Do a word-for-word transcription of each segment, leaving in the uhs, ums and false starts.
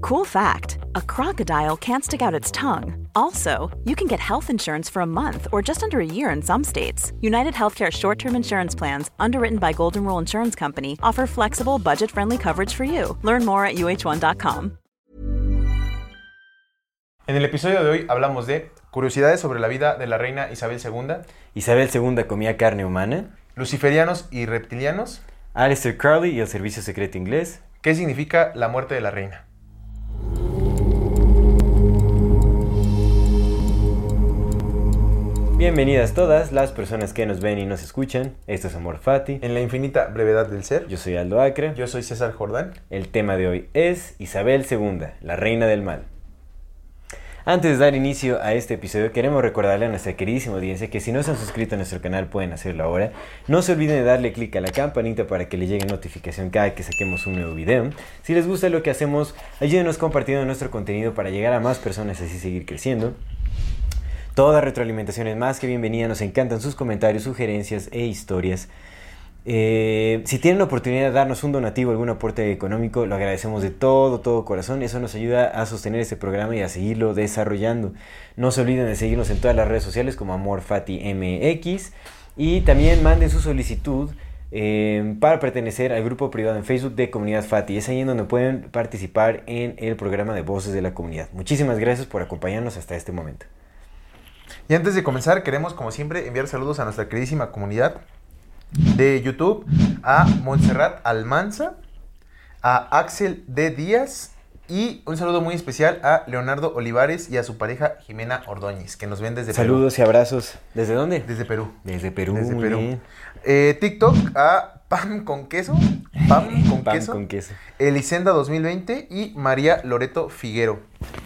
Cool fact, a crocodile can't stick out its tongue. Also, you can get health insurance for a month or just under a year in some states. United Healthcare short-term insurance plans, underwritten by Golden Rule Insurance Company, offer flexible, budget-friendly coverage for you. Learn more at U H one dot com. En el episodio de hoy hablamos de curiosidades sobre la vida de la reina Isabel segunda, Isabel segunda comía carne humana, luciferianos y reptilianos, Aleister Crowley y el servicio secreto inglés, qué significa la muerte de la reina. Bienvenidas todas las personas que nos ven y nos escuchan. Esto es Amor Fati. En la infinita brevedad del ser. Yo soy Aldo Acre. Yo soy César Jordán. El tema de hoy es Isabel segunda, la reina del mal. Antes de dar inicio a este episodio, queremos recordarle a nuestra queridísima audiencia que si no se han suscrito a nuestro canal pueden hacerlo ahora. No se olviden de darle clic a la campanita para que le llegue notificación cada que saquemos un nuevo video. Si les gusta lo que hacemos, ayúdenos compartiendo nuestro contenido para llegar a más personas y así seguir creciendo. Toda retroalimentación es más que bienvenida, nos encantan sus comentarios, sugerencias e historias. Eh, si tienen la oportunidad de darnos un donativo, algún aporte económico, lo agradecemos de todo, todo corazón. Eso nos ayuda a sostener este programa y a seguirlo desarrollando. No se olviden de seguirnos en todas las redes sociales como AmorFatiMX y también manden su solicitud eh, para pertenecer al grupo privado en Facebook de Comunidad Fati. Es ahí en donde pueden participar en el programa de Voces de la Comunidad. Muchísimas gracias por acompañarnos hasta este momento. Y antes de comenzar, queremos, como siempre, enviar saludos a nuestra queridísima comunidad de YouTube, a Montserrat Almanza, a Axel D. Díaz y un saludo muy especial a Leonardo Olivares y a su pareja Jimena Ordóñez, que nos ven desde Perú. Saludos y abrazos. ¿Desde dónde? Desde Perú. Desde Perú, Desde muy Perú. bien. Eh, TikTok a Pam con queso, Pam con Pam queso, con queso. Elisenda dos mil veinte y María Loreto Figuero.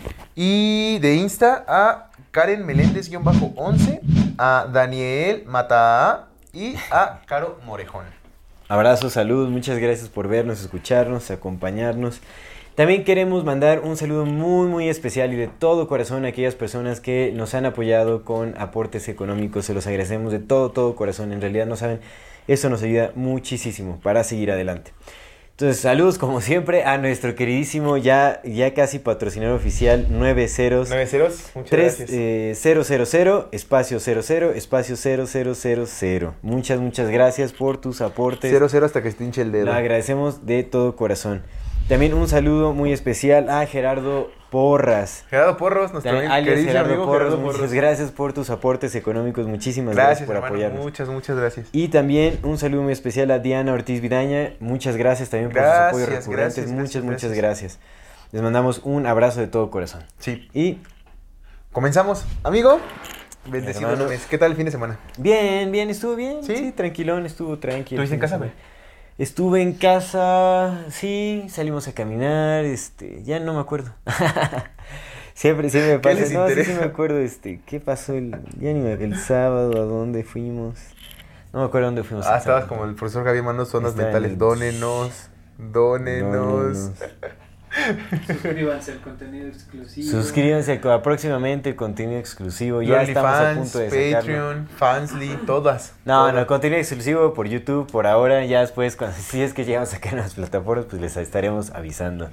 Y de Insta a Karen Meléndez-once, a Daniel Mataa y a Caro Morejón. Abrazos, saludos, muchas gracias por vernos, escucharnos, acompañarnos. También queremos mandar un saludo muy muy especial y de todo corazón a aquellas personas que nos han apoyado con aportes económicos. Se los agradecemos de todo, todo corazón. En realidad no saben, eso nos ayuda muchísimo para seguir adelante. Entonces, saludos como siempre a nuestro queridísimo, ya, ya casi patrocinador oficial, nueve ceros. nueve ceros, muchas tres, gracias. Eh, cero cero cero, espacio cero cero, espacio cero cero cero cero. Muchas, muchas gracias por tus aportes. Cero cero hasta que se te hinche el dedo. Lo agradecemos de todo corazón. También un saludo muy especial a Gerardo Porras. Gerardo Porros, nuestro También, amigo, alias queridísimo Gerardo amigo Porras, Gerardo muchas Porros. gracias por tus aportes económicos. Muchísimas gracias, Gracias, por hermano, apoyarnos. muchas, muchas gracias. Y también un saludo muy especial a Diana Ortiz Vidaña. Muchas gracias también por Gracias, sus apoyos recurrentes. gracias, muchas, gracias, muchas gracias. gracias. Les mandamos un abrazo de todo corazón. Sí. Y Comenzamos. Amigo, bendecido Hermano. lunes. ¿Qué tal el fin de semana? bien, bien, estuvo bien. ¿Sí? Sí, tranquilón, estuvo tranquilo. ¿Estuviste en casa, güey? Estuve en casa, sí, salimos a caminar, este, ya no me acuerdo. Siempre, siempre me ¿Qué pasa. les No, sí, sí interesa? me acuerdo, este, ¿qué pasó el, ya ni me, el sábado, a dónde fuimos? No me acuerdo a dónde fuimos. Ah, el estabas sábado. como el profesor Javier Manos, zonas Estaba en mentales. el- Dónenos, dónenos. Dónenos. Suscríbanse al contenido exclusivo. Suscríbanse a- próximamente el contenido exclusivo. Ya OnlyFans, estamos a punto de sacarlo. Patreon, Fansly, todas. No, todas. no, contenido exclusivo por YouTube por ahora. Ya después, cuando, si es que llegamos a sacar en las plataformas, pues les estaremos avisando.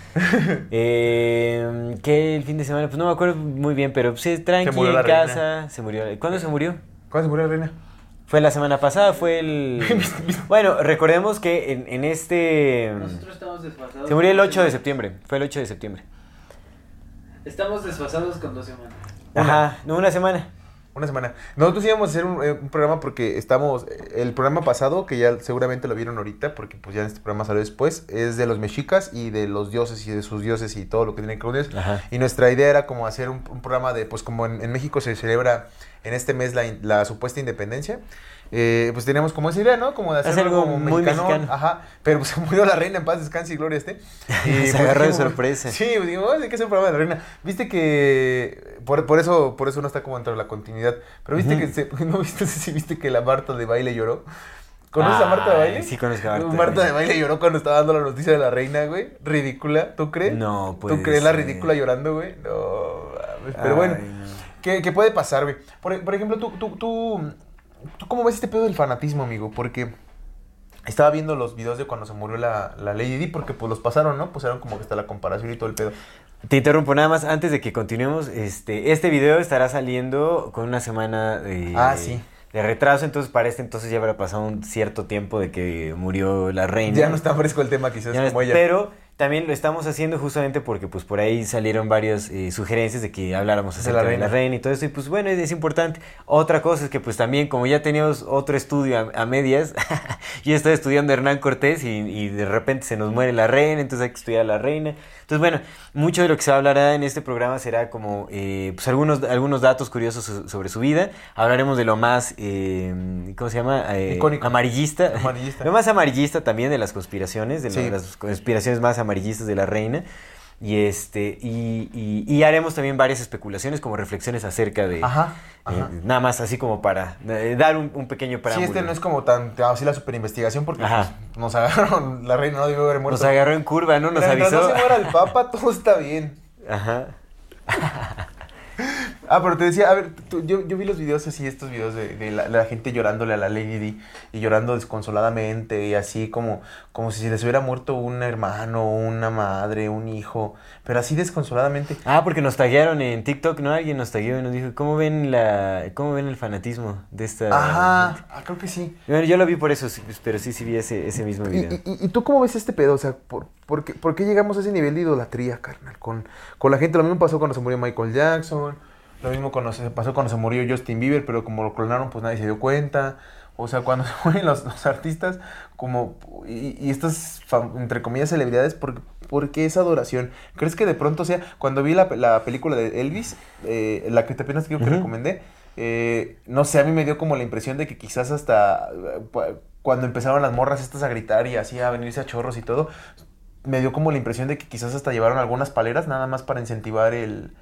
eh, ¿Qué el fin de semana? Pues no me acuerdo muy bien, pero pues, sí, tranqui, Se murió la en reina. casa. Se murió. ¿Cuándo se murió? ¿Cuándo se murió la reina? Fue la semana pasada, fue el... Bueno, recordemos que en, en este... Nosotros estamos desfasados. Se murió el con ocho de dos septiembre. Fue el ocho de septiembre. semanas. Estamos desfasados con dos semanas. Ajá, no, una semana. Una semana. Nosotros íbamos a hacer un, eh, un programa porque estamos... El programa pasado, que ya seguramente lo vieron ahorita, porque pues ya este programa salió después, es de los mexicas y de los dioses y de sus dioses y todo lo que tiene que ver con ellos. Ajá. Y nuestra idea era como hacer un, un programa de, pues como en, en México se celebra en este mes la, in- la supuesta independencia, eh, pues teníamos como esa idea, ¿no? Como de hacer Hacer algo algo como muy mexicano. mexicano. Ajá, pero pues se murió la reina, en paz descanse y gloria esté. Y, Se pues, agarró de dijimos- sorpresa. Sí, pues, dijimos, hay que hacer un programa de la reina. Viste que, por, por eso por eso no está como dentro de la continuidad, pero viste Ujú. que, se, no viste, no sé si viste que la Marta de baile lloró. ¿Conoces a Ay, Marta de baile? sí conozco a Marta de Marta de Baile. baile lloró cuando estaba dando la noticia de la reina, güey. Ridícula, ¿tú crees? No, puede ¿Tú crees la ser. ridícula llorando, güey? No, mames, pero bueno. Ay, no. ¿Qué, qué puede pasar, güey? Por, por ejemplo, tú, tú, tú, ¿tú cómo ves este pedo del fanatismo, amigo? Porque estaba viendo los videos de cuando se murió la, la Lady Di, porque pues los pasaron, ¿no? Pusieron como que está la comparación y todo el pedo. Te interrumpo nada más antes de que continuemos. Este, este video estará saliendo con una semana de, Ah, sí. de retraso, entonces para este entonces ya habrá pasado un cierto tiempo de que murió la reina. Ya no está fresco el tema quizás Ya no como es- ella. Pero también lo estamos haciendo justamente porque pues por ahí salieron varias eh, sugerencias de que habláramos De acerca la de la reina. reina y todo eso, y pues bueno, es, es importante. Otra cosa es que pues también como ya teníamos otro estudio a, a medias, yo estoy estudiando a Hernán Cortés y, y de repente se nos muere la reina, entonces hay que estudiar a la reina. Entonces bueno, mucho de lo que se hablará en este programa será como eh, pues algunos, algunos datos curiosos so- sobre su vida. Hablaremos de lo más, eh, ¿cómo se llama? Eh, Icónico. Amarillista. Amarillista. Lo más amarillista también de las conspiraciones, de lo- Sí. las conspiraciones más amarillistas de la reina. Y este y, y- y haremos también varias especulaciones como reflexiones acerca de... Ajá, eh, ajá. nada más así como para eh, dar un, un pequeño Sí, preámbulo. este no es como tan así la super investigación porque Ajá. pues, nos agarraron, la reina no debió haber muerto. Nos agarró en curva, ¿no? Nos Mientras avisó. no se muera el papa, todo está bien. Ajá. Ah, pero te decía, a ver, tú- yo, yo vi los videos así, estos videos de, de la, la gente llorándole a la Lady Di y llorando desconsoladamente y así como, como si se les hubiera muerto un hermano, una madre, un hijo, pero así desconsoladamente. Ah, porque nos taguearon en TikTok, ¿no? Alguien nos tagueó y nos dijo, ¿cómo ven la cómo ven el fanatismo de esta Ajá, ah, creo que sí. Bueno, yo lo vi por eso, sí, pero sí, sí vi ese, ese mismo ¿Y, video. y, y- y tú cómo ves este pedo? O sea, ¿por, por, qué, por qué llegamos a ese nivel de idolatría, carnal? Con, con la gente, lo mismo pasó cuando se murió Michael Jackson, lo mismo cuando se pasó cuando se murió Justin Bieber, pero como lo clonaron, pues nadie se dio cuenta. O sea, cuando se mueren los, los artistas, como, y, y estas, fam- entre comillas, celebridades, ¿por, por qué esa adoración? ¿Crees que de pronto, o sea, cuando vi la, la película de Elvis, eh, la que te apenas creo que Ujú. recomendé, eh, no sé, a mí me dio como la impresión de que quizás hasta eh, pu- cuando empezaron las morras estas a gritar y así a venirse a chorros y todo, me dio como la impresión de que quizás hasta llevaron algunas paleras nada más para incentivar el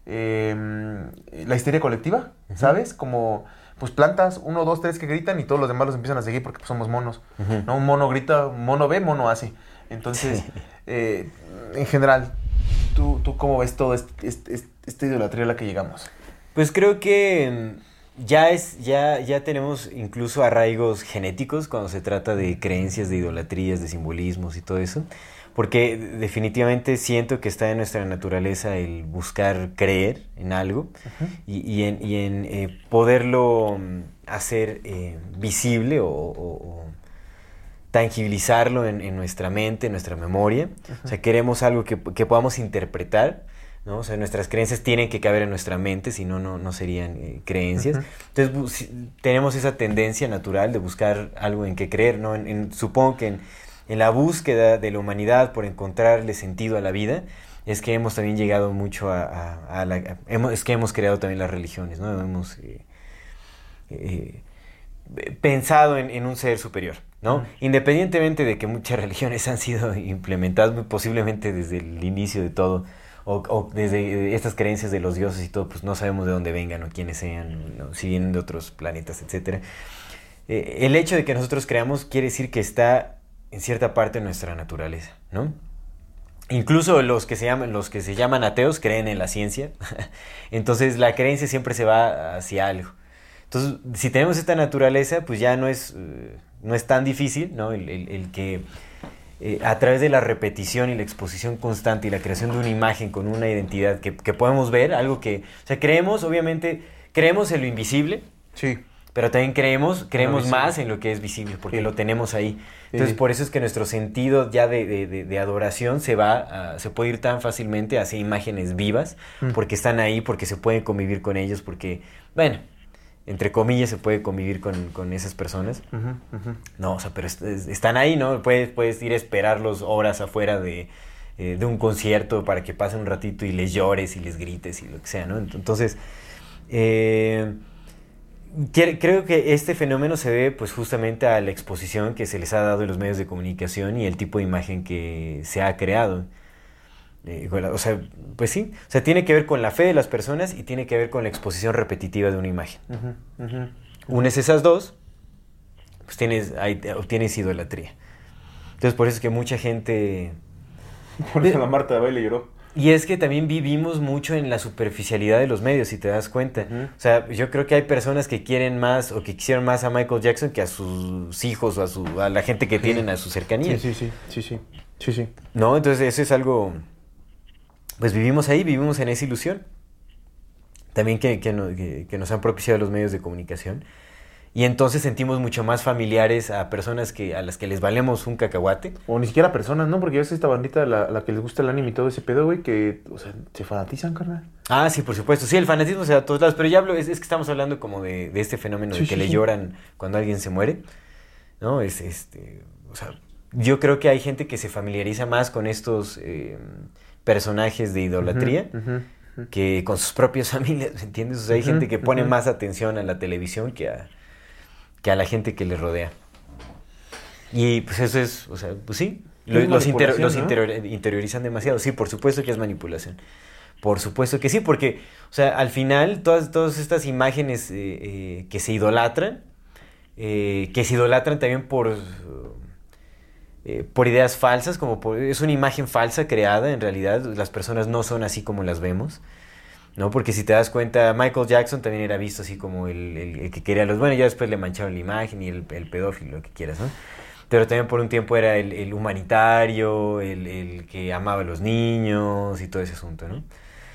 eh, la histeria colectiva, ¿sabes? Como pues plantas, uno, dos, tres que gritan y todos los demás los empiezan a seguir porque pues, somos monos. Ujú. ¿No? Un mono grita, un mono ve, mono hace. Entonces, Sí. eh, en general, ¿tú, ¿tú cómo ves todo este, este, este- esta idolatría a la que llegamos? Pues creo que mm, ya es, ya, ya tenemos incluso arraigos genéticos cuando se trata de creencias, de idolatrías, de simbolismos y todo eso. Porque definitivamente siento que está en nuestra naturaleza el buscar creer en algo y, y en, y en eh, poderlo mm, hacer eh, visible o, o- o tangibilizarlo en, en nuestra mente, en nuestra memoria. O sea, queremos algo que, que podamos interpretar, ¿no? O sea, nuestras creencias tienen que caber en nuestra mente, si no, no, no serían eh, creencias. Ujú. Entonces, bu- si- tenemos esa tendencia natural de buscar algo en que creer, ¿no? En- en- supongo que en, en la búsqueda de la humanidad por encontrarle sentido a la vida, es que hemos también llegado mucho a, a- a la... a- hemos- es que hemos creado también las religiones, ¿no? Hemos... eh, eh, pensado en, en un ser superior, ¿no? Ujú. Independientemente de que muchas religiones han sido implementadas muy posiblemente desde el inicio de todo, o, o desde estas creencias de los dioses y todo, pues no sabemos de dónde vengan o quiénes sean, ¿no? Si vienen de otros planetas, etcétera. Eh, el hecho de que nosotros creamos quiere decir que está en cierta parte de nuestra naturaleza, ¿no? Incluso los que se llaman, los que se llaman ateos creen en la ciencia. Entonces la creencia siempre se va hacia algo. Entonces, si tenemos esta naturaleza, pues ya no es, eh, no es tan difícil, ¿no? El, el- el que eh, a través de la repetición y la exposición constante y la creación de una imagen con una identidad que, que podemos ver, algo que... O sea, creemos, obviamente, creemos en lo invisible, Sí. pero también creemos, creemos visible. más en lo que es visible, porque Sí. lo tenemos ahí. Entonces, Sí. por eso es que nuestro sentido ya de, de- de- de adoración se va, a- se puede ir tan fácilmente hacia imágenes vivas, Mm. porque están ahí, porque se puede convivir con ellos, porque, bueno, entre comillas se puede convivir con, con esas personas. Ujú, ujú. No, o sea, pero est- es- están ahí, ¿no? Puedes, puedes ir a esperarlos horas afuera de, eh, de un concierto para que pasen un ratito y les llores y les grites y lo que sea, ¿no? Ent- Entonces, eh, quiere- creo que este fenómeno se debe pues justamente a la exposición que se les ha dado en los medios de comunicación y el tipo de imagen que se ha creado. Eh, con la- o sea, pues sí, o sea, tiene que ver con la fe de las personas y tiene que ver con la exposición repetitiva de una imagen. Ujú, ujú. Unes esas dos, pues tienes, ahí te- obtienes idolatría. Entonces por eso es que mucha gente... Por eso la Marta de baile lloró. Y es que también vivimos mucho en la superficialidad de los medios, si te das cuenta. Uh-huh. O sea, yo creo que hay personas que quieren más o que quisieron más a Michael Jackson que a sus hijos o a, su, a la gente que sí. tienen a su cercanía. Sí, sí, sí, sí, sí, sí, sí. No, entonces eso es algo... Pues vivimos ahí, vivimos en esa ilusión. También que, que, no, que, que nos han propiciado los medios de comunicación. Y entonces sentimos mucho más familiares a personas que a las que les valemos un cacahuate. O ni siquiera personas, ¿no? Porque ves esta bandita, la, la que les gusta el anime y todo ese pedo, güey, que, o sea, se fanatizan, carnal. Ah, sí, por supuesto. Sí, el fanatismo se da a todos lados. Pero ya hablo, es, es que estamos hablando como de, de este fenómeno sí, de que sí, le sí. lloran cuando alguien se muere. ¿No? Es este... O sea, yo creo que hay gente que se familiariza más con estos eh, personajes de idolatría. Uh-huh, uh-huh. Que con sus propias familias, ¿me entiendes? O sea, hay uh-huh, gente que pone uh-huh. más atención a la televisión que a, que a la gente que les rodea. Y pues eso es, o sea, pues sí, los, los, inter, los ¿no? interior, interiorizan demasiado. Sí, por supuesto que es manipulación. Por supuesto que sí, porque, o sea, al final todas, todas estas imágenes eh, eh, que se idolatran, eh, que se idolatran también por... Eh, por ideas falsas, como por, es una imagen falsa creada, en realidad las personas no son así como las vemos, ¿no? Porque si te das cuenta, Michael Jackson también era visto así como el, el, el que quería los... Bueno, ya después le mancharon la imagen y el, el pedófilo, lo que quieras, ¿no? Pero también por un tiempo era el, el humanitario, el, el que amaba a los niños y todo ese asunto, ¿no?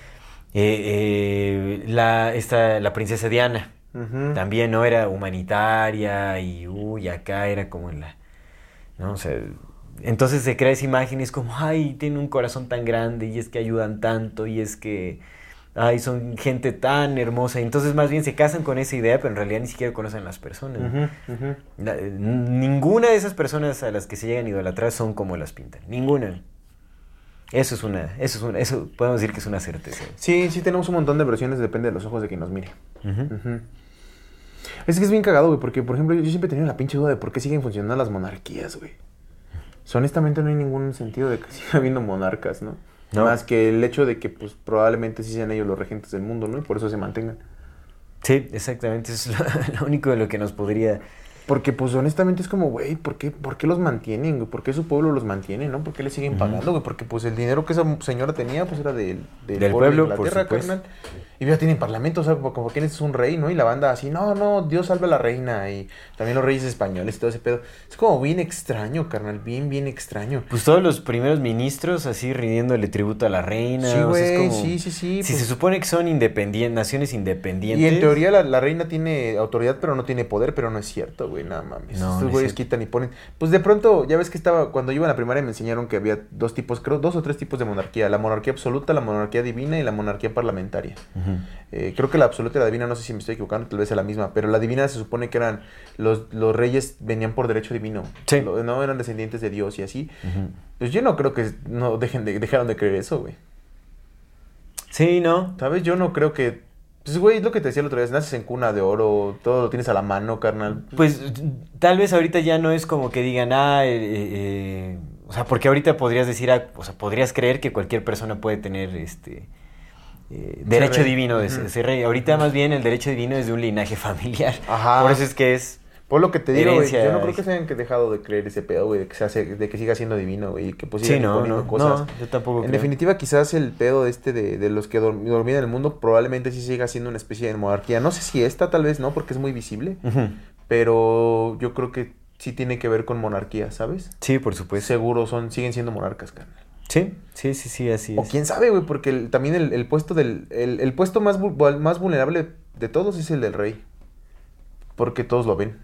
Eh, eh, la, esta, la princesa Diana, uh-huh. también, ¿no? Era humanitaria y, uy, acá era como en la... ¿no? O sea, entonces se crea esa imagen y es como, ay, tiene un corazón tan grande y es que ayudan tanto y es que, ay, son gente tan hermosa. Y entonces más bien se casan con esa idea, pero en realidad ni siquiera conocen a las personas. Uh-huh, uh-huh. La, ninguna de esas personas a las que se llegan a idolatrar son como las pintan. Ninguna. Eso es una, eso es una, eso podemos decir que es una certeza. Sí, sí tenemos un montón de versiones, depende de los ojos de quien nos mire. Uh-huh. Uh-huh. Es que es bien cagado, güey, porque, por ejemplo, yo siempre he tenido la pinche duda de por qué siguen funcionando las monarquías, güey. O sea, honestamente no hay ningún sentido de que siga habiendo monarcas, ¿no? No. Más que el hecho de que, pues, probablemente sí sean ellos los regentes del mundo, ¿no? Y por eso se mantengan. Sí, exactamente, eso es lo, lo único de lo que nos podría... Porque, pues, honestamente es como, güey, ¿por qué, ¿por qué los mantienen, güey? ¿Por qué su pueblo los mantiene, no? ¿Por qué le siguen uh-huh. pagando, güey? Porque, pues, el dinero que esa señora tenía, pues, era del, del, del pueblo, de Inglaterra, por carnal. Y ya tienen parlamento, o sea, como, como que es un rey, ¿no? Y la banda así, no, no, Dios salve a la reina. Y también los reyes españoles y todo ese pedo. Es como bien extraño, carnal, bien, bien extraño. Pues todos los primeros ministros así rindiéndole tributo a la reina. Sí, güey, o sea, es como, sí, sí, sí. Si pues, se supone que son independientes, naciones independientes. Y en teoría la, la reina tiene autoridad, pero no tiene poder, pero no es cierto, güey, nada mames. No, Estos güeyes quitan y ponen. Pues de pronto, ya ves que estaba, cuando yo iba a la primaria me enseñaron que había dos tipos, creo, dos o tres tipos de monarquía. La monarquía absoluta, la monarquía divina y la monarquía parlamentaria. Uh-huh. Eh, creo que la absoluta y la divina, no sé si me estoy equivocando, tal vez es la misma, pero la divina se supone que eran, los, los reyes venían por derecho divino. Sí. Lo, no eran descendientes de Dios y así. Uh-huh. Pues yo no creo que no dejen de, dejaron de creer eso, güey. Sí, ¿no? ¿Sabes? Yo no creo que... Pues, güey, es lo que te decía la otra vez, naces en cuna de oro, todo lo tienes a la mano, carnal. Pues, tal vez ahorita ya no es como que digan, ah, eh, eh, o sea, porque ahorita podrías decir, ah, o sea, podrías creer que cualquier persona puede tener, este... Eh, derecho ser divino de uh-huh. ser rey. Ahorita uh-huh. más bien el derecho divino es de un linaje familiar. Ajá. Por eso es que es por lo que te digo, güey, yo no creo es... que se hayan dejado de creer ese pedo, güey, de que se hace, de que siga siendo divino, güey, y que pues sigan sí, no, poniendo no, cosas. No, yo tampoco en creo. definitiva, quizás el pedo este de, de los que dorm, dormían en el mundo probablemente sí siga siendo una especie de monarquía. No sé si esta, tal vez no, porque es muy visible, uh-huh. pero yo creo que sí tiene que ver con monarquía, ¿sabes? Sí, por supuesto. Seguro son, siguen siendo monarcas, carnal. Sí, sí, sí, sí, así es. O quién sabe, güey, porque el, también el, el puesto del el, el puesto más, más vulnerable de todos es el del rey. Porque todos lo ven.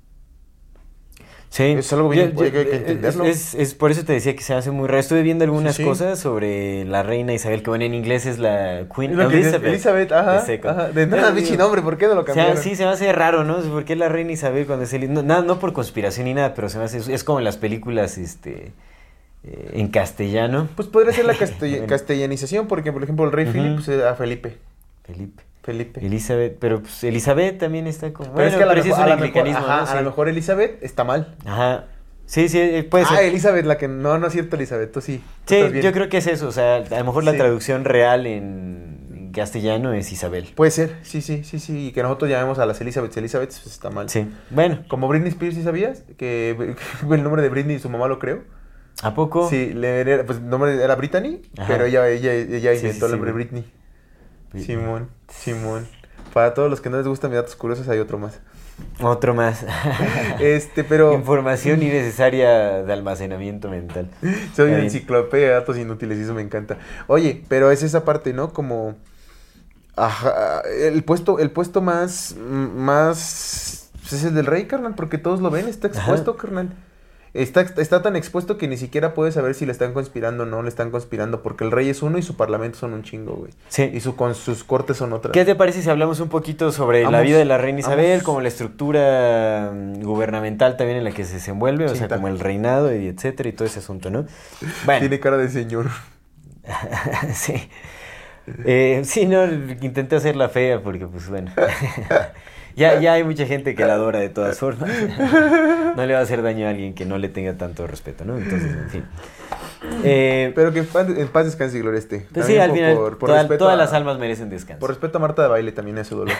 Sí. Es algo bien, yo, yo, hay que entenderlo. Es, es, es por eso te decía que se hace muy raro. Estuve viendo algunas sí, sí. cosas sobre la reina Isabel, que bueno, en inglés es la Queen es Elizabeth. Elizabeth, ajá, ajá. De nada, bichi nombre, ¿por qué no lo cambiaron? O sea, sí, se me hace raro, ¿no? ¿Por qué la reina Isabel cuando es el... No, nada, no por conspiración ni nada, pero se me hace... Es como en las películas, este... Eh, en castellano. Pues podría ser la castell- castellanización, porque por ejemplo el rey uh-huh. Philip pues, era Felipe. Felipe. Felipe. Elizabeth, pero pues Elizabeth también está como... Pero bueno, es que a, pero la, sí mejor, es un a, la mejor, ajá, ¿no? Sí. a lo mejor Elizabeth está mal. Ajá. Sí, sí, puede ser. Ah, Elizabeth, la que... No, no es cierto, Elizabeth, tú sí. Tú sí, yo creo que es eso, o sea, a lo mejor la sí. traducción real en, en castellano es Isabel. Puede ser, sí, sí, sí, sí, y que nosotros llamemos a las Elizabeth, Elizabeth, pues está mal. Sí, bueno. Como Britney Spears, ¿sí sabías? Que, que el nombre de Britney su mamá lo creó. ¿A poco? Sí, le, era, pues el nombre era Brittany, Ajá. pero ella, ella, ella Sí, inventó sí, el nombre sí. Britney. Britney. Simón, Simón. Para todos los que no les gustan mis datos curiosos, hay otro más. Otro más. Este, pero... Información innecesaria de almacenamiento mental. Soy Está una bien. enciclopedia de datos inútiles y eso me encanta. Oye, pero es esa parte, ¿no? Como... Ajá, el puesto, el puesto más... Más... Pues es el del rey, carnal, porque todos lo ven, está expuesto, Ajá. carnal. Está, está tan expuesto que ni siquiera puedes saber si le están conspirando o no le están conspirando, porque el rey es uno y su parlamento son un chingo, güey. Sí. Y su, con sus cortes son otras. ¿Qué te parece si hablamos un poquito sobre la Vamos, vida de la reina Isabel, vamos. como la estructura mm, gubernamental también en la que se desenvuelve, o Sí, sea, ta- como el reinado y etcétera y todo ese asunto, ¿no? Bueno, Tiene cara de señor. sí. Eh, sí, no, intenté hacerla fea porque, pues, bueno. ya, ya hay mucha gente que la adora de todas formas. No le va a hacer daño a alguien que no le tenga tanto respeto, ¿no? Entonces, en fin. Eh, Pero que en paz, en paz descanse y gloria esté. pues sí, También al por- final, por- por toda- respeto todas a- las almas merecen descanso. Por respeto a Marta de Baile también a su dolor.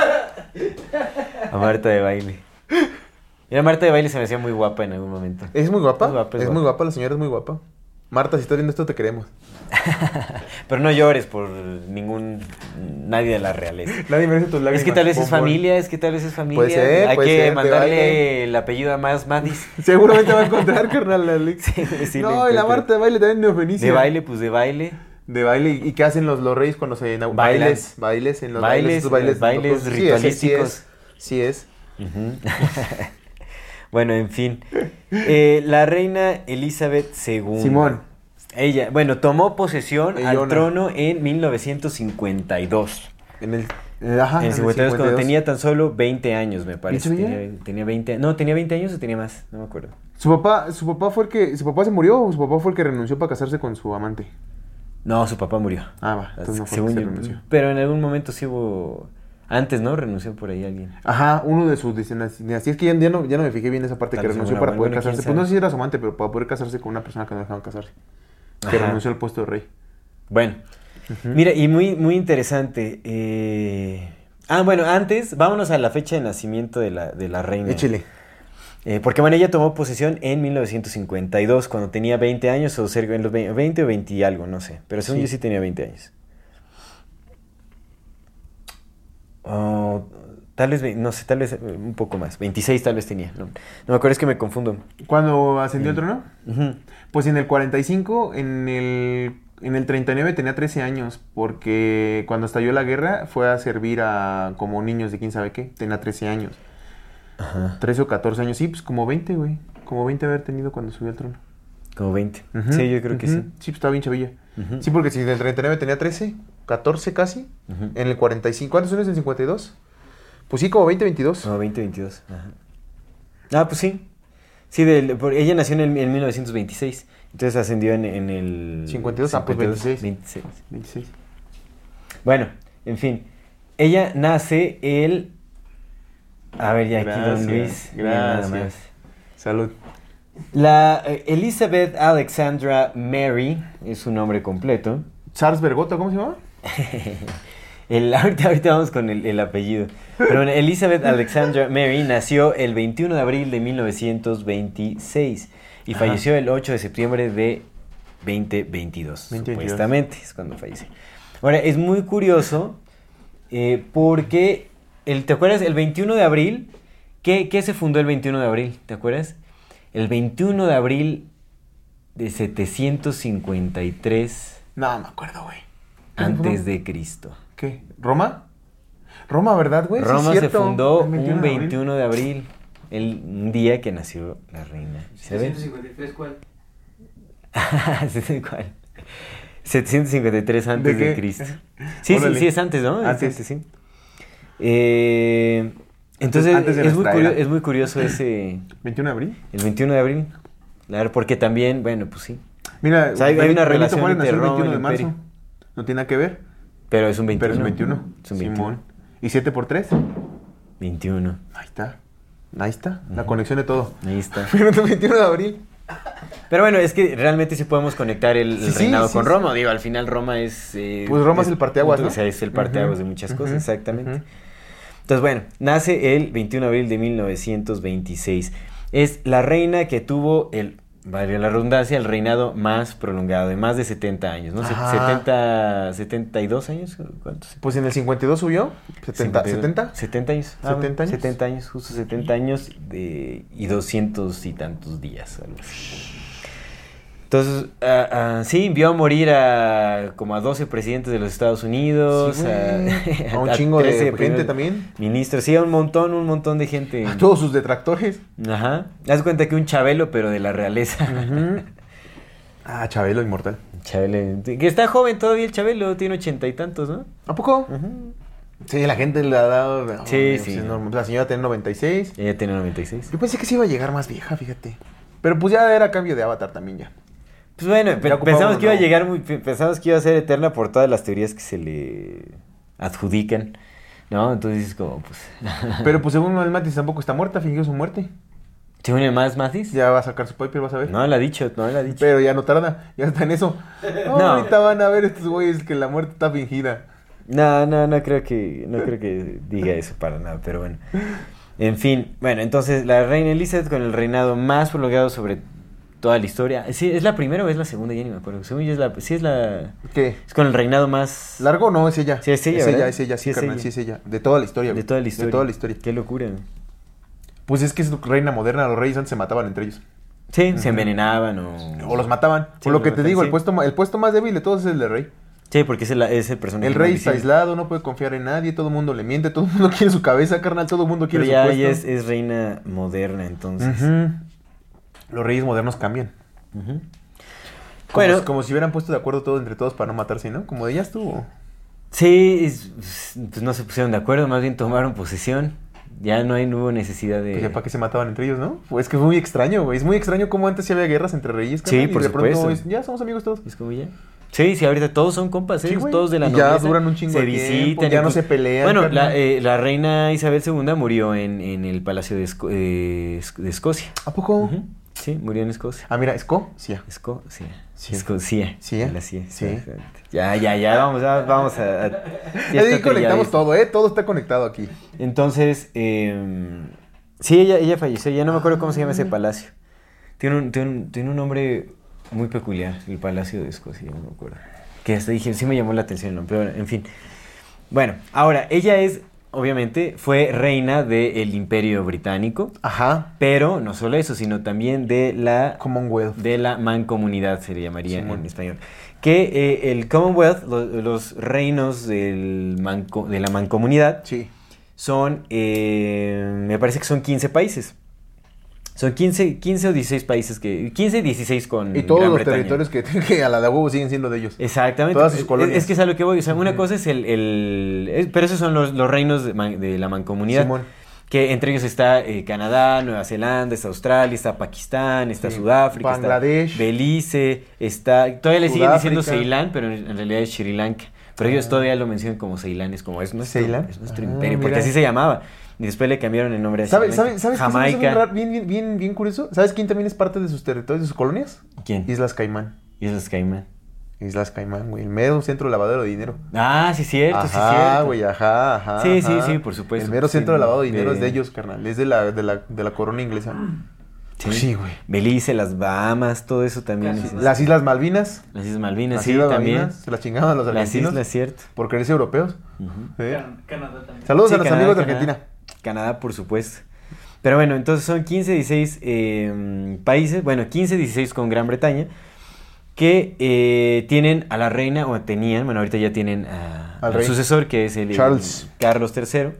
A Marta de Baile. Mira, Marta de Baile se me hacía muy guapa en algún momento. Es muy guapa. Es guapa, es es guapa. muy guapa, la señora es muy guapa. Marta, si estás viendo esto, te queremos. Pero no llores por ningún... nadie de la realeza. Nadie merece tus lágrimas. Es que tal vez es bombón. familia, es que tal vez es familia. Puede ser, Hay puede que ser, de mandarle Baile. el apellido a más Madis. Seguramente va a encontrar, carnal, Alex. Sí, sí, no, lo y la encuentro. Marta de Baile también neofenicia. De baile, pues de baile. De baile. ¿Y qué hacen los, los reyes cuando se... Bailan. Bailes. Bailes. En los bailes. Bailes, estos bailes, bailes nocturnos. Sí, ese sí ritualísticos. es. Sí es. Ujú. Bueno, en fin. Eh, la reina Elizabeth segunda. Simón. Ella, bueno, tomó posesión al Ellona. trono en mil novecientos cincuenta y dos. En el... eh, Ajá, En el el cincuenta y dos, cuando cincuenta y dos. tenía tan solo veinte años, me parece. ¿Pinche Tenía, tenía veinte, no, tenía veinte años o tenía más, no me acuerdo. Su papá, su papá fue el que... ¿Su papá se murió o su papá fue el que renunció para casarse con su amante? No, su papá murió. Ah, va. Entonces no fue el Según que se yo, renunció. pero en algún momento sí hubo... Antes, ¿no? Renunció por ahí alguien. Ajá, uno de sus dinastías. Es que ya, ya no, ya no me fijé bien esa parte Tal que vez renunció alguna- para poder bueno, quién casarse. Pues no sabe. sé si era su amante, pero para poder casarse con una persona que no dejaban casarse. Que Ajá. renunció al puesto de rey. Bueno, mira, y muy, muy interesante. eh, Ah, bueno, antes, vámonos a la fecha de nacimiento de la, de la reina. Échele. Eh, porque, bueno, ella tomó posesión en mil novecientos cincuenta y dos, cuando tenía veinte años, o cerca, en los veinte, veinte o veinte y algo, no sé. Pero según Sí. yo sí tenía veinte años. Oh, tal vez, ve- no sé, tal vez eh, un poco más. veintiséis tal vez tenía. No, no me acuerdo, es que me confundo. ¿Cuándo ascendió al trono? Ujú. Pues en el cuarenta y cinco, en el, en el treinta y nueve tenía trece años, porque cuando estalló la guerra fue a servir a como niños de quién sabe qué, tenía trece años. Ajá, trece o catorce años, sí, pues como veinte, güey. Como veinte haber tenido cuando subió al trono. como veinte. Ujú, Sí, yo creo que ujú. sí. Sí, pues estaba bien chavilla. Ujú. Sí, porque si en el treinta y nueve tenía trece, catorce casi, Ujú. en el cuarenta y cinco, ¿cuántos años en el cincuenta y dos? Pues sí, como veinte, veintidós. Como veinte, veintidós. Ajá. Ah, pues sí. Sí, del- por- ella nació en, el, en mil novecientos veintiséis. Entonces ascendió en, en el... cincuenta y dos, ah, pues veintiséis. veintiséis. veintiséis. Bueno, en fin. Ella nace el... A ver, ya aquí Gracias, don Luis. Mira, nada gracias. más. Salud. La eh, Elizabeth Alexandra Mary es su nombre completo. Charles Bergotta, ¿cómo se llama? El, ahorita, ahorita vamos con el, el apellido. Pero bueno, Elizabeth Alexandra Mary nació el veintiuno de abril de mil novecientos veintiséis y Ajá. falleció el ocho de septiembre de veinte veintidós. veinte veintidós. Supuestamente es cuando falleció. Ahora, es muy curioso eh, porque, el, ¿te acuerdas? El veintiuno de abril, ¿qué, ¿qué se fundó el veintiuno de abril? ¿Te acuerdas? El veintiuno de abril de setecientos cincuenta y tres No, me acuerdo, güey. ¿Qué se antes fundó? de Cristo. ¿Qué? ¿Roma? Roma, ¿verdad, güey? Sí, Roma es se cierto. fundó El un de abril. veintiuno de abril, el un día que nació la reina Isabel. setecientos cincuenta y tres, ¿cuál? ¿Sí, cuál? setecientos cincuenta y tres antes ¿De de, qué? Cristo. Sí, sí, Órale. sí, es antes, ¿no? Es Antes. antes, sí. Eh, entonces, Antes de es, muy nuestra curio- era. es muy curioso ese, ¿veintiuno de abril? el veintiuno de abril. Claro, porque también, bueno, pues sí. Mira, O sea, hay- hay Benito- una Benito relación Juárez entre nació el Roma y veintiuno de el marzo. imperio. No tiene nada que ver, Pero es un veintiuno. pero es un veintiuno. Es un veintiuno. Simón. ¿Y siete por tres? veintiuno. Ahí está. Ahí está. La conexión de todo. Ahí está. Pero el veintiuno de abril. Pero bueno, es que realmente sí podemos conectar el, el Sí, sí, reinado sí, con sí. Roma. Digo, al final Roma es... eh, Pues Roma es el parteaguas, ¿no? O sea, es el parteaguas Ujú, de muchas ujú, cosas, exactamente. ujú. Entonces, bueno, nace el veintiuno de abril de mil novecientos veintiséis. Es la reina que tuvo el valga la redundancia, el reinado más prolongado, de más de setenta años, ¿no? Se- Ajá. setenta, setenta y dos años, ¿cuántos? Pues en el cincuenta y dos subió. setenta, cincuenta y dos. ¿setenta? setenta años. Ah, ¿setenta años? setenta años, justo setenta años de, y doscientos y tantos días, algo así. Entonces, ah, ah, sí, vio a morir a como a doce presidentes de los Estados Unidos, Sí, güey. a, A un chingo de trece gente primeros también. Ministros, sí, a un montón, un montón de gente. A todos sus detractores. Ajá. Haz cuenta que un Chabelo, pero de la realeza. Ah, Chabelo, inmortal. Chabelo. Que está joven todavía el Chabelo, tiene ochenta y tantos, ¿no? ¿A poco? Sí, la gente le ha dado... Sí, oh, sí. pues es normal. La señora tiene noventa y seis. Ella tiene noventa y seis. Yo pensé que sí iba a llegar más vieja, fíjate. Pero pues ya era cambio de avatar también ya. Pues bueno, pe- Ya ocupaba pensamos uno que iba a nuevo. llegar muy, pe- pensamos que iba a ser eterna por todas las teorías que se le adjudican, ¿no? Entonces es como, pues... Pero pues según el Matis tampoco está muerta, fingió su muerte. ¿Se une más Mathis? Ya va a sacar su paper, vas a ver. No la ha dicho, no la ha dicho. Pero ya no tarda, ya está en eso. No, No. ahorita van a ver estos güeyes que la muerte está fingida. No, no, no creo que, no creo que diga eso para nada, pero bueno. En fin, bueno, entonces la reina Elizabeth con el reinado más prolongado sobre toda la historia. Sí, ¿es la primera o es la segunda? Ya ni me acuerdo. Según yo es la... Sí es la... ¿Qué? Es con el reinado más... ¿Largo? No, es ella. Sí, es ella, Es ¿verdad? ella, es ella, sí, Sí, es carnal, ella. sí es ella. De toda la historia. De güey. toda la historia. De toda la historia. Qué locura. Pues es que es reina moderna, los reyes antes se mataban entre ellos. Sí, se envenenaban o... O los mataban. Sí, Por lo los que te mataban, digo, sí. el puesto, ma- el puesto más débil de todos es el del rey. Sí, porque es el, es el personaje El más rey está visible. aislado, no puede confiar en nadie, todo el mundo le miente, todo el mundo quiere su cabeza, carnal, todo el mundo Pero quiere ya su ella puesto. es, es reina moderna, entonces. Ujú. Los reyes modernos cambian. Ujú. Como, Bueno. como si hubieran puesto de acuerdo todos entre todos para no matarse, ¿no? Como de ya estuvo. Sí, es- pues no se pusieron de acuerdo, más bien tomaron posesión. Ya no hay, no hubo necesidad de... Pues ya para qué se mataban entre ellos, ¿no? Pues es que es muy extraño, güey. Es muy extraño cómo antes sí había guerras entre reyes, Sí, carnal, por y de pronto supuesto. es- ya somos amigos todos. Es como ya... Sí, sí, ahorita todos son compas, ¿eh? Sí, güey. Todos de la Y ya nobleza. duran un chingo se de tiempo, visitan. ya y no pues- se pelean, Bueno, carnal. la, eh, la reina Isabel segunda murió en, en el Palacio de, Esco- eh, Esc- de Escocia. ¿A poco? Ujú. Sí, murió en Escocia. Ah, mira, Escocia. Escocia. Sí. Escocia. Sí, ¿eh? La cia, Sí. exactamente. Ya, ya, ya, vamos, ya, vamos a... a- ya Ahí está conectamos trilladísimo. todo, ¿eh? Todo está conectado aquí. Entonces, eh, sí, ella, ella falleció, ya no me acuerdo cómo se llama ese palacio. Tiene un, tiene un, tiene un nombre muy peculiar, el Palacio de Escocia, no me acuerdo. Que hasta dije, sí me llamó la atención el nombre, pero bueno, en fin. Bueno, ahora, ella es, obviamente, fue reina del Imperio Británico, Ajá. pero no solo eso, sino también de la... Commonwealth. de la mancomunidad, se le llamaría Simón. en español. Que eh, el Commonwealth, lo- los reinos del manco- de la mancomunidad, Sí. son, eh, me parece que son quince países. Son quince, quince o dieciséis países que... quince, dieciséis con Y todos Gran los Bretaña. territorios que, que a la de huevo siguen siendo de ellos. Exactamente. Todas sus Es- colonias. Es, que es a lo que voy. O sea, una cosa es el... el- es- pero esos son los, los reinos de, man- de la mancomunidad. Simón. Que entre ellos está eh, Canadá, Nueva Zelanda, está Australia, está Pakistán, está Sí. Sudáfrica, Bangladesh. está Belice, está... Todavía le siguen diciendo Sudáfrica. Ceilán, pero en, en realidad es Sri Lanka. Pero ellos todavía lo mencionan como Ceilán, es como es nuestro, ¿Ceilán? es nuestro Ah, imperio, porque mira. así se llamaba. Y después le cambiaron el nombre a ¿Sabes, Sri Lanka. ¿sabes, ¿sabes qué se me hace bien, Jamaica. raro, bien, bien, bien, bien curioso? ¿Sabes quién también es parte de sus territorios, de sus colonias? ¿Quién? Islas Caimán. Islas Caimán. Islas Caimán, güey. El mero centro de lavadero de dinero. Ah, sí, cierto, sí, Ajá, cierto. güey, ajá, ajá. Sí, sí, ajá. sí, por supuesto. El mero Sí, centro de lavado de dinero de- es de ellos, carnal. Es de la, de la, de la corona inglesa. Sí, Sí, güey. Belice, las Bahamas, todo eso también. Casi es- no. Las Islas Malvinas. Las Islas Malvinas, Las sí, Islas también. Malvinas. Se las chingaban los Las argentinos. islas, cierto. Por creerse europeos. Ujú. Sí. Can- Canadá también. Saludos Sí, a los Canadá, amigos de Canadá. Argentina. Canadá, por supuesto. Pero bueno, entonces son quince, dieciséis eh, países, bueno, quince, dieciséis con Gran Bretaña, que eh, tienen a la reina, o tenían, bueno, ahorita ya tienen a- Al al rey. sucesor, que es el, el Charles. Carlos tercero.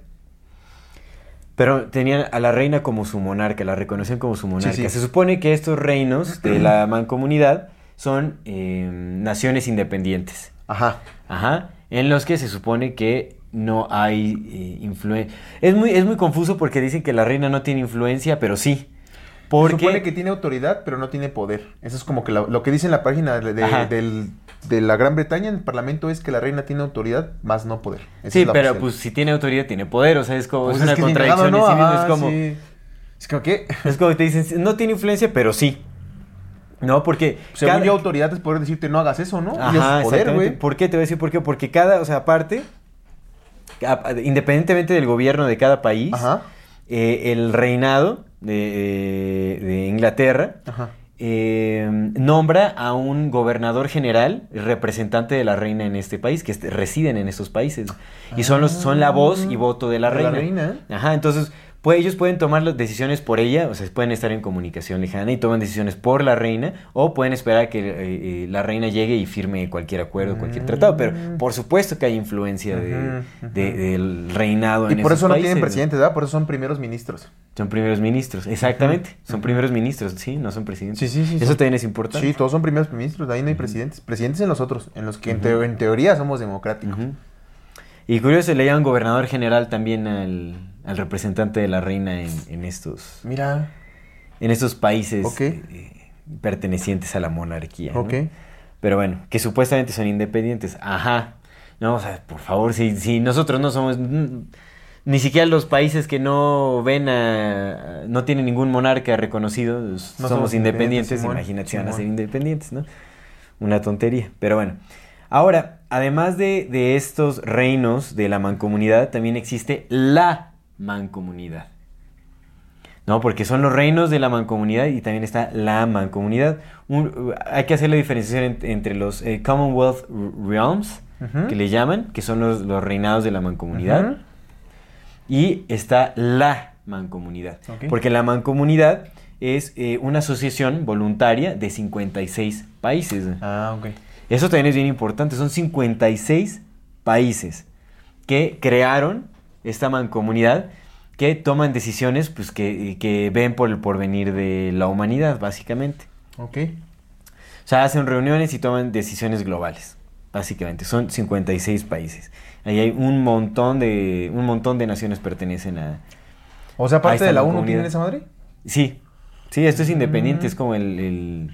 Pero tenían a la reina como su monarca, la reconocían como su monarca. sí. Se supone que estos reinos de la mancomunidad son eh, naciones independientes. Ajá. Ajá, en los que se supone que no hay influencia. Es muy, es muy confuso porque dicen que la reina no tiene influencia, pero sí. Porque... Se supone que tiene autoridad, pero no tiene poder. Eso es como que la- lo que dice en la página de, de- Ajá. del- de la Gran Bretaña en el Parlamento es que la reina tiene autoridad, más no poder. Esa Sí, es la pero oficial. pues si tiene autoridad, tiene poder. O sea, es como Pues es una que ni contradicción cagado, en sí mismo. Ajá, Es como, sí. Es como que, es como que te dicen, no tiene influencia, pero sí. No, porque... según cada- yo, autoridad es poder decirte no hagas eso, ¿no? Y Ajá, es poder, exactamente. güey. ¿Por qué? Te voy a decir por qué. Porque cada, o sea, aparte, a- independientemente del gobierno de cada país, Ajá. eh, el reinado de, eh, de Inglaterra Ajá. eh, nombra a un gobernador general, representante de la reina en este país, que est- residen en estos países. Y son, los, son la voz y voto de la De reina. la reina. Ajá, entonces pues, ellos pueden tomar las decisiones por ella, o sea, pueden estar en comunicación lejana y toman decisiones por la reina, o pueden esperar que eh, eh, la reina llegue y firme cualquier acuerdo, cualquier tratado. Pero por supuesto que hay influencia de, Ujú, ujú. de- del reinado Y en por esos eso no países. tienen presidentes, ¿verdad? Por eso son primeros ministros. Son primeros ministros, exactamente. Ujú, Son ujú. primeros ministros, sí, no son presidentes. Sí, sí, sí, Eso sí. también es importante. Sí, todos son primeros ministros, ahí no hay presidentes. Presidentes en los otros, en los que en, teo- en teoría somos democráticos. Ujú. Y curioso, le llaman gobernador general también al, al representante de la reina en, en estos Mira, en estos países Ok. eh, eh, pertenecientes a la monarquía. ¿no? ok. Pero bueno, que supuestamente son independientes. Ajá. No, o sea, por favor, si, si nosotros no somos... mm, ni siquiera los países que no ven a... no tienen ningún monarca reconocido, No somos, somos independientes. independientes, Simón, Imagínate si van a Simón. ser independientes, ¿no? Una tontería. Pero bueno. Ahora, además de, de estos reinos de la mancomunidad, también existe la mancomunidad. ¿No? Porque son los reinos de la mancomunidad y también está la mancomunidad. Un- hay que hacer la diferenciación en- entre los eh, Commonwealth Realms, Ujú. que le llaman, que son los, los reinados de la mancomunidad, Ujú. y está la mancomunidad. Ok. Porque la mancomunidad es eh, una asociación voluntaria de cincuenta y seis países. Ah, ok. Eso también es bien importante. Son cincuenta y seis países que crearon esta mancomunidad, que toman decisiones pues, que, que ven por el porvenir de la humanidad, básicamente. Ok. O sea, hacen reuniones y toman decisiones globales, básicamente. Son cincuenta y seis países. Ahí hay un montón de, un montón de naciones pertenecen a... O sea, Ahí aparte está de la la ONU, comunidad. ¿tienen esa madre? Sí, sí, esto es independiente, Mm. es como el... el-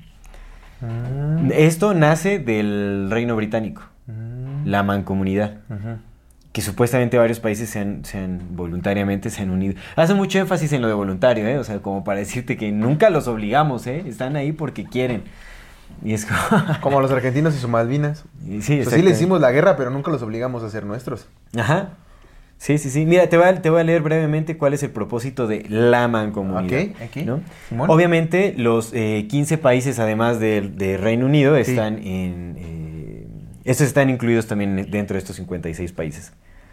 Mm. Esto nace del Reino Británico, Mm. la mancomunidad. Ujú. Que supuestamente varios países se han, se han voluntariamente se han unido. Hace mucho énfasis en lo de voluntario, ¿eh? O sea, como para decirte que nunca los obligamos, ¿eh? Están ahí porque quieren. Y es como... Como los argentinos y sus Malvinas. Y sí, O sea, sí le exactamente. hicimos la guerra, pero nunca los obligamos a ser nuestros. Ajá. Sí, sí, sí. Mira, te voy, a, te voy a leer brevemente cuál es el propósito de la mancomunidad. Ok, ok. ¿no? Simón. Obviamente, los eh, quince países, además del de Reino Unido, Sí. están en... Eh, estos están incluidos también dentro de estos cincuenta y seis países.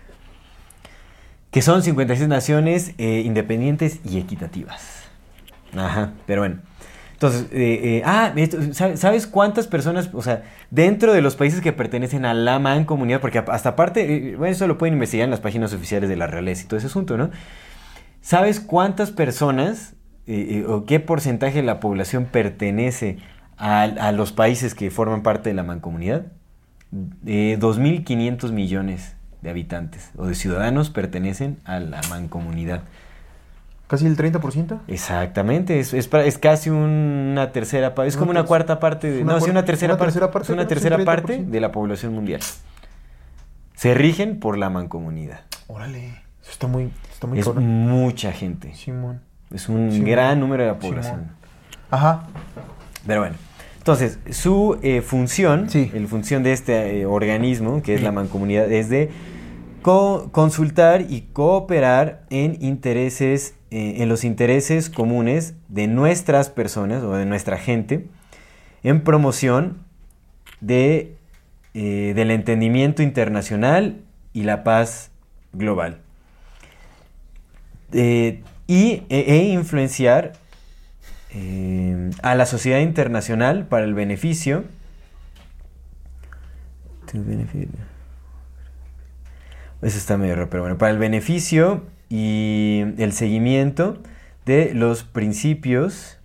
Que son cincuenta y seis naciones eh, independientes y equitativas. Ajá, pero bueno. Entonces, eh, eh, ah, esto, ¿sabes, ¿sabes cuántas personas, o sea, dentro de los países que pertenecen a la mancomunidad, porque hasta aparte, eh, bueno, eso lo pueden investigar en las páginas oficiales de la realeza y todo ese asunto, ¿no? ¿Sabes cuántas personas eh, eh, o qué porcentaje de la población pertenece a, a los países que forman parte de la mancomunidad? Eh, dos mil quinientos millones de habitantes o de ciudadanos pertenecen a la mancomunidad. ¿Casi el treinta por ciento? Exactamente, es, es, pra- es casi una tercera parte, es como Una una ter- cuarta parte, de, una no, sí, cuar- una tercera una parte, tercera parte, es una ¿no? Sí, tercera treinta por parte ciento. de la población mundial. Se rigen por la mancomunidad. Órale, eso está muy, está muy Es cabrón. mucha gente, Simón. es un Simón. gran número de la Simón. población. Ajá. Pero bueno, entonces, su eh, función, Sí. la función de este eh, organismo, que es Sí. la mancomunidad, es de co- consultar y cooperar en intereses, eh, en los intereses comunes de nuestras personas o de nuestra gente, en promoción de, eh, del entendimiento internacional y la paz global. Eh, y, e, e influenciar eh, a la sociedad internacional para el beneficio. To benefit- Eso está medio raro, pero bueno, para el beneficio y el seguimiento de los principios,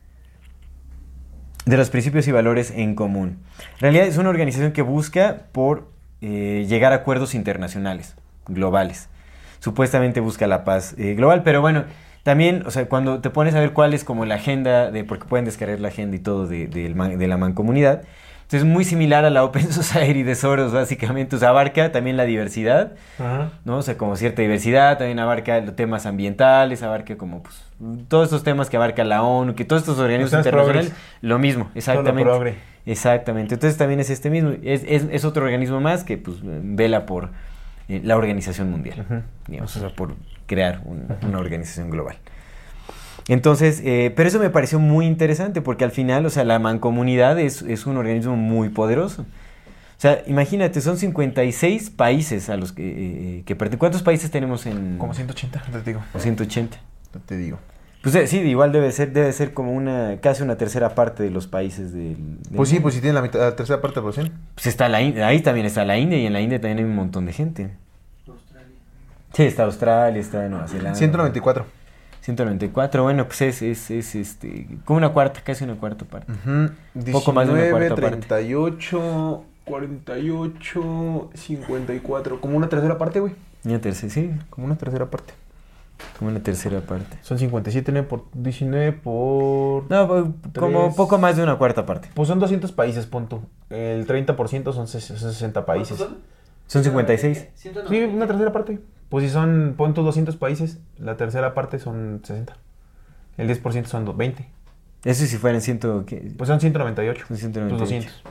de los principios y valores en común. En realidad es una organización que busca por eh, llegar a acuerdos internacionales, globales. Supuestamente busca la paz eh, global, pero bueno, también, o sea, cuando te pones a ver cuál es como la agenda, de, porque pueden descargar la agenda y todo de, del man- de la mancomunidad, entonces es muy similar a la Open Society de Soros, básicamente. O sea, abarca también la diversidad, Ajá. ¿no? O sea, como cierta diversidad, también abarca los temas ambientales, abarca como, pues, todos estos temas que abarca la ONU, que todos estos organismos temas internacionales, progres. lo mismo, exactamente. progre. Exactamente, entonces también es este mismo, es, es, es otro organismo más que, pues, vela por eh, la organización mundial, Ujú. digamos, o sea, por crear un- una organización global. Entonces, eh, pero eso me pareció muy interesante porque al final, o sea, la mancomunidad es, es un organismo muy poderoso. O sea, imagínate, son cincuenta y seis países a los que, eh, que pertenecen. ¿Cuántos países tenemos en...? Como ciento ochenta, te digo. O ciento ochenta. No te digo. Pues eh, sí, igual debe ser, debe ser como una, casi una tercera parte de los países del... del Pues sí, mundo. pues si tiene la, mitad, la tercera parte de la población. Pues está la India, ahí también está la India y en la India también hay un montón de gente. Australia. Sí, está Australia, está Nueva Zelanda. ciento noventa y cuatro. ciento noventa y cuatro, bueno, pues es, es, es este, como una cuarta, casi una cuarta parte. Uh-huh. Poco más de una diecinueve, cuarta parte. treinta y ocho, cuarenta y ocho, cincuenta y cuatro. Como una tercera parte, güey. Una tercera, sí, Como una tercera parte. como una tercera parte. Son cincuenta y siete nueve por diecinueve por... No, pues, como Tres. poco más de una cuarta parte. Pues son doscientos países, punto. El treinta por ciento son ses- son sesenta países. ¿Cuántos Son cincuenta y seis. ciento Sí, noventa. una tercera parte. Pues si son, pon tus doscientos países, la tercera parte son sesenta. El diez por ciento son do- veinte. Eso si fueran ciento... ¿qué? Pues son ciento noventa y ocho. Son ciento Tus noventa y ocho. doscientos.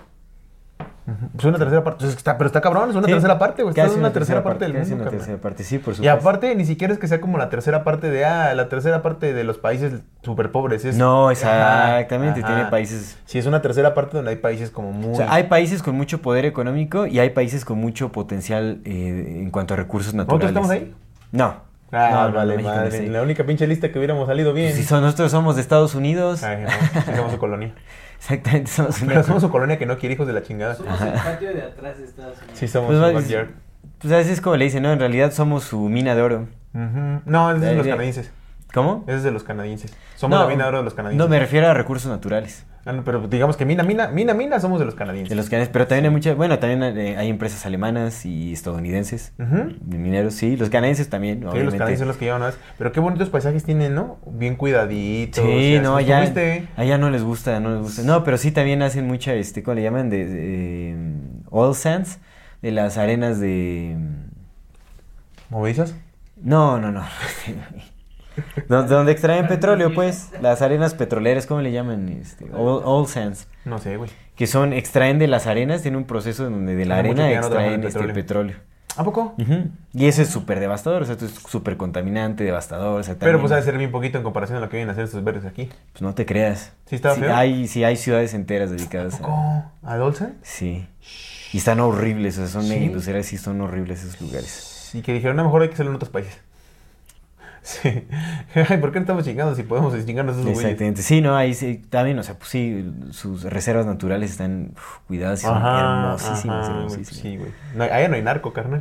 Ujú. Pues una tercera parte. Entonces, está, pero está cabrón, es una Sí, tercera parte, güey. Está casi en una tercera parte del casi mundo, una carnal. tercera parte, sí, por supuesto. Y aparte, ni siquiera es que sea como la tercera parte de, ah, la tercera parte de los países súper pobres. Es, No, Ajá, exactamente, ajá. tiene países... Sí, es una tercera parte donde hay países como muy... O sea, hay países con mucho poder económico y hay países con mucho potencial eh, en cuanto a recursos naturales. ¿Nosotros estamos ahí? No. Ah, No, no, no, vale, México no madre. está ahí. La única pinche lista que hubiéramos salido bien. Pues si son, nosotros somos de Estados Unidos. Ay, no, sí somos su colonia. Exactamente, somos una... Pero somos su colonia que no quiere hijos de la chingada. Somos el patio de atrás de Estados Unidos. Sí, somos Pues, su más- backyard. pues a veces es como le dicen, ¿no? En realidad somos su mina de oro. Ujú. No, ese es de los Eh, canadienses. ¿Cómo? Ese es de los canadienses. Somos la mina de oro de los canadienses. No, me refiero a recursos naturales. Ah, no, pero digamos que mina, mina, mina, mina somos de los canadienses. De los canadienses, pero también hay muchas, bueno, también eh, hay empresas alemanas y estadounidenses Ujú. de mineros, sí, los canadienses también, Sí, los obviamente. canadienses son los que llevan más. Pero qué bonitos paisajes tienen, ¿no? Bien cuidaditos. Sí, o sea, no, ¿sí allá, fuiste? allá no les gusta, no les gusta. No, pero sí también hacen mucha, este, ¿cómo le llaman? De, de, eh, oil sands, de las arenas de... ¿Movedizas? No, no, no. donde, donde extraen petróleo, pues, las arenas petroleras, ¿cómo le llaman? Este, oil, oil sands. No sé, güey. Que son, extraen de las arenas, tienen un proceso donde de la Hace mucho arena que ya no trabajan extraen en este petróleo. petróleo. ¿A poco? Ujú. Y eso es súper devastador, o sea, esto es súper contaminante, devastador, o sea, Pero también- pues ha de ser bien poquito en comparación a lo que vienen a hacer estos verdes aquí. Pues no te creas. ¿Sí estaba feo? Hay, sí, hay ciudades enteras ¿A dedicadas a... poco? ¿A Dolce? Sí. Y están horribles, o sea, son ¿Sí? mega industriales y son horribles esos lugares. Y que dijeron, a lo mejor hay que hacerlo en otros países. Sí. Ay, ¿por qué no estamos chingando si podemos chingarnos esos güeyes? Exactamente. Sí, no, ahí sí, también, o sea, pues sí, sus reservas naturales están uf, cuidadas y son hermosísimas, ajá, güey, hermosísimas. sí, güey. No, allá no hay narco, carnal.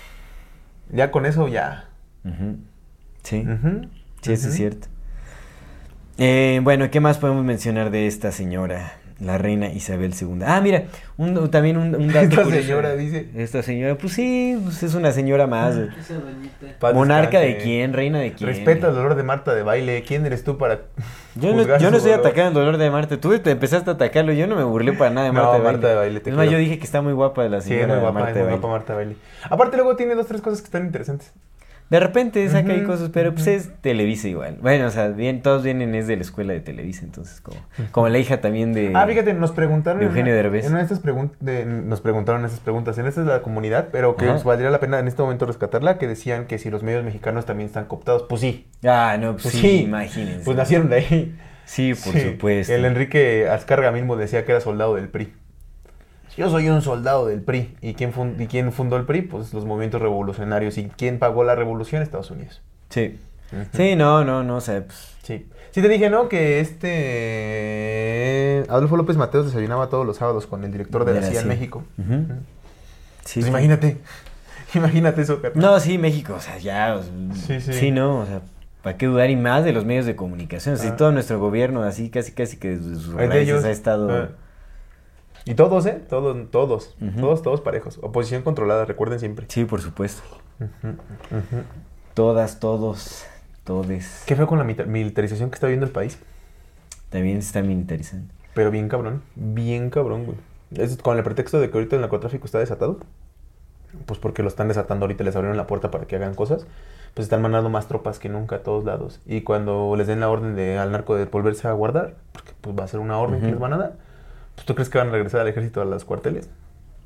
Ya con eso, ya. Ujú. Sí, Ujú, sí, eso ujú. es cierto. Eh, bueno, ¿qué más podemos mencionar de esta señora, la reina Isabel segunda? Ah, mira, un, también un, un dato Esta curioso. señora dice. Esta señora, pues sí, pues es una señora más. güey. Esa doñita. Paz ¿Monarca de descanse. quién? ¿Reina de quién? Respeta el dolor de Marta de baile. ¿Quién eres tú para Yo no, juzgar yo su no estoy dolor? atacando el dolor de Marta. Tú te empezaste a atacarlo. Yo no me burlé para nada de No, Marta de Baile. Marta de Baile, te Es más, quiero. yo dije que está muy guapa la Sí, es señora muy guapa, Marta es de muy Baile. guapa Marta de baile. Aparte luego tiene dos, tres cosas que están interesantes. De repente saca ahí Ujú, cosas, pero pues ujú. es Televisa igual. Bueno, o sea, bien, todos vienen es de la escuela de Televisa, entonces como, como la hija también de... Ah, fíjate, nos preguntaron de Eugenio en, una- Derbez. en una de estas pregun- de- nos preguntaron estas preguntas en esta es la comunidad, pero que Ajá. os valdría la pena en este momento rescatarla, que decían que si los medios mexicanos también están cooptados. Pues sí, Ah, no, pues pues sí, sí, imagínense. pues nacieron de ahí. Sí, por Sí, supuesto. El Enrique Azcárraga mismo decía que era soldado del P R I. Yo soy un soldado del P R I. ¿Y quién, fund- ¿Y quién fundó el P R I? Pues los movimientos revolucionarios. ¿Y quién pagó la revolución? Estados Unidos. Sí. Ujú. Sí, no, no, no, o sea, pues... Sí. Sí te dije, ¿no? Que este... Adolfo López Mateos desayunaba todos los sábados con el director de, De la la C I A en C I A. México. Ujú. Ujú. Sí, Pues sí. imagínate. Imagínate eso, carnal. No, sí, México, o sea, ya... o sea, Sí, sí. Sí, no, o sea, ¿para qué dudar? Y más de los medios de comunicación. O sea, Ah. si todo nuestro gobierno, así casi, casi que desde sus Hay de raíces ellos. ha estado... Ah. Y todos, ¿eh? Todos, todos. Ujú. Todos, todos parejos. Oposición controlada, recuerden siempre. Sí, por supuesto. Ujú, ujú. Todas, todos, todes. ¿Qué fue con la mita- militarización que está viendo el país? También se está militarizando. Pero bien cabrón, bien cabrón, güey. Es con el pretexto de que ahorita el narcotráfico está desatado. Pues porque lo están desatando ahorita, les abrieron la puerta para que hagan cosas. Pues están mandando más tropas que nunca a todos lados. Y cuando les den la orden de, al narco de volverse a guardar, porque pues va a ser una orden que Ujú. les van a dar, pues ¿tú crees que van a regresar al ejército a los cuarteles?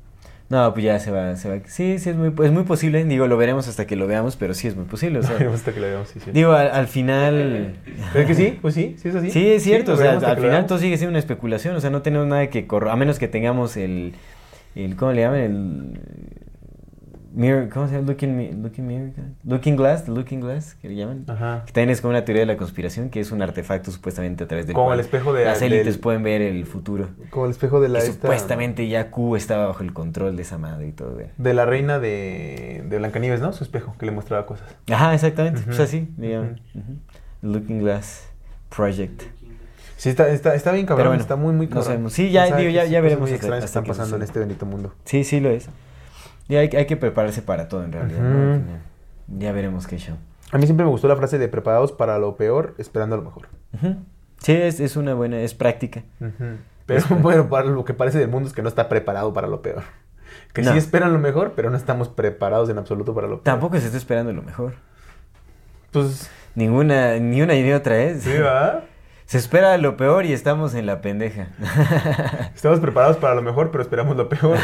No, pues ya se va, se va. Sí, sí, es muy, es muy posible. Digo, lo veremos hasta que lo veamos, pero sí es muy posible. O sea, Veremos hasta que lo veamos, sí, sí. digo, al, al final... ¿Crees que sí? Pues sí, sí es así. Sí, es cierto. lo o sea, veremos hasta al que lo final veamos. todo sigue siendo una especulación. O sea, no tenemos nada que correr. A menos que tengamos el... el ¿cómo le llaman? El... Mirror, ¿cómo se llama? Looking, mi- looking Mirror. Looking Glass, the Looking Glass, que le llaman. Ajá. Que también es como una teoría de la conspiración, que es un artefacto supuestamente a través del Como cual el espejo de- las élites del- pueden ver el futuro. Como el espejo de la... Que esta- supuestamente ya Q estaba bajo el control de esa madre y todo. güey. De la reina de, de Blancanieves, ¿no? Su espejo, que le mostraba cosas. Ajá, exactamente. Ujú. Pues así, digamos. Ujú. The Looking Glass Project. Sí, está, está, está bien cabrón, Pero bueno, está muy, muy no cabrón. sabemos. Sí, ya, Quién sabe digo, qué ya- cosas ya veremos muy hasta- extrañas hasta están que pasando en suceda. este bendito mundo. Sí, sí lo es. Y hay, hay que prepararse para todo en realidad. ¿no? Ujú. Al final. Ya veremos qué show. A mí siempre me gustó la frase de preparados para lo peor, esperando lo mejor. Ujú. Sí, es, es una buena, es práctica. Pero Espera. bueno, para lo que parece del mundo es que no está preparado para lo peor. Que No. sí esperan lo mejor, pero no estamos preparados en absoluto para lo peor. Tampoco se está esperando lo mejor. Pues, Ninguna, ni una ni otra es. sí, ¿verdad? Se espera lo peor y estamos en la pendeja. Estamos preparados para lo mejor, pero esperamos lo peor.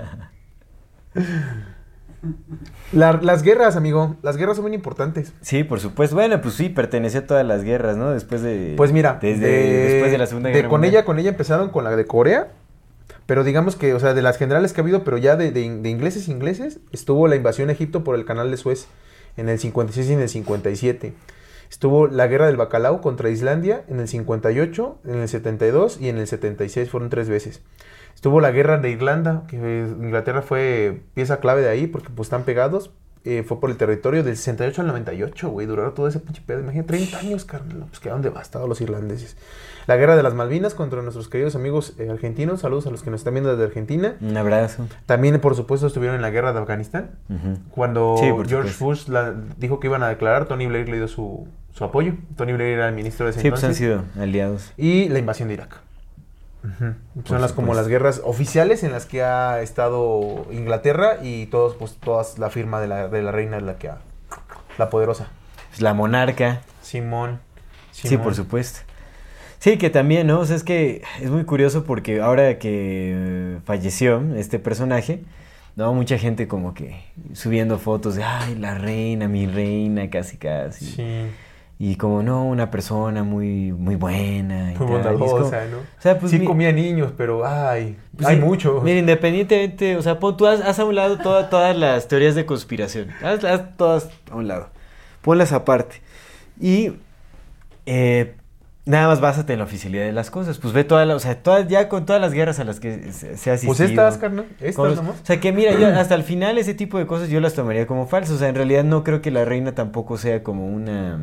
La- las guerras, amigo. Las guerras son muy importantes. Sí, por supuesto. Bueno, pues sí, perteneció a todas las guerras, ¿no? Después de... Pues mira, Desde de- después de la Segunda de- Guerra con Mundial. ella, con ella empezaron con la de Corea. Pero digamos que, o sea, de las generales que ha habido, pero ya de, de, de ingleses ingleses, estuvo la invasión a Egipto por el canal de Suez en el cincuenta y seis y en el cincuenta y siete. Estuvo la guerra del Bacalao contra Islandia en el cincuenta y ocho, en el setenta y dos y en el setenta y seis, fueron tres veces. Estuvo la guerra de Irlanda, que eh, Inglaterra fue pieza clave de ahí porque pues están pegados. Eh, fue por el territorio del sesenta y ocho al noventa y ocho, güey. Duraron todo ese pinche pedo. Imagínate, treinta años, carnal. Pues quedaron devastados los irlandeses. La guerra de las Malvinas contra nuestros queridos amigos eh, argentinos. Saludos a los que nos están viendo desde Argentina. Un abrazo. También, por supuesto, estuvieron en la guerra de Afganistán. Ujú. Cuando Sí, por George supuesto. Bush la- dijo que iban a declarar, Tony Blair le dio su, su apoyo. Tony Blair era el ministro de ese Sí, pues han entonces. sido aliados. Y la invasión de Irak. Ujú. Son las como supuesto. las guerras oficiales en las que ha estado Inglaterra y todos, pues, todas la firma de la, de la reina, la que ha, la poderosa. Pues la monarca. Simón. Sí, Simón. por supuesto. Sí, que también, ¿no? O sea, es que es muy curioso porque ahora que eh, falleció este personaje, ¿no? Mucha gente como que subiendo fotos de, ay, la reina, mi reina, casi, casi. Sí. Y como, no, una persona muy, muy buena. Y Muy tal. Y es como- bondadosa, ¿no? O sea, pues sí mi- comía niños, pero ay, pues, hay sí, muchos. Mira, independientemente, o sea, pon, tú haz, haz a un lado toda- todas las teorías de conspiración. Haz, haz todas a un lado. Ponlas aparte. Y eh, nada más básate en la oficialidad de las cosas. Pues ve todas las, o sea, todas, ya con todas las guerras a las que se, se ha asistido. Pues estas, carnal, con estas los- nomás. o sea, que mira, yo hasta el final ese tipo de cosas yo las tomaría como falsas. O sea, en realidad no creo que la reina tampoco sea como una...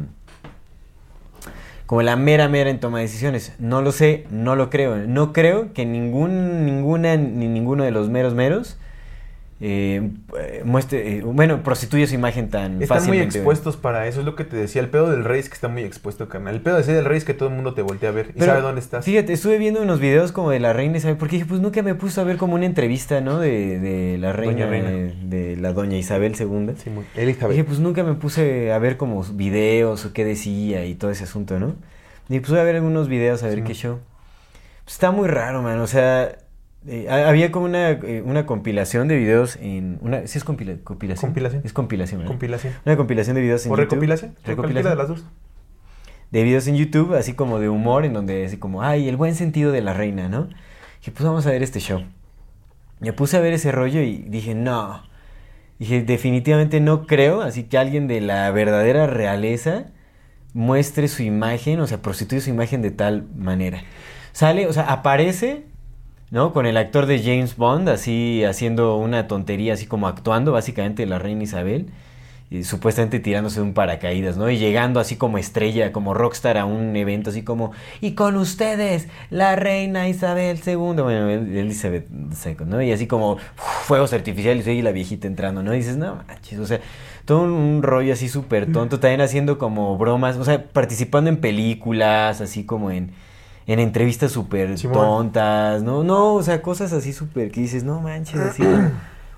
como la mera mera en toma de decisiones. No lo sé, no lo creo. No creo que ningún, ninguna, ni ninguno de los meros meros eh, eh, muestre, eh, bueno, prostituye su imagen tan Están muy fácilmente. expuestos para eso, es lo que te decía. El pedo del rey es que está muy expuesto, carnal. El pedo de ser el rey es que todo el mundo te voltea a ver y Pero, sabe dónde estás. Fíjate, estuve viendo unos videos como de la reina Isabel, porque dije, pues nunca me puse a ver como una entrevista, ¿no? De, de la reina, Doña Reina. De, de la doña Isabel segunda. Sí, muy- Elizabeth. Dije, pues nunca me puse a ver como videos o qué decía y todo ese asunto, ¿no? Y pues voy a ver algunos videos a ver Sí. qué show. Pues está muy raro, man. O sea, eh, ha- había como una, eh, una compilación de videos en... Una, ¿sí es compila- compilación? Compilación. Es compilación, ¿verdad? Compilación. Una compilación de videos en ¿O YouTube. recopilación? Cualquiera Recopilación. de las dos. De videos en YouTube, así como de humor, en donde así como, ay, el buen sentido de la reina, ¿no? Y pues vamos a ver este show. Me puse a ver ese rollo y dije, no. Dije, definitivamente no creo, así que alguien de la verdadera realeza muestre su imagen, o sea, prostituye su imagen de tal manera. Sale, o sea, aparece, ¿no? Con el actor de James Bond, así haciendo una tontería, así como actuando, básicamente, la reina Isabel. Y supuestamente tirándose de un paracaídas, ¿no? Y llegando así como estrella, como rockstar a un evento, así como, y con ustedes, la reina Isabel segunda, bueno, Elizabeth segunda, ¿no? Y así como, uf, fuegos artificiales, y la viejita entrando, ¿no? Y dices, no manches, o sea, todo un, un rollo así súper tonto, también haciendo como bromas, o sea, participando en películas, así como en, en entrevistas súper Simón. tontas, ¿no? No, o sea, cosas así súper que dices, no manches, así...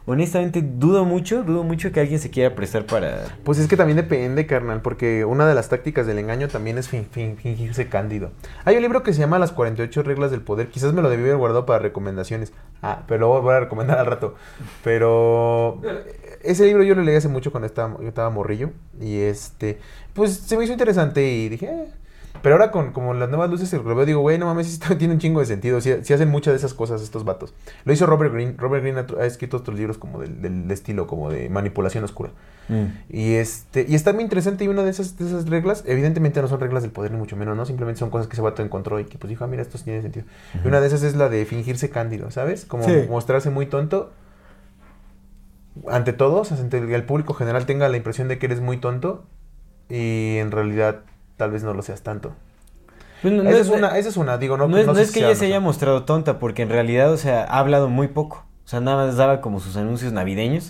honestamente dudo mucho, dudo mucho que alguien se quiera prestar para... Pues es que también depende, carnal, porque una de las tácticas del engaño también es fin- fin- fingirse cándido. Hay un libro que se llama Las cuarenta y ocho reglas del poder, quizás me lo debí haber guardado para recomendaciones. Ah, pero lo voy a recomendar al rato. Pero ese libro yo lo leí hace mucho cuando estaba, yo estaba morrillo y este, pues se me hizo interesante y dije... Eh. Pero ahora con como las nuevas luces lo veo, digo, güey, no mames, esto tiene un chingo de sentido. Si sí, sí hacen muchas de esas cosas estos vatos. Lo hizo Robert Greene. Robert Greene ha, ha escrito otros libros como del, del estilo, como de manipulación oscura. Mm. Y este y está muy interesante. Y una de esas, de esas reglas, evidentemente no son reglas del poder, ni mucho menos, ¿no? Simplemente son cosas que ese vato encontró y que pues dijo, ah, mira, esto sí tiene sentido. Uh-huh. Y una de esas es la de fingirse cándido, ¿sabes? Como sí. mostrarse muy tonto ante todos, ante el, el público general tenga la impresión de que eres muy tonto y en realidad... tal vez no lo seas tanto. Pues no, esa, no es una, esa es una, digo, no, no es, no no sé es si que sea, ella no se sé. haya mostrado tonta, porque en realidad, o sea, ha hablado muy poco. O sea, nada más daba como sus anuncios navideños.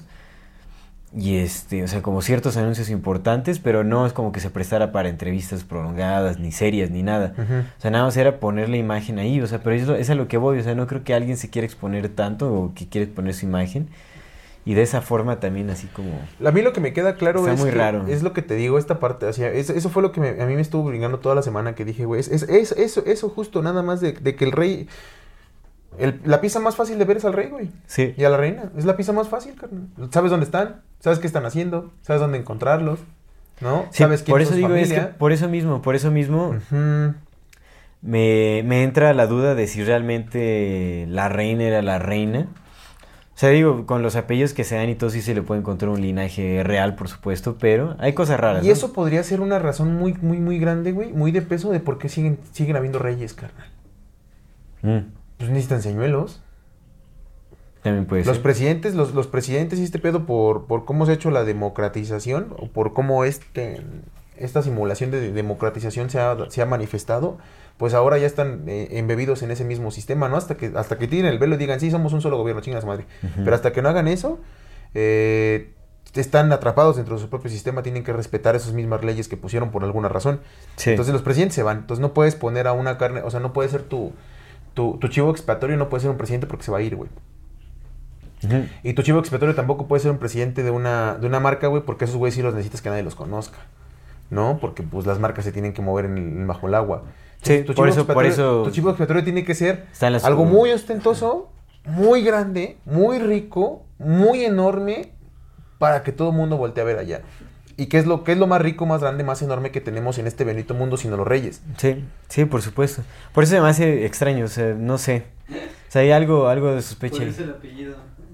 Y este, o sea, como ciertos anuncios importantes, pero no es como que se prestara para entrevistas prolongadas, ni serias, ni nada. Uh-huh. O sea, nada más era poner la imagen ahí, o sea, pero es, es a lo que voy. O sea, no creo que alguien se quiera exponer tanto o que quiera exponer su imagen. Y de esa forma también así como... A mí lo que me queda claro está es muy que raro. Es lo que te digo, esta parte, o sea, es, eso fue lo que me, a mí me estuvo brincando toda la semana, que dije, güey, es, es, es, eso, eso justo, nada más de, de que el rey... El, la pieza más fácil de ver es al rey, güey. Sí. Y a la reina. Es la pieza más fácil, carnal. Sabes dónde están, sabes qué están haciendo, sabes dónde encontrarlos, ¿no? Sí, sabes quién por es eso su digo, familia. es que por eso mismo, por eso mismo... Uh-huh. me, me entra la duda de si realmente la reina era la reina. O sea, digo, con los apellidos que se dan y todo sí se le puede encontrar un linaje real, por supuesto, pero hay cosas raras, Y ¿no? eso podría ser una razón muy, muy, muy grande, güey, muy de peso de por qué siguen, siguen habiendo reyes, carnal. Mm. Pues necesitan señuelos. También puede Los ser. presidentes, los, los presidentes y este pedo por, por cómo se ha hecho la democratización, o por cómo este, esta simulación de democratización se ha, se ha manifestado, pues ahora ya están eh, embebidos en ese mismo sistema, ¿no? Hasta que, hasta que tiren el velo y digan, sí, somos un solo gobierno, chingas madre. Uh-huh. Pero hasta que no hagan eso, eh, están atrapados dentro de su propio sistema, tienen que respetar esas mismas leyes que pusieron por alguna razón. Sí. Entonces los presidentes se van, entonces no puedes poner a una carne, o sea, no puede ser tu, tu, tu chivo expiatorio, no puede ser un presidente porque se va a ir, güey. Uh-huh. Y tu chivo expiatorio tampoco puede ser un presidente de una, de una marca, güey, porque esos güeyes sí los necesitas que nadie los conozca, ¿no? Porque pues las marcas se tienen que mover en el, bajo el agua. Sí, tu por, eso, por eso... Tu chivo expiatorio tiene que ser algo muy ostentoso, muy grande, muy rico, muy enorme, para que todo el mundo voltee a ver allá. ¿Y qué es lo qué es lo más rico, más grande, más enorme que tenemos en este bendito mundo sino los reyes? Sí, sí, por supuesto. Por eso me hace extraño, o sea, no sé. O sea, hay algo, algo de sospecha. Por eso el apellido.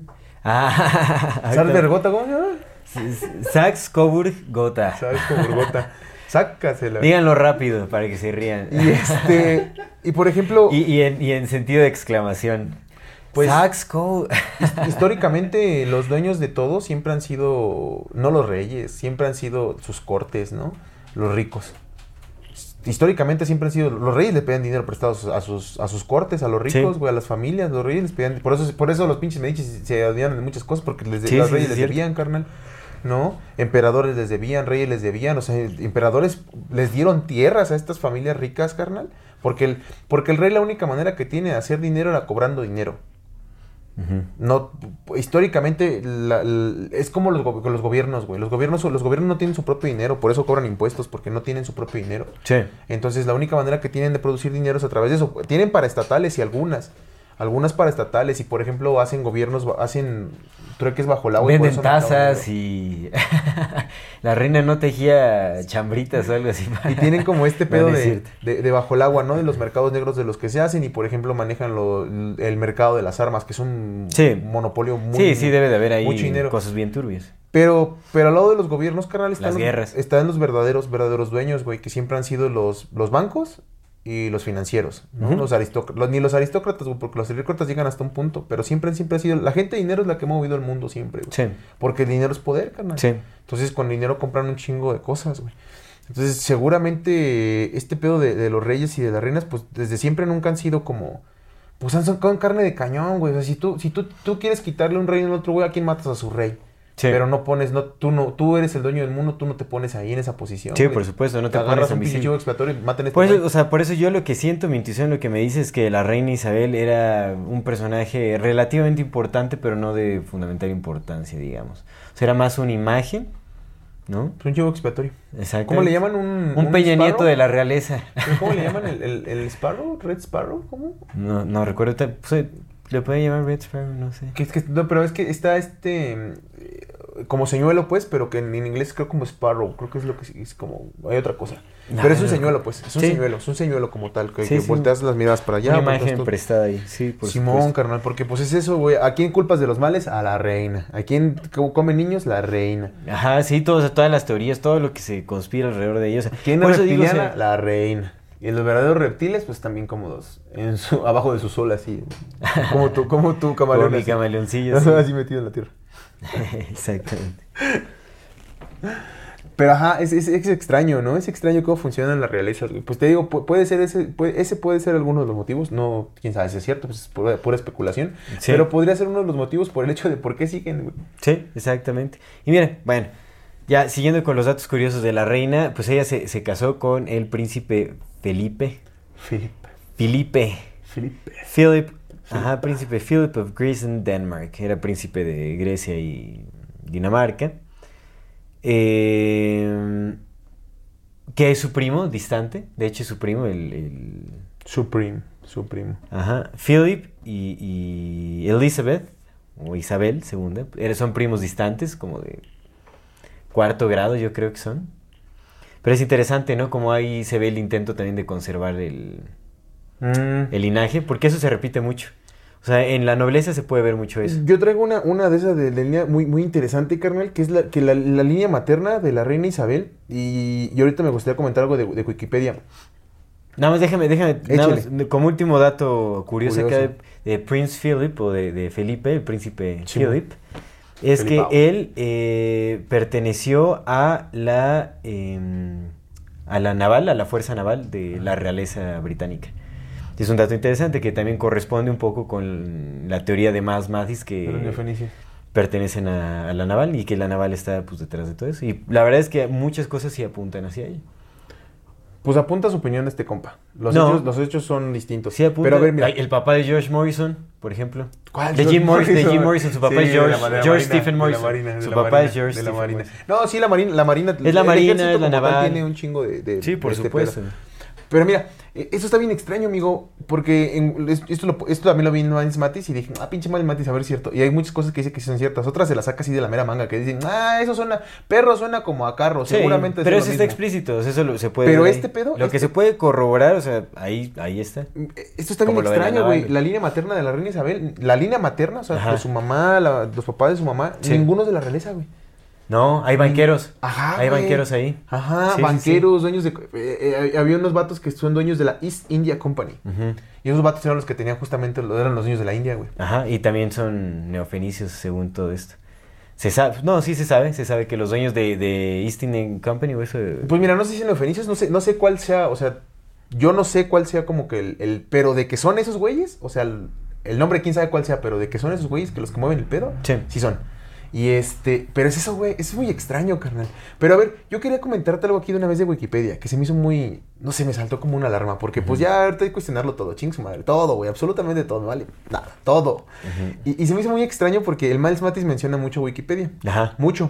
Ah, ¿Salver Gota, cómo se llama? Sax Coburg Gotha. Sax Coburg Gotha. Sácasela. Díganlo rápido para que se rían. Y este, y por ejemplo... Y, y, en, y en sentido de exclamación. Pues, Sax Coburg. Históricamente los dueños de todo siempre han sido, no los reyes, siempre han sido sus cortes, ¿no? Los ricos. Históricamente siempre han sido, los reyes le pedían dinero prestado a sus, a sus cortes, a los ricos, güey, sí. A las familias, los reyes les pedían, por eso, por eso los pinches Medici se odiaron de muchas cosas, porque les, sí, los sí, reyes sí, les cierto. debían, carnal, ¿no? Emperadores les debían, reyes les debían, o sea, emperadores les dieron tierras a estas familias ricas, carnal, porque el, porque el rey la única manera que tiene de hacer dinero era cobrando dinero. Uh-huh. No, históricamente la, la, es como los, go- los gobiernos, güey. Los gobiernos, los gobiernos no tienen su propio dinero, por eso cobran impuestos, porque no tienen su propio dinero. Sí. Entonces la única manera que tienen de producir dinero es a través de eso. Tienen paraestatales y algunas, algunas paraestatales y por ejemplo hacen gobiernos, hacen trueques bajo el agua. Venden tazas y la reina no tejía chambritas o algo así. Y tienen como este pedo no, de, de, de bajo el agua, ¿no? De los mercados negros de los que se hacen y por ejemplo manejan lo, el mercado de las armas, que es un sí. monopolio muy Sí, sí, debe de haber ahí mucho dinero. Cosas bien turbias. Pero, pero al lado de los gobiernos, carnal, están las los, guerras. Están los verdaderos, verdaderos dueños, güey, que siempre han sido los, los bancos y los financieros, ¿no? Uh-huh. Los aristócratas, ni los aristócratas, güey, porque los aristócratas llegan hasta un punto, pero siempre, siempre ha sido, la gente de dinero es la que ha movido el mundo siempre, güey. Sí. Porque el dinero es poder, carnal. Sí. Entonces, con dinero compran un chingo de cosas, güey. Entonces, seguramente, este pedo de, de los reyes y de las reinas, pues, desde siempre nunca han sido como, pues, han sacado carne de cañón, güey. O sea, si tú, si tú, tú quieres quitarle un reino al otro, güey, ¿a quién matas? A su rey. Sí. Pero no pones, no, tú no, tú eres el dueño del mundo, tú no te pones ahí en esa posición. Sí, güey. por supuesto, no te, Te pones agarras a un pinche misil. chivo expiatorio y maten a este Por eso, güey. o sea, por eso yo lo que siento, mi intuición lo que me dice es que la reina Isabel era un personaje relativamente importante, pero no de fundamental importancia, digamos. O sea, era más una imagen, ¿no? Es un chivo expiatorio. Exacto. ¿Cómo le llaman un Un Peña Sparrow? Nieto de la realeza. ¿Cómo le llaman el, el, el Sparrow? ¿Red Sparrow? ¿Cómo? No, no recuerdo. ta- pues, le pueden llamar Red Sparrow, no sé. Que es que, no, pero es que está este, eh, como señuelo, pues, pero que en, en inglés creo como Sparrow, creo que es lo que es como, hay otra cosa. No, pero es un no, señuelo, pues, es un sí. señuelo, es un señuelo como tal, que, Sí, que sí. volteas las miradas para allá. Una volteas imagen todo. prestada ahí, sí, por Simón, supuesto. carnal, porque pues es eso, güey. ¿A quién culpas de los males? A la reina. ¿A quién co- come niños? La reina. Ajá, sí, todo, o sea, todas las teorías, todo lo que se conspira alrededor de ellos. ¿Quién Por es eso digo, o reptiliana? sea, La reina. Y los verdaderos reptiles, pues también cómodos. En su, abajo de su sol, así. Como tú, como tú, como camaleón. mi así. camaleoncillo. Sí. Así metido en la tierra. Exactamente. Pero ajá, es, es, es extraño, ¿no? Es extraño cómo funcionan las realezas, güey. Pues te digo, pu- puede ser ese, puede, ese puede ser alguno de los motivos. No, quién sabe si es cierto, pues es pura, pura especulación. Sí. Pero podría ser uno de los motivos por el hecho de por qué siguen, güey. Sí, exactamente. Y mira, bueno, ya siguiendo con los datos curiosos de la reina, pues ella se, se casó con el príncipe Felipe. Felipe. Felipe. Felipe. Philip. Ajá, príncipe Philip of Greece and Denmark. Era príncipe de Grecia y Dinamarca. Eh, que es su primo distante. De hecho, es su primo, el... el Supreme, su primo. ajá, Philip y, y Elizabeth, o Isabel segunda, eh, son primos distantes, como de cuarto grado, yo creo que son. Pero es interesante, ¿no? Como ahí se ve el intento también de conservar el, Mm. el linaje, porque eso se repite mucho. O sea, en la nobleza se puede ver mucho eso. Yo traigo una, una de esas de, de línea muy, muy interesante, carnal, que es la, que la, la línea materna de la reina Isabel. Y, y ahorita me gustaría comentar algo de, de Wikipedia. Nada más déjame, déjame, nada Échale. más, como último dato curioso, Curioso. acá de, de Prince Philip, o de, de Felipe, el príncipe Sí, Philip, es Felipao. que él eh, perteneció a la, eh, a la naval, a la fuerza naval de la realeza británica. Es un dato interesante que también corresponde un poco con la teoría de Mas Mathis, que De los fenicios. pertenecen a, a la naval y que la naval está pues detrás de todo eso. Y la verdad es que muchas cosas sí apuntan hacia ella. Pues apunta su opinión de este compa. Los, No. hechos, los hechos son distintos. Sí apunta. Pero a ver, mira. Ay, el papá de George Morrison, por ejemplo. ¿Cuál? De Jim Morrison, de Jim Morrison, su papá Sí, es de George, la ma- de la George Marina, Stephen de la Morrison. Marina, de Su la papá Marina, es George de la Stephen Marina. Morrison. No, sí, la Marina, la Marina. Es la el Marina, ejército es la como tal naval. Tiene un chingo de, de Sí, por de este supuesto. pedo. Pero mira, eh, eso está bien extraño, amigo, porque en- es- esto, lo- esto también lo vi en Miles Matis y dije, ah, pinche Miles Matis, a ver, es cierto. Y hay muchas cosas que dice que sí son ciertas, otras se las saca así de la mera manga, que dicen, ah, eso suena, perro suena como a carro, Sí, seguramente pero es eso lo está mismo. explícito, o sea, eso lo- se puede Pero ver ahí. este pedo, Lo que este- se puede corroborar, o sea, ahí, ahí está. Esto está bien Como lo de la extraño, güey. naval. La línea materna de la reina Isabel, la línea materna, o sea, Ajá. de su mamá, la- los papás de su mamá, Sí. ninguno es de la realeza, güey. No, hay banqueros. Ajá, Hay güey. banqueros ahí. Ajá, Sí, sí, banqueros, dueños de... eh, eh, había unos vatos que son dueños de la East India Company. Ujú. Y esos vatos eran los que tenían justamente, eran los dueños de la India, güey. Ajá, y también son neofenicios según todo esto. Se sabe, no, sí se sabe, se sabe que los dueños de, de East Indian Company o eso... Pues mira, no sé si en Fenicios, no sé, no sé cuál sea, o sea, yo no sé cuál sea como que el, el- pero de que son esos güeyes, o sea, el, el nombre quién sabe cuál sea, pero de que son esos güeyes que los que mueven el pedo, Sí. sí son. Y este, pero es eso, güey, es muy extraño, carnal. Pero a ver, yo quería comentarte algo aquí de una vez de Wikipedia, que se me hizo muy, no sé, me saltó como una alarma, porque pues ya ahorita hay que cuestionarlo todo, ching su madre, todo, güey, absolutamente todo, me vale, nada, todo. Ujú. Y, y se me hizo muy extraño porque el Miles Matis menciona mucho Wikipedia, Ajá. mucho.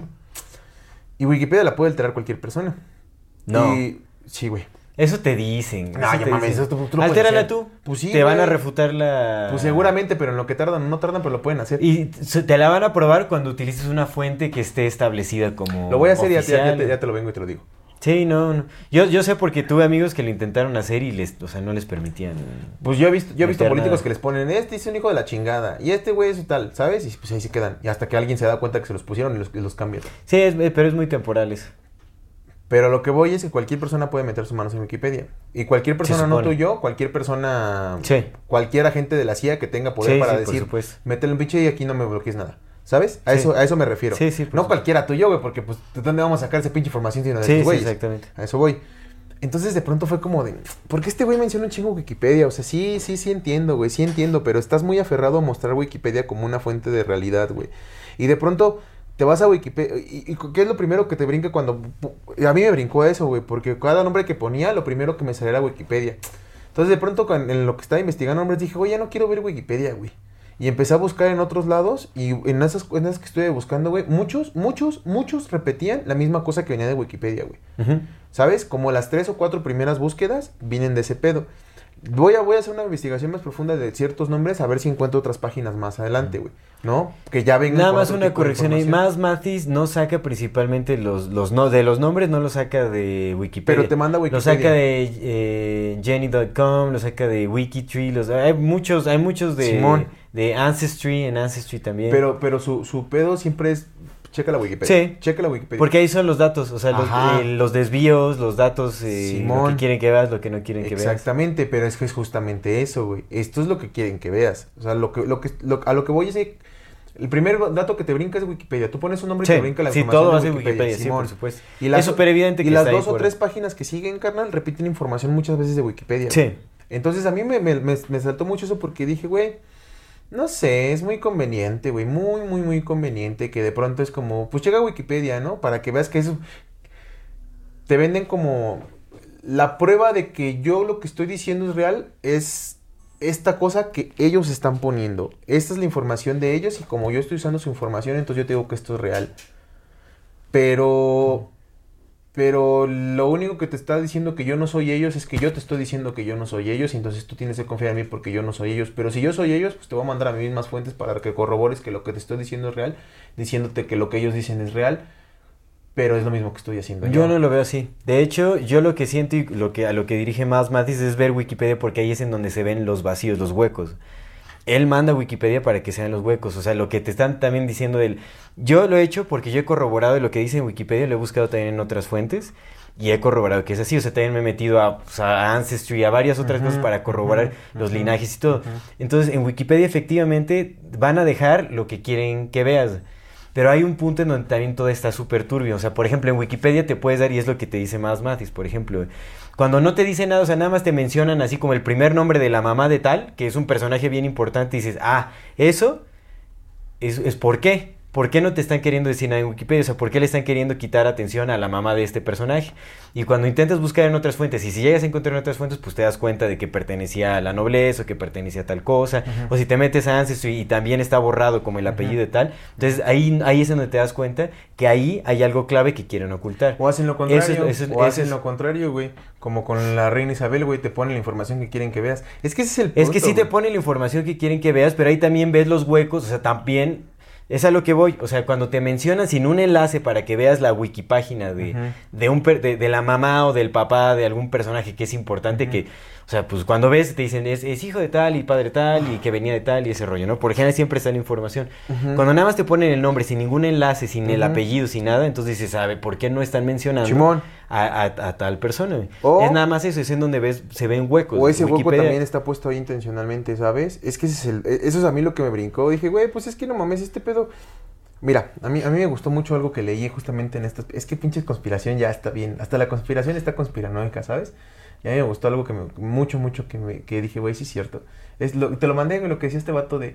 Y Wikipedia la puede alterar cualquier persona. No. Y, sí, güey. Eso te dicen. No, eso ya te mames, dicen. eso tú- tú lo puedes Altérala hacer. tú. Pues sí, te van a güey. refutar la... Pues seguramente, pero en lo que tardan, no tardan, pero lo pueden hacer. Y se- te la van a probar cuando utilices una fuente que esté establecida como Lo voy a hacer y ya, te- ya oficial. te, ya te lo vengo y te lo digo. Sí, no, no. Yo, yo sé porque tuve amigos que lo intentaron hacer y les, o sea, no les permitían. Pues yo he visto, yo he visto Meter políticos nada. que les ponen, este es un hijo de la chingada, y este güey es tal, ¿sabes? Y pues ahí se quedan. Y hasta que alguien se da cuenta que se los pusieron y los, y los cambian. Sí, es- pero es muy temporal eso. Pero lo que voy es que cualquier persona puede meter sus manos en Wikipedia. Y cualquier persona, no supone. tú y yo, cualquier persona, Sí. cualquier agente de la C I A que tenga poder Sí, para sí, por decir, supuesto. métele un pinche y aquí no me bloquees nada. ¿Sabes? A, Sí. eso, a eso me refiero. Sí, sí, por no supuesto. cualquiera tú y yo, güey, porque pues ¿de dónde vamos a sacar esa pinche información sino de Sí, estos sí, güeyes? exactamente. A eso voy. Entonces de pronto fue como de, ¿por qué este güey menciona un chingo Wikipedia? O sea, sí, sí, sí entiendo, güey, sí entiendo, pero estás muy aferrado a mostrar Wikipedia como una fuente de realidad, güey. Y de pronto, te vas a Wikipedia. Y, y ¿qué es lo primero que te brinca cuando...? A mí me brincó eso, güey, porque cada nombre que ponía, lo primero que me salía era Wikipedia. Entonces, de pronto, cuando, en lo que estaba investigando nombres, dije, güey, ya no quiero ver Wikipedia, güey. Y empecé a buscar en otros lados, y en esas, en esas que estuve buscando, güey, muchos, muchos, muchos repetían la misma cosa que venía de Wikipedia, güey. Uh-huh. ¿Sabes? Como las tres o cuatro primeras búsquedas vienen de ese pedo. Voy a, voy a hacer una investigación más profunda de ciertos nombres, a ver si encuentro otras páginas más adelante, güey. ¿No? Que ya vengan. Nada más una corrección ahí. Más Mathis no saca principalmente los, los no, de los nombres, no lo saca de Wikipedia. Pero te manda Wikipedia. Lo saca de eh, Jenny punto com, lo saca de Wikitree, los, hay muchos, hay muchos de, Simón. de Ancestry, en Ancestry también. Pero, pero su, su pedo siempre es, checa la Wikipedia. Sí. Checa la Wikipedia. Porque ahí son los datos, o sea, los, Ajá. eh, los desvíos, los datos, eh, lo Simón. que quieren que veas, lo que no quieren que veas. Exactamente, pero es que es justamente eso, güey. Esto es lo que quieren que veas. O sea, lo que, lo que, lo, a lo que voy es que el primer dato que te brinca es Wikipedia. Tú pones un nombre Sí, y te brinca la sí, información todo de hace Wikipedia, Wikipedia, sí, Simón. por supuesto. Y las, es súper evidente y que las está dos ahí o por- tres páginas que siguen, carnal, repiten información muchas veces de Wikipedia. Sí. Güey. Entonces a mí me, me, me, me saltó mucho eso porque dije, güey, no sé, es muy conveniente, güey, muy, muy, muy conveniente que de pronto es como, pues llega a Wikipedia, ¿no? Para que veas que eso te venden como la prueba de que yo lo que estoy diciendo es real, es esta cosa que ellos están poniendo. Esta es la información de ellos y como yo estoy usando su información, entonces yo te digo que esto es real. Pero... Pero lo único que te está diciendo que yo no soy ellos es que yo te estoy diciendo que yo no soy ellos y entonces tú tienes que confiar en mí porque yo no soy ellos. Pero si yo soy ellos, pues te voy a mandar a mis mismas fuentes para que corrobores que lo que te estoy diciendo es real, diciéndote que lo que ellos dicen es real, pero es lo mismo que estoy haciendo yo. Yo no lo veo así. De hecho, yo lo que siento y lo que a lo que dirige más Mathis es ver Wikipedia porque ahí es en donde se ven los vacíos, los huecos. Él manda a Wikipedia para que sean los huecos. O sea, lo que te están también diciendo de él. Yo lo he hecho porque yo he corroborado lo que dice en Wikipedia, lo he buscado también en otras fuentes y he corroborado que es así. O sea, también me he metido a, pues, a Ancestry, a varias otras Uh-huh, cosas para corroborar uh-huh, los uh-huh, linajes y todo. uh-huh. Entonces, en Wikipedia efectivamente van a dejar lo que quieren que veas. Pero hay un punto en donde también todo está súper turbio. O sea, por ejemplo, en Wikipedia te puedes dar, y es lo que te dice más Mathis, por ejemplo, cuando no te dice nada, o sea, nada más te mencionan así como el primer nombre de la mamá de tal, que es un personaje bien importante, y dices, ah, eso es, es ¿por qué? ¿Por qué no te están queriendo decir nada en Wikipedia? O sea, ¿por qué le están queriendo quitar atención a la mamá de este personaje? Y cuando intentas buscar en otras fuentes, y si llegas a encontrar en otras fuentes, pues te das cuenta de que pertenecía a la nobleza o que pertenecía a tal cosa. Uh-huh. O si te metes a Ancestry y también está borrado como el apellido de tal. Entonces ahí, ahí es donde te das cuenta que ahí hay algo clave que quieren ocultar. O hacen lo contrario, Eso es- eso es- o eso hacen es- lo contrario, güey. Como con la reina Isabel, güey, te ponen la información que quieren que veas. Es que ese es el punto, Es que sí te güey. ponen la información que quieren que veas, pero ahí también ves los huecos, o sea, también es a lo que voy. O sea, cuando te mencionan sin un enlace para que veas la wikipágina de, Ujú. de, un per- de, de la mamá o del papá de algún personaje que es importante, Ujú. que, o sea, pues cuando ves te dicen es, es hijo de tal y padre tal y que venía de tal y ese rollo, ¿no? Por ejemplo, siempre está la información. Ujú. Cuando nada más te ponen el nombre sin ningún enlace, sin el Ujú. apellido, sin nada, entonces dices, ¿sabe por qué no están mencionando Simón. a, a, a tal persona? güey? O- es nada más eso, es en donde ves, se ven huecos. O ese hueco Wikipedia- también está puesto ahí intencionalmente, ¿sabes? Es que ese es el, e- eso es a mí lo que me brincó. Dije, güey, pues es que no mames, este pedo... Mira, a mí, a mí me gustó mucho algo que leí justamente en esto. Es que pinche conspiración ya está bien. Hasta la conspiración está conspiranoica, ¿sabes? Y a mí me gustó algo que me, mucho, mucho que, me, que dije, güey, sí es cierto. Es lo, te lo mandé, güey, lo que decía este vato de...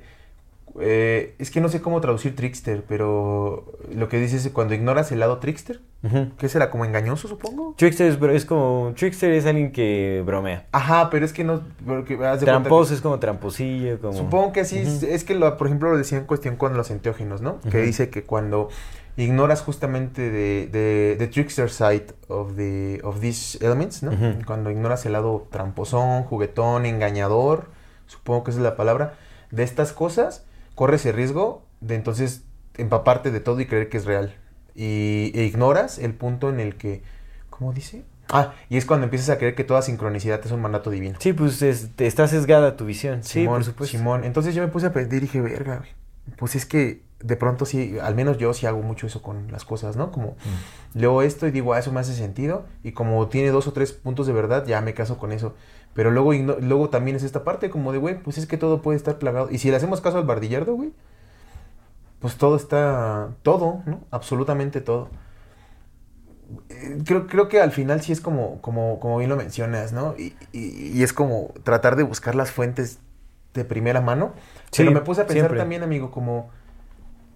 Eh, es que no sé cómo traducir trickster, pero lo que dice es cuando ignoras el lado trickster, Ujú. ¿qué será? ¿Como engañoso, supongo? Trickster es, bro- es como... Trickster es alguien que bromea. Ajá, pero es que no... Porque, haz de cuenta que- Tramposo es como tramposillo, como... Supongo que así, es, Ujú. es que lo, por ejemplo lo decía en cuestión con los enteógenos, ¿no? Que Ujú. dice que cuando ignoras justamente de, de, the trickster side of, the, of these elements, ¿no? Ujú. Cuando ignoras el lado tramposón, juguetón, engañador, supongo que esa es la palabra, de estas cosas, corres el riesgo de entonces empaparte de todo y creer que es real. Y e ignoras el punto en el que, ¿cómo dice? Ah, y es cuando empiezas a creer que toda sincronicidad es un mandato divino. Sí, pues es- te está sesgada tu visión. Sí, Simón, por supuesto. Simón. Entonces yo me puse a pedir y dije, verga, güey. Pues es que de pronto sí, al menos yo sí hago mucho eso con las cosas, ¿no? Como Mm. leo esto y digo, ah, eso me hace sentido. Y como tiene dos o tres puntos de verdad, ya me caso con eso. Pero luego, igno- luego también es esta parte como de, güey, pues es que todo puede estar plagado. Y si le hacemos caso al bardillardo, güey, pues todo está, todo, ¿no? Absolutamente todo. Eh, Creo, creo que al final sí es como, como, como bien lo mencionas, ¿no? Y, y, y es como tratar de buscar las fuentes de primera mano. Sí, Pero me puse a pensar siempre. también, amigo, como...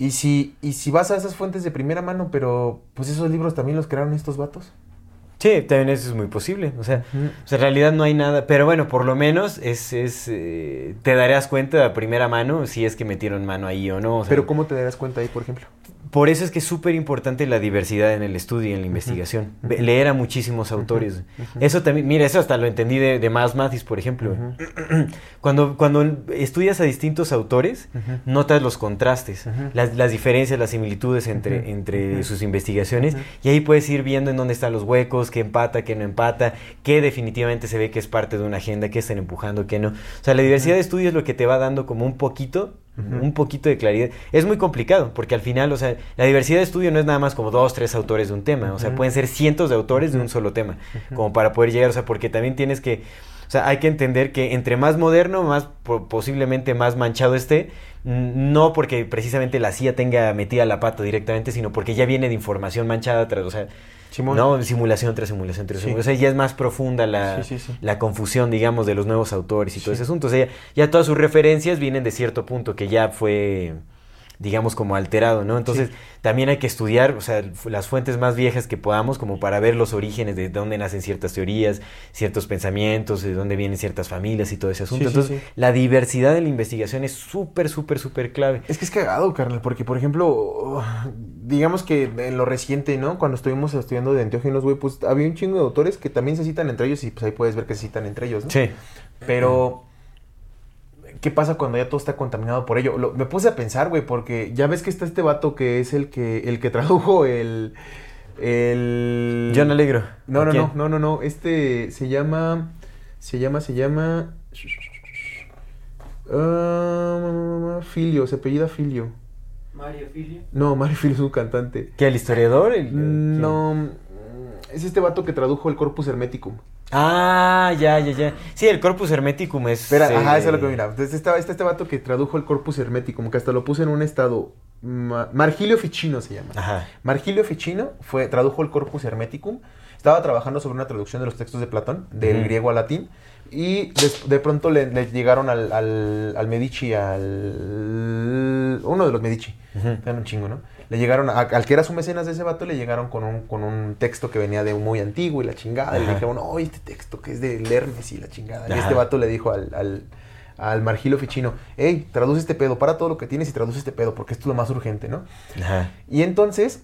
Y si, y si vas a esas fuentes de primera mano, pero pues esos libros también los crearon estos vatos. Sí, también eso es muy posible. O sea, Ujú. o sea, en realidad no hay nada. Pero bueno, por lo menos es, es eh, te darás cuenta a primera mano si es que metieron mano ahí o no. O sea, Pero ¿cómo te darás cuenta ahí, por ejemplo? por eso es que es súper importante la diversidad en el estudio y en la investigación. Ujú. Ve- Leer a muchísimos autores. Ujú. Eso también, mira, eso hasta lo entendí de, de Miles Mathis, por ejemplo. Ujú. Cuando, cuando estudias a distintos autores, Ujú. notas los contrastes, Ujú. las, las diferencias, las similitudes entre, Ujú. entre Ujú. sus investigaciones, Ujú. y ahí puedes ir viendo en dónde están los huecos, qué empata, qué no empata, qué definitivamente se ve que es parte de una agenda, qué están empujando, qué no. O sea, la diversidad de estudios es lo que te va dando como un poquito, Ujú. un poquito de claridad. Es muy complicado, porque al final, o sea, la diversidad de estudio no es nada más como dos, tres autores de un tema, o sea, Ujú. pueden ser cientos de autores de un solo tema, como para poder llegar, o sea, porque también tienes que, o sea, hay que entender que entre más moderno, más po- posiblemente más manchado esté, n- no porque precisamente la C I A tenga metida la pata directamente, sino porque ya viene de información manchada tras, o sea, Simón. no, simulación tras simulación tras Sí. simulación, o sea, ya es más profunda la, Sí, sí, sí. la confusión, digamos, de los nuevos autores y todo Sí. ese asunto, o sea, ya, ya todas sus referencias vienen de cierto punto que ya fue, digamos, como alterado, ¿no? Entonces, Sí. también hay que estudiar, o sea, fu- las fuentes más viejas que podamos, como para ver los orígenes de dónde nacen ciertas teorías, ciertos pensamientos, de dónde vienen ciertas familias y todo ese asunto. Sí, sí, Entonces, sí. la diversidad de la investigación es súper, súper, súper clave. Es que es cagado, carnal, porque, por ejemplo, uh, digamos que en lo reciente, ¿no? Cuando estuvimos estudiando de enteógenos, güey, pues había un chingo de autores que también se citan entre ellos y pues ahí puedes ver que se citan entre ellos, ¿no? Sí. Pero, ¿qué pasa cuando ya todo está contaminado por ello? Lo- me puse a pensar, güey, porque ya ves que está este vato que es el que, el que tradujo el... el... John Alegro. No, no, ¿Quién? no, no, no, no, este se llama, se llama, se llama... Ah, Filio, se apellida Filio. Mario Filio. No, Mario Filio es un cantante. ¿Qué, el historiador? El- ¿quién? No, es este vato que tradujo el Corpus Hermeticum. Ah, ya, ya, ya. Sí, el Corpus Hermeticum es... Espera, eh, ajá, eso es lo que mira. Entonces está, está este vato que tradujo el Corpus Hermeticum, que hasta lo puse en un estado. Ma- Margilio Ficino se llama. Ajá. Margilio Ficino fue, tradujo el Corpus Hermeticum. Estaba trabajando sobre una traducción de los textos de Platón, del Ujú. griego al latín. Y de, de pronto le, le llegaron al, al, al Medici, al... Uno de los Medici. Ujú. Eran un chingo, ¿no? Le llegaron, a- al que era su mecenas de ese vato, le llegaron con un, con un texto que venía de un muy antiguo y la chingada. Y le Ajá. dijeron, oye, este texto que es de Hermes y la chingada. Y Ajá. este vato le dijo al, al, al Margilio Ficino, hey, traduce este pedo, para todo lo que tienes y traduce este pedo, porque esto es lo más urgente, ¿no? Ajá. Y entonces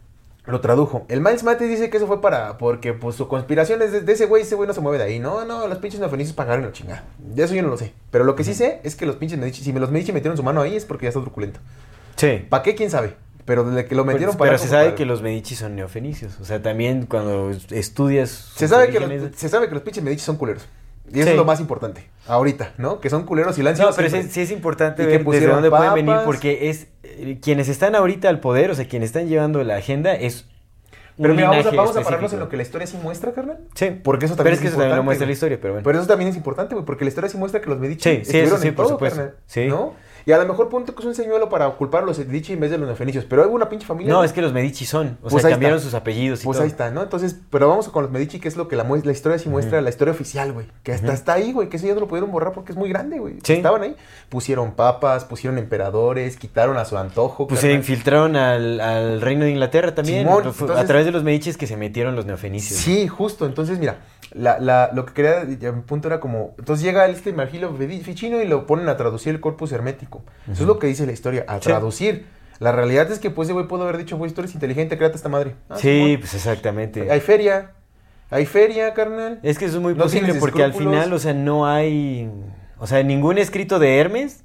lo tradujo. El Miles Mathis dice que eso fue para, porque pues su conspiración es de, de ese güey, ese güey no se mueve de ahí. No, no, los pinches neofenicios pagaron la chingada. De eso yo no lo sé. Pero lo que sí sé es que los pinches Medici, si me los Medici metieron su mano ahí es porque ya está truculento. Sí. ¿Para qué? ¿Quién sabe? Pero desde que lo metieron Pero, para pero eso se fue sabe para- que los Medici son neofenicios. O sea, también cuando estudias... Se sus sabe, que orígenes- los, se sabe que los pinches Medici son culeros. Y eso Sí. es lo más importante. Ahorita, ¿no? Que son culeros y la han sido No, pero sí, siempre. sí es importante Y que ver desde pusieron dónde pueden venir, papas. porque es eh, quienes están ahorita al poder, o sea, quienes están llevando la agenda, es un Pero mira, vamos a, linaje vamos a pararnos específico. en lo que la historia sí muestra, carnal. Sí, Porque eso pero también es que es eso también lo importante, muestra la güey. historia, pero bueno. Pero eso también es importante, güey, porque la historia sí muestra que los Medici Sí, sí, estuvieron eso sí, en por todo, supuesto. carnal, Sí. ¿no? Y a lo mejor punto que es un señuelo para culpar a los Medici en vez de los neofenicios. Pero hay una pinche familia. No, güey. es que los Medici son, o Pues sea, ahí cambiaron está. sus apellidos y Pues todo. ahí está, ¿no? Entonces, pero vamos con los Medici, que es lo que la, mues- la historia sí muestra, Ujú. la historia oficial, güey. Que hasta Ujú. está ahí, güey, que eso ya no lo pudieron borrar porque es muy grande, güey. Sí. Estaban ahí. Pusieron papas, pusieron emperadores, quitaron a su antojo. Pues se carnal. infiltraron al, al reino de Inglaterra también. Simón, Fue- entonces- a través de los Medici que se metieron los neofenicios. Sí, justo. Entonces, mira, la, la, lo que quería, ya, mi punto era como, entonces llega este Margilio Ficino y lo ponen a traducir el Corpus Hermético. Eso es Ujú. lo que dice la historia, a Sí. traducir. La realidad es que pues ese güey pudo haber dicho, güey, tú eres inteligente, créate esta madre. Ah, Sí, Simón. pues exactamente. Hay feria, hay feria, carnal. Es que eso es muy No posible tienes porque al escrúpulos. final, o sea, no hay, o sea, ningún escrito de Hermes,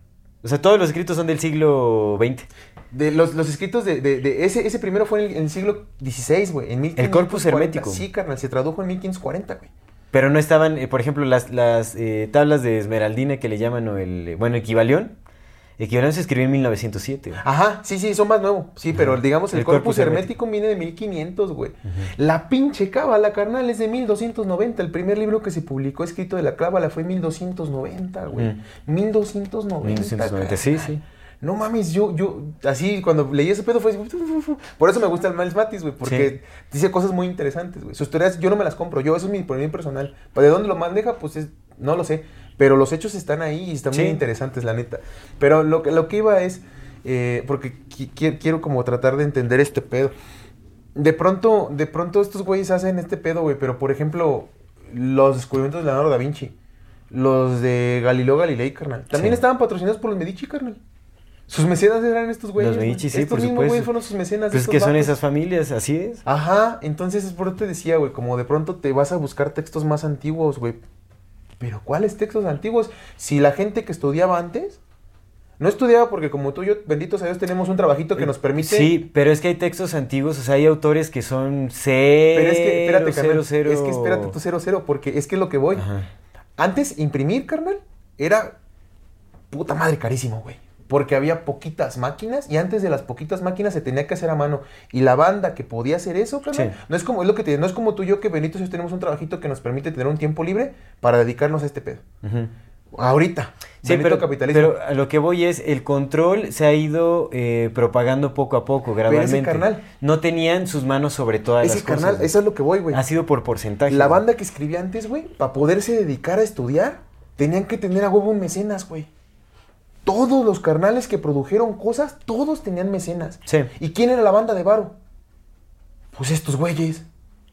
o sea, todos los escritos son del siglo veinte. De los, los escritos de, de, de ese, ese primero fue en el, en el siglo dieciséis, güey, en mil quinientos cuarenta. Corpus Hermeticum. Sí, carnal, se tradujo en mil quinientos cuarenta, güey. Pero no estaban, eh, por ejemplo, las, las eh, tablas de Esmeraldina que le llaman, o el, eh, bueno, Equivalión. Equivalión se escribió en mil novecientos siete. güey. Ajá, sí, sí, son más nuevos. Sí, pero Ujú. digamos el, El Corpus, Corpus Hermeticum viene de mil quinientos, güey. La pinche cábala, carnal, es de mil doscientos noventa. El primer libro que se publicó escrito de la cábala fue en mil doscientos noventa, güey. Mm. mil doscientos noventa. mil novecientos noventa, sí, carnal. sí. No mames, yo, yo, así, cuando leí ese pedo fue así, por eso me gusta el Miles Mathis, güey, porque dice cosas muy interesantes, güey. Sus teorías yo no me las compro, yo, eso es mi opinión personal. ¿De dónde lo maneja? Pues es, no lo sé, pero los hechos están ahí y están Sí. muy interesantes, la neta. Pero lo que, lo que iba es, eh, porque qui- qui- quiero como tratar de entender este pedo. De pronto, de pronto estos güeyes hacen este pedo, güey, pero por ejemplo, los descubrimientos de Leonardo da Vinci, los de Galileo Galilei, carnal, también Sí. estaban patrocinados por los Medici, carnal. Sus mecenas eran estos güeyes. Los Medici, güey. sí, Estos por mismos supuesto. güeyes fueron sus mecenas. de Pues es estos que son vatos. esas familias, así es. Ajá, entonces es por eso te decía, güey, como de pronto te vas a buscar textos más antiguos, güey. Pero ¿cuáles textos antiguos? Si la gente que estudiaba antes, no estudiaba porque como tú y yo, benditos a Dios, tenemos un trabajito que nos permite... Sí, pero es que hay textos antiguos, o sea, hay autores que son cero, Pero es que, espérate, cero, carnal, cero. es que espérate tú cero, cero, porque es que es lo que voy. Ajá. Antes, imprimir, carnal, era puta madre carísimo, güey. Porque había poquitas máquinas y antes de las poquitas máquinas se tenía que hacer a mano. Y la banda que podía hacer eso, carnal, Sí. no es como, es lo que te, no es como tú y yo que Benito y yo tenemos un trabajito que nos permite tener un tiempo libre para dedicarnos a este pedo. Ujú. Ahorita. Sí, Benito pero, capitalismo. pero a lo que voy es, el control se ha ido eh, propagando poco a poco, gradualmente. carnal- no tenían sus manos sobre todas Ese las carnal, cosas. eso es lo que voy, güey. Ha sido por porcentaje. La güey. banda que escribía antes, güey, para poderse dedicar a estudiar, tenían que tener a huevo un mecenas, güey. Todos los carnales que produjeron cosas, todos tenían mecenas. Sí. ¿Y quién era la banda de varo? Pues estos güeyes.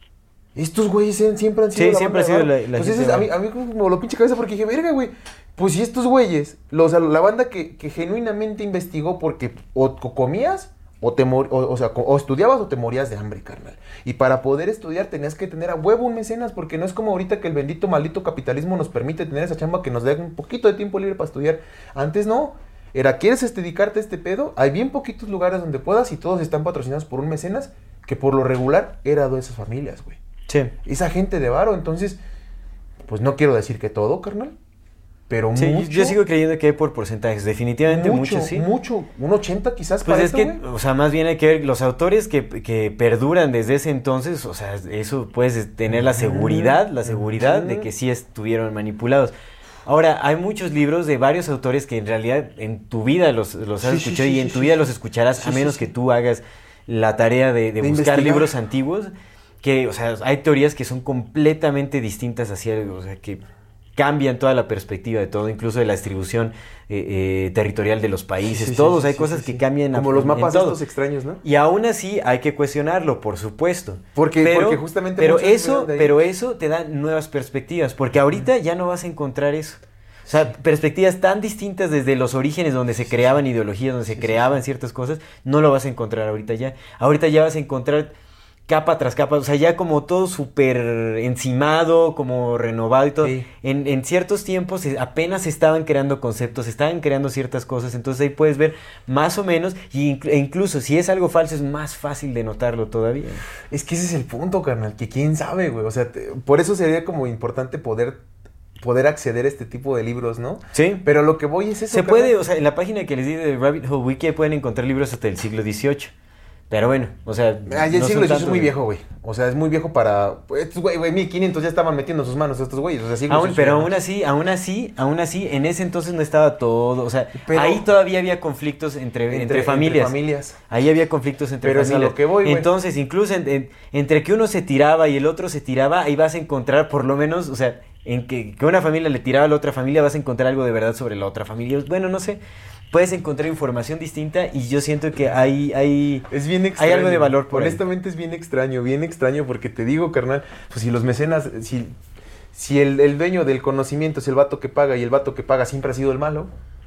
Estos güeyes han- siempre han sido Sí, la siempre banda ha de sido varo. la- la Entonces, gente a de mí, a mí como me voló pinche cabeza porque dije, verga, güey. Pues si estos güeyes, los, la banda que, que genuinamente investigó porque o, o comías o te mor- o, o sea, o estudiabas o te morías de hambre, carnal. Y para poder estudiar tenías que tener a huevo un mecenas porque no es como ahorita que el bendito maldito capitalismo nos permite tener esa chamba que nos dé un poquito de tiempo libre para estudiar. Antes no. Era, ¿quieres este, dedicarte a este pedo? Hay bien poquitos lugares donde puedas y todos están patrocinados por un mecenas que por lo regular era de esas familias, güey. Sí. Esa gente de varo, entonces, pues no quiero decir que todo, carnal, pero Sí, mucho. yo sigo creyendo que hay por porcentajes, definitivamente mucho, mucho, sí. mucho, un ochenta quizás Pues para es esto, que, güey. o sea, más bien hay que ver los autores que, que perduran desde ese entonces, o sea, eso puedes tener la seguridad, la seguridad de que sí estuvieron manipulados. Ahora, hay muchos libros de varios autores que en realidad en tu vida los, los has Sí, sí, escuchado sí, y en sí, tu sí, vida sí. los escucharás, Sí, a sí, menos sí. que tú hagas la tarea de, de De buscar investigar. libros antiguos, que, o sea, hay teorías que son completamente distintas hacia, o sea, que cambian toda la perspectiva de todo, incluso de la distribución eh, eh, territorial de los países, Sí, sí, sí, todos, sí, hay sí, cosas sí, que sí. cambian Como a- los en mapas todo. estos extraños, ¿no? Y aún así hay que cuestionarlo, por supuesto. Porque- pero, porque justamente pero muchos eso, vienen de ahí. pero eso te da nuevas perspectivas, porque ahorita ya no vas a encontrar eso. O sea, perspectivas tan distintas desde los orígenes donde se creaban ideologías, donde se creaban ciertas cosas, no lo vas a encontrar ahorita ya. Ahorita ya vas a encontrar capa tras capa, o sea, ya como todo súper encimado, como renovado y todo. Sí. En, en ciertos tiempos eh, apenas se estaban creando conceptos, se estaban creando ciertas cosas, entonces ahí puedes ver más o menos, y inc- e incluso si es algo falso es más fácil de notarlo todavía. Es que ese es el punto, carnal, que quién sabe, güey. O sea, te- por eso sería como importante poder, poder acceder a este tipo de libros, ¿no? Sí. Pero lo que voy es eso, Se carnal. puede, o sea, en la página que les di de Rabbit Hole Wiki pueden encontrar libros hasta el siglo dieciocho. Pero bueno, o sea... Ah, ya el no siglo son dieciocho es tantos, muy ¿no? viejo, güey. O sea, es muy viejo para... Estos güey, güey, mil quinientos ya estaban metiendo sus manos a estos güeyes. O sea, siglo Aún, dieciocho pero ya no. aún así, aún así, aún así, en ese entonces no estaba todo, o sea, Pero- ahí todavía había conflictos entre, entre, familias. familias. Ahí había conflictos entre Pero es a familias. lo que voy, güey. Entonces, incluso en- en- entre que uno se tiraba y el otro se tiraba, ahí vas a encontrar por lo menos, o sea, en que, que una familia le tiraba a la otra familia, vas a encontrar algo de verdad sobre la otra familia. Bueno, no sé, puedes encontrar información distinta y yo siento que hay, hay, Es bien extraño. hay algo de valor por ahí. Honestamente es bien extraño, bien extraño porque te digo, carnal, pues si los mecenas, si, si el, el dueño del conocimiento es el vato que paga y el vato que paga siempre ha sido el malo,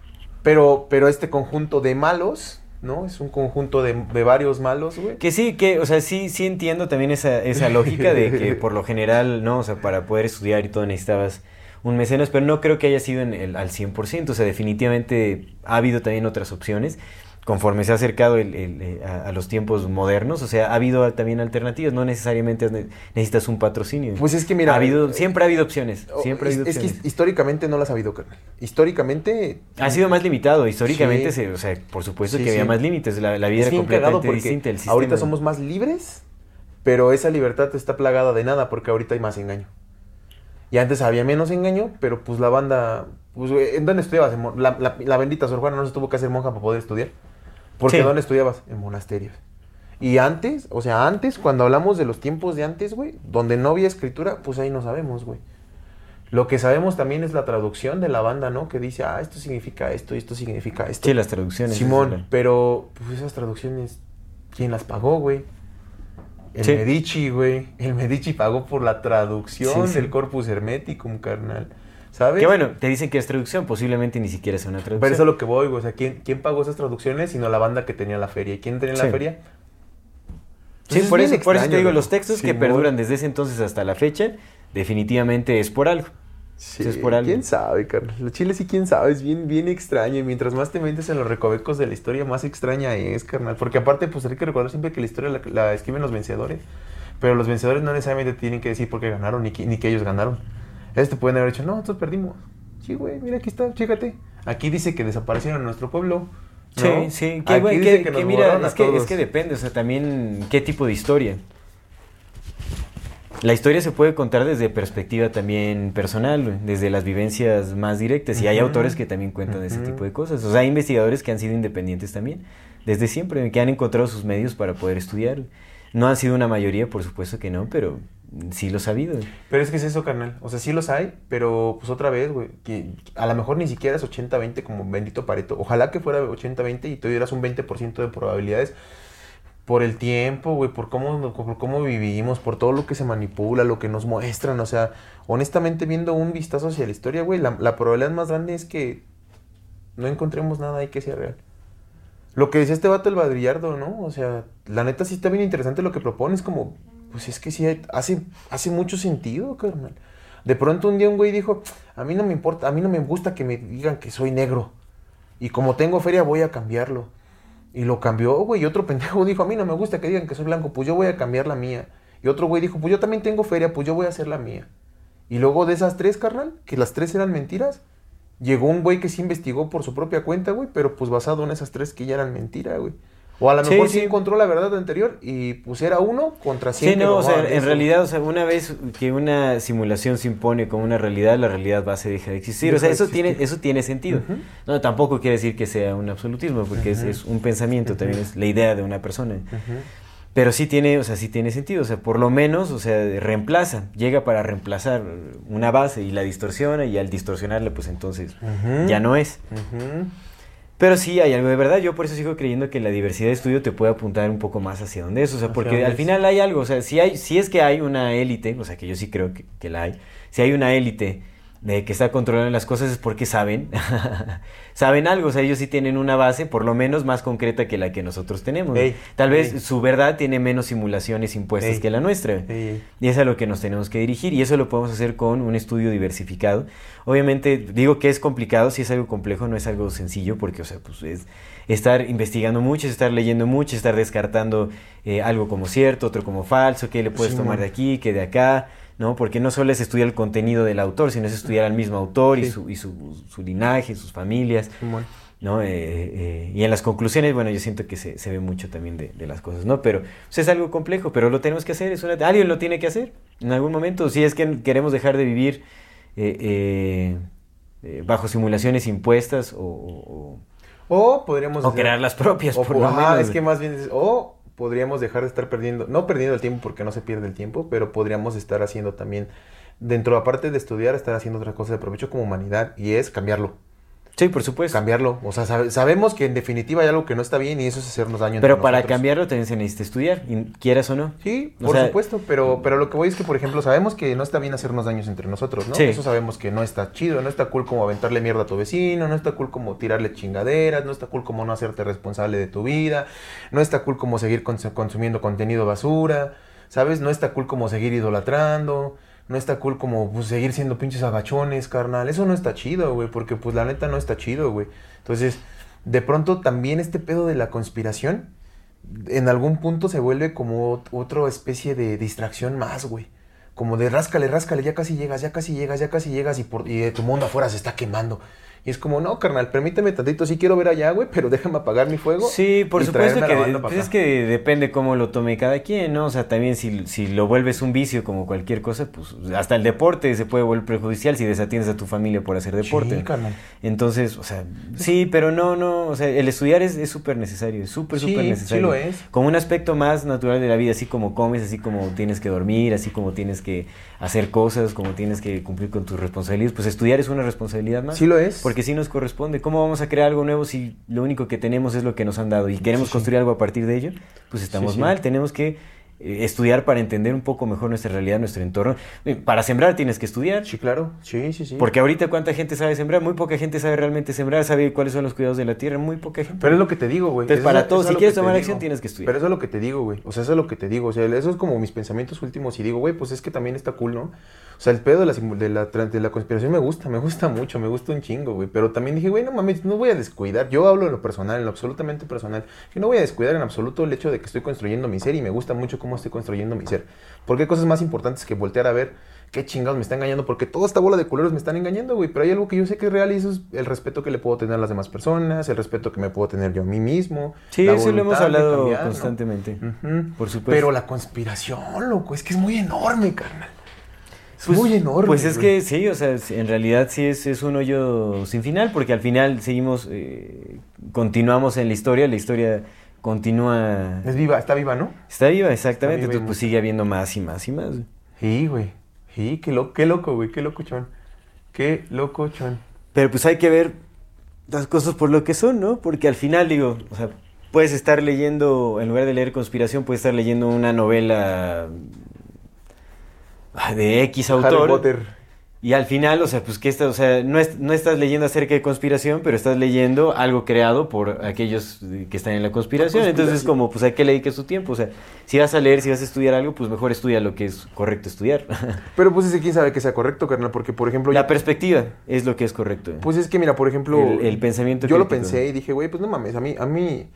pero, pero este conjunto de malos, ¿no? Es un conjunto de, de varios malos, güey. Que sí, que, o sea, sí, sí entiendo también esa, esa lógica de que por lo general, ¿no? O sea, para poder estudiar y todo necesitabas un mecenas, pero no creo que haya sido en el, al cien por ciento, o sea, definitivamente ha habido también otras opciones, conforme se ha acercado el, el, eh, a, a los tiempos modernos, o sea, ha habido también alternativas, no necesariamente ne- necesitas un patrocinio. Pues es que mira, ha habido, eh, siempre ha habido opciones, Oh, siempre ha es, habido es que opciones. históricamente no las ha habido, carnal. Históricamente... Ha sido más limitado, históricamente, Sí. se, o sea, por supuesto Sí, que había sí. más límites, la, la vida Es era bien cagado completamente porque distinta, el sistema. ahorita somos más libres, pero esa libertad está plagada de nada porque ahorita hay más engaño. Y antes había menos engaño, pero pues la banda... Pues, güey, ¿en dónde estudiabas? En mo- la, la, la bendita Sor Juana no se tuvo que hacer monja para poder estudiar. Porque Sí. ¿dónde estudiabas? En monasterios. Y antes, o sea, antes, cuando hablamos de los tiempos de antes, güey, donde no había escritura, pues ahí no sabemos, güey. Lo que sabemos también es la traducción de la banda, ¿no? Que dice, ah, esto significa esto y esto significa esto. Sí, las traducciones. Simón, pero pues esas traducciones, ¿quién las pagó, güey? El Sí. Medici, güey. El Medici pagó por la traducción Sí, sí. del Corpus Hermeticum, carnal. ¿Sabes? Que bueno, te dicen que es traducción, posiblemente ni siquiera sea una traducción. Pero eso es lo que voy, güey. O sea, ¿quién, ¿quién pagó esas traducciones sino la banda que tenía la feria? ¿Y quién tenía Sí. la feria? Sí, Pues por es eso, bien por eso te extraño, digo, loco. los textos que Simón. perduran desde ese entonces hasta la fecha, definitivamente es por algo. Sí, es por algo. quién sabe, carnal. Los chiles sí, quién sabe, es bien, bien extraño. Y mientras más te metes en los recovecos de la historia, más extraña es, carnal. Porque aparte, pues hay que recordar siempre que la historia la, la escriben los vencedores. Pero los vencedores no necesariamente tienen que decir por qué ganaron, ni que, ni que ellos ganaron. Ellos te pueden haber dicho, no, nosotros perdimos. Sí, güey, mira, aquí está, chécate. Aquí dice que desaparecieron en nuestro pueblo. Sí, ¿no? sí, que, Aquí bueno, dice que, que que nos mira, borraron a es que, es todos. que depende, o sea, también qué tipo de historia. La historia se puede contar desde perspectiva también personal, güey, desde las vivencias más directas. Y hay Ujú. autores que también cuentan ese Ujú. tipo de cosas. O sea, hay investigadores que han sido independientes también, desde siempre, que han encontrado sus medios para poder estudiar. No han sido una mayoría, por supuesto que no, pero sí los ha habido. Pero es que es eso, carnal. O sea, sí los hay, pero pues otra vez, güey, que a lo mejor ni siquiera es ochenta veinte como bendito Pareto. Ojalá que fuera ochenta veinte y tuvieras un veinte por ciento de probabilidades por el tiempo, güey, por cómo, por cómo vivimos, por todo lo que se manipula, lo que nos muestran. O sea, honestamente, viendo un vistazo hacia la historia, güey, la, la probabilidad más grande es que no encontremos nada ahí que sea real. Lo que decía este vato el Badrillardo, ¿no? O sea, la neta sí está bien interesante lo que propones, como, pues es que sí hay- hace, hace mucho sentido, carnal. De pronto un día un güey dijo, a mí no me importa, a mí no me gusta que me digan que soy negro. Y como tengo feria voy a cambiarlo. Y lo cambió, güey. Y otro pendejo dijo, a mí no me gusta que digan que soy blanco, pues yo voy a cambiar la mía. Y otro güey dijo, pues yo también tengo feria, pues yo voy a hacer la mía. Y luego de esas tres, carnal, que las tres eran mentiras, llegó un güey que sí investigó por su propia cuenta, güey, pero pues basado en esas tres que ya eran mentira, güey. O a lo Sí, mejor sí, sí. encontró la verdad anterior y pues era uno contra cien. Sí, que no, o sea, mamaban de en eso. realidad, o sea, una vez que una simulación se impone como una realidad, la realidad base deja de existir. Deja O sea, de eso existir. tiene, eso tiene sentido. Ujú. No, tampoco quiere decir que sea un absolutismo, porque es, Ujú. es un pensamiento, también Ujú. es la idea de una persona. Ujú. Pero sí tiene, o sea, sí tiene sentido, o sea, por lo menos, o sea, reemplaza, llega para reemplazar una base y la distorsiona, y al distorsionarla, pues entonces Ujú. ya no es. Ujú. Pero sí hay algo de verdad, yo por eso sigo creyendo que la diversidad de estudio te puede apuntar un poco más hacia donde es, o sea, Hacia porque dónde al es. final hay algo, o sea, si, hay, si es que hay una élite, o sea, que yo sí creo que, que la hay, si hay una élite de que está controlando las cosas es porque saben, saben algo, o sea, ellos sí tienen una base por lo menos más concreta que la que nosotros tenemos. Ey, Tal vez ey. su verdad tiene menos simulaciones impuestas Ey. que la nuestra. Ey, ey. Y es a lo que nos tenemos que dirigir, y eso lo podemos hacer con un estudio diversificado. Obviamente, digo que es complicado, si es algo complejo, no es algo sencillo, porque, o sea, pues es estar investigando mucho, es estar leyendo mucho, estar descartando eh, algo como cierto, otro como falso, qué le puedes Sí, tomar man. de aquí, qué de acá, ¿no? Porque no solo es estudiar el contenido del autor, sino es estudiar al mismo autor y, Sí. su, y su, su linaje, sus familias, Simón. ¿no? Eh, eh, y en las conclusiones, bueno, yo siento que se, se ve mucho también de, de las cosas, ¿no? Pero pues, es algo complejo, pero lo tenemos que hacer, es una, alguien lo tiene que hacer en algún momento, si es que queremos dejar de vivir eh, eh, eh, bajo simulaciones impuestas o, o, O podríamos o hacer- crear las propias, o por po- lo ajá, menos. es que más bien es- o podríamos dejar de estar perdiendo, no perdiendo el tiempo porque no se pierde el tiempo, pero podríamos estar haciendo también, dentro, aparte de estudiar, estar haciendo otra cosa de provecho como humanidad, y es cambiarlo. Sí, por supuesto. Cambiarlo. O sea, sabe- sabemos que en definitiva hay algo que no está bien y eso es hacernos daño. Pero entre para nosotros. cambiarlo también se necesita estudiar, y quieras o no. Sí, O por sea, supuesto, pero, pero lo que voy es que, por ejemplo, sabemos que no está bien hacernos daños entre nosotros, ¿no? Sí. Eso sabemos que no está chido, no está cool como aventarle mierda a tu vecino, no está cool como tirarle chingaderas, no está cool como no hacerte responsable de tu vida, no está cool como seguir cons- consumiendo contenido basura, ¿sabes? No está cool como seguir idolatrando, no está cool como pues, seguir siendo pinches agachones, carnal. Eso no está chido, güey, porque pues la neta no está chido, güey. Entonces, de pronto también este pedo de la conspiración en algún punto se vuelve como ot- otra especie de distracción más, güey. Como de ráscale, ráscale, ya casi llegas, ya casi llegas, ya casi llegas y, por, y eh, tu mundo afuera se está quemando. Y es como, no, carnal, permíteme tantito, sí quiero ver allá, güey, pero déjame apagar mi fuego. Sí, por y supuesto traerme que la banda de- pa' pues es acá. que depende cómo lo tome cada quien, ¿no? O sea, también si, si lo vuelves un vicio como cualquier cosa, pues hasta el deporte se puede volver perjudicial si desatiendes a tu familia por hacer deporte. Sí, carnal. Entonces, o sea, sí, pero no, no, o sea, el estudiar es es súper necesario, es súper, Sí, súper sí necesario. lo es. Como un aspecto más natural de la vida, así como comes, así como tienes que dormir, así como tienes que hacer cosas, como tienes que cumplir con tus responsabilidades, pues estudiar es una responsabilidad más. Sí lo es. Porque sí nos corresponde. ¿Cómo vamos a crear algo nuevo si lo único que tenemos es lo que nos han dado y queremos Sí, sí. construir algo a partir de ello? Pues estamos Sí, sí. mal. Tenemos que eh, estudiar para entender un poco mejor nuestra realidad, nuestro entorno. Eh, Para sembrar tienes que estudiar. Sí, claro. Sí, sí, sí. Porque ahorita cuánta gente sabe sembrar, muy poca gente sabe realmente sembrar, sabe cuáles son los cuidados de la tierra, muy poca gente. Pero es lo que te digo, güey. Entonces, Eso para es- todo, eso es si lo quieres que te tomar digo. acción, tienes que estudiar. Pero eso es lo que te digo, güey. O sea, eso es lo que te digo. O sea, eso es como mis pensamientos últimos. Y digo, güey, pues es que también está cool, ¿no? O sea, el pedo de la, simu- de la, tra- de la conspiración me gusta, me gusta mucho, me gusta un chingo, güey. Pero también dije, güey, no mames, no voy a descuidar. Yo hablo en lo personal, en lo absolutamente personal. Que no voy a descuidar en absoluto el hecho de que estoy construyendo mi ser y me gusta mucho cómo estoy construyendo mi ser. Porque hay cosas más importantes que voltear a ver qué chingados me está engañando. Porque toda esta bola de culeros me están engañando, güey. Pero hay algo que yo sé que es real y eso es el respeto que le puedo tener a las demás personas, el respeto que me puedo tener yo a mí mismo. Sí, la eso lo hemos voluntad de hablado cambiar, ¿no? constantemente. Ujú. Por supuesto. Pero la conspiración, loco, es que es muy enorme, carnal. Es Pues- muy enorme. Pues es güey. que sí, o sea, en realidad sí es, es un hoyo sin final, porque al final seguimos, eh, continuamos en la historia, la historia continúa, Es viva, está viva, ¿no? está viva, exactamente, Está viva y entonces pues sigue habiendo más y más y más. Sí, güey. Sí, qué, lo, qué loco, güey. Qué locochón. Qué locochón. Pero pues hay que ver las cosas por lo que son, ¿no? Porque al final, digo, o sea, puedes estar leyendo, en lugar de leer conspiración, puedes estar leyendo una novela de X Harry autor. Potter. Y al final, o sea, pues que estás, o sea, no, es- no estás leyendo acerca de conspiración, pero estás leyendo algo creado por aquellos eh, que están en la conspiración. La Entonces, conspiración. como, pues hay que leer su tiempo. O sea, si vas a leer, si vas a estudiar algo, pues mejor estudia lo que es correcto estudiar. Pero pues ese quién sabe que sea correcto, carnal. Porque, por ejemplo, La yo- perspectiva es lo que es correcto. pues es que, mira, por ejemplo. El- el pensamiento Yo lo crítico. pensé y dije, güey, pues no mames. A mí, a mí.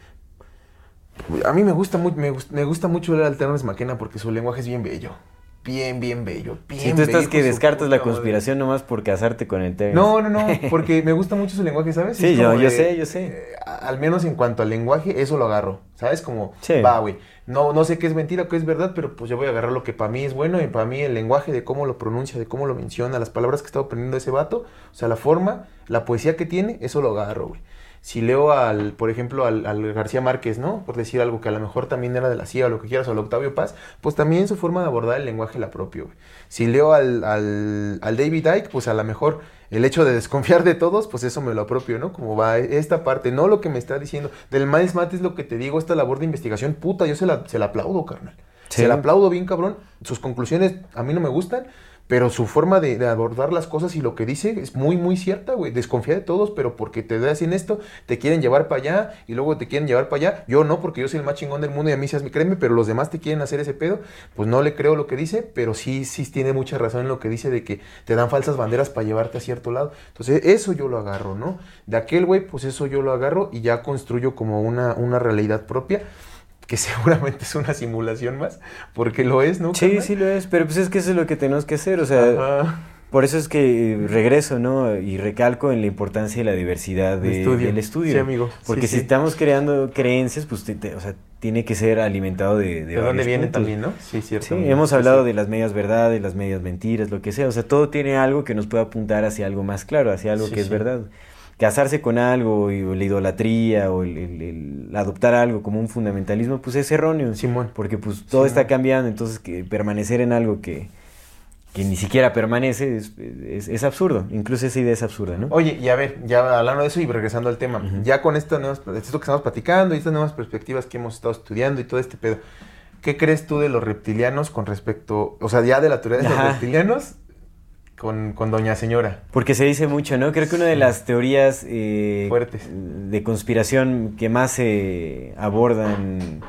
A mí me gusta, muy, me, gust- me gusta mucho leer al Terence McKenna porque su lenguaje es bien bello. Bien, bien bello. Bien Si tú estás bello, que hijo de su descartas la puta madre. conspiración nomás por casarte con el tema. No, no, no, porque me gusta mucho su lenguaje, ¿sabes? Sí, Es yo- como yo de, sé, yo sé. eh, a- al menos en cuanto al lenguaje, eso lo agarro, ¿sabes? Como, Sí. va, güey, no, no sé qué es mentira o qué es verdad, pero pues yo voy a agarrar lo que para mí es bueno y para mí el lenguaje de cómo lo pronuncia, de cómo lo menciona, las palabras que estaba aprendiendo ese vato, o sea, la forma, la poesía que tiene, eso lo agarro, güey. Si leo al, por ejemplo, al, al García Márquez, ¿no? Por decir algo que a lo mejor también era de la C I A o lo que quieras, o al Octavio Paz, pues también su forma de abordar el lenguaje la propia, güey. Si leo al, al, al David Icke, pues a lo mejor el hecho de desconfiar de todos, pues eso me lo apropio, ¿no? Como va esta parte, no lo que me está diciendo. Del Miles Matt lo que te digo, esta labor de investigación, puta, yo se la, se la aplaudo, carnal. Sí. Se la aplaudo bien, cabrón. Sus conclusiones a mí no me gustan, pero su forma de, de abordar las cosas y lo que dice es muy, muy cierta, güey. Desconfía de todos, pero porque te hacen esto, te quieren llevar para allá y luego te quieren llevar para allá. Yo no, porque yo soy el más chingón del mundo y a mí seas mi créeme, pero los demás te quieren hacer ese pedo. Pues no le creo lo que dice, pero sí, sí tiene mucha razón en lo que dice de que te dan falsas banderas para llevarte a cierto lado. Entonces, eso yo lo agarro, ¿no? De aquel güey, pues eso yo lo agarro y ya construyo como una, una realidad propia, que seguramente es una simulación más, porque lo es, ¿no? Sí, carnal? sí lo es, pero pues es que eso es lo que tenemos que hacer, o sea, Ajá. por eso es que eh, regreso, ¿no? Y recalco en la importancia de la diversidad de- Estudio. del estudio. Sí, amigo. Porque Sí, si sí. estamos creando creencias, pues, te- te- o sea, tiene que ser alimentado de, de, ¿De dónde varios viene puntos. también, no? Sí, cierto. Sí, amigo. hemos Sí, hablado sí. de las medias verdades, las medias mentiras, lo que sea. O sea, todo tiene algo que nos puede apuntar hacia algo más claro, hacia algo Sí, que es sí. verdad. Casarse con algo, y, o la idolatría, o el, el- el adoptar algo como un fundamentalismo, pues es erróneo. Simón. Porque pues todo Simón. está cambiando, entonces que permanecer en algo que, que ni siquiera permanece es, es, es absurdo. Incluso esa idea es absurda, ¿no? Oye, y a ver, ya hablando de eso y regresando al tema, Ujú. ya con estas nuevas, esto que estamos platicando y estas nuevas perspectivas que hemos estado estudiando y todo este pedo, ¿qué crees tú de los reptilianos con respecto, o sea, ya de la teoría de los Ajá. reptilianos con, con Doña Señora? Porque se dice mucho, ¿no? Creo que una de las teorías eh, Fuertes. de conspiración que más se abordan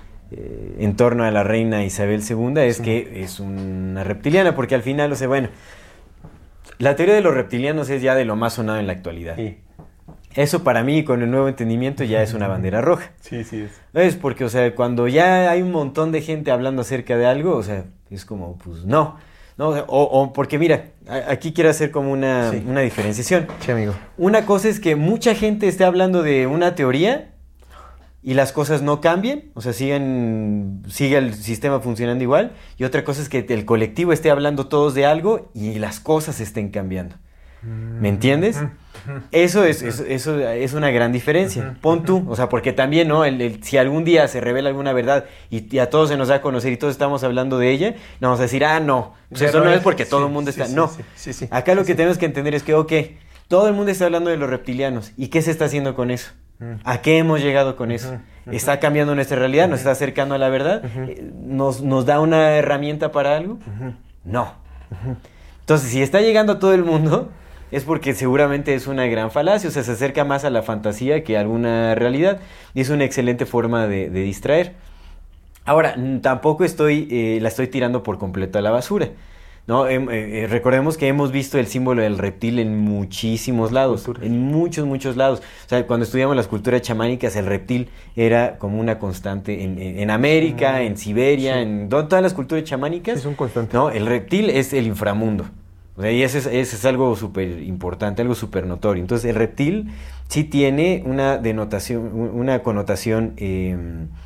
eh, en torno a la reina Isabel segunda es Sí. que es una reptiliana, porque al final, o sea, bueno, la teoría de los reptilianos es ya de lo más sonado en la actualidad. Sí, Eso para mí, con el nuevo entendimiento, ya es una bandera roja. sí, sí es. ¿No? Es porque, o sea, cuando ya hay un montón de gente hablando acerca de algo, o sea, es como, pues no. ¿no? O, o porque mira, a- aquí quiero hacer como una, Sí. una diferenciación. Sí, amigo. Una cosa es que mucha gente esté hablando de una teoría y las cosas no cambien, o sea, siguen, sigue el sistema funcionando igual. Y otra cosa es que el colectivo esté hablando todos de algo y las cosas estén cambiando. ¿Me entiendes? Eso es, es- eso es una gran diferencia. Pon tú, o sea, porque también, ¿no? El- el- si algún día se revela alguna verdad y, y a todos se nos da a conocer y todos estamos hablando de ella, no vamos a decir, ah, no, pues Ya eso no no es- es porque todo sí, el mundo sí, está... sí, no, sí, sí, sí. acá lo Sí, que sí. tenemos que entender es que, ok, todo el mundo está hablando de los reptilianos. ¿Y qué se está haciendo con eso? ¿A qué hemos llegado con eso? ¿Está cambiando nuestra realidad? ¿Nos está acercando a la verdad? Eh, ¿Nos, nos da una herramienta para algo? No. Entonces, si está llegando a todo el mundo, es porque seguramente es una gran falacia, o sea, se acerca más a la fantasía que a alguna realidad, y es una excelente forma de, de distraer. Ahora, mm, tampoco estoy, eh, la estoy tirando por completo a la basura, ¿no? Em- eh, eh, recordemos que hemos visto el símbolo del reptil en muchísimos lados, Culturas. en muchos, muchos lados. O sea, cuando estudiamos las culturas chamánicas, el reptil era como una constante en, en- en América, Mm, en Siberia, sí. en to- todas las culturas chamánicas. Sí, es un constante. No, el reptil es el inframundo. O sea, y ese es, ese es algo súper importante, algo súper notorio. Entonces, el reptil sí tiene una denotación, u- una connotación, eh,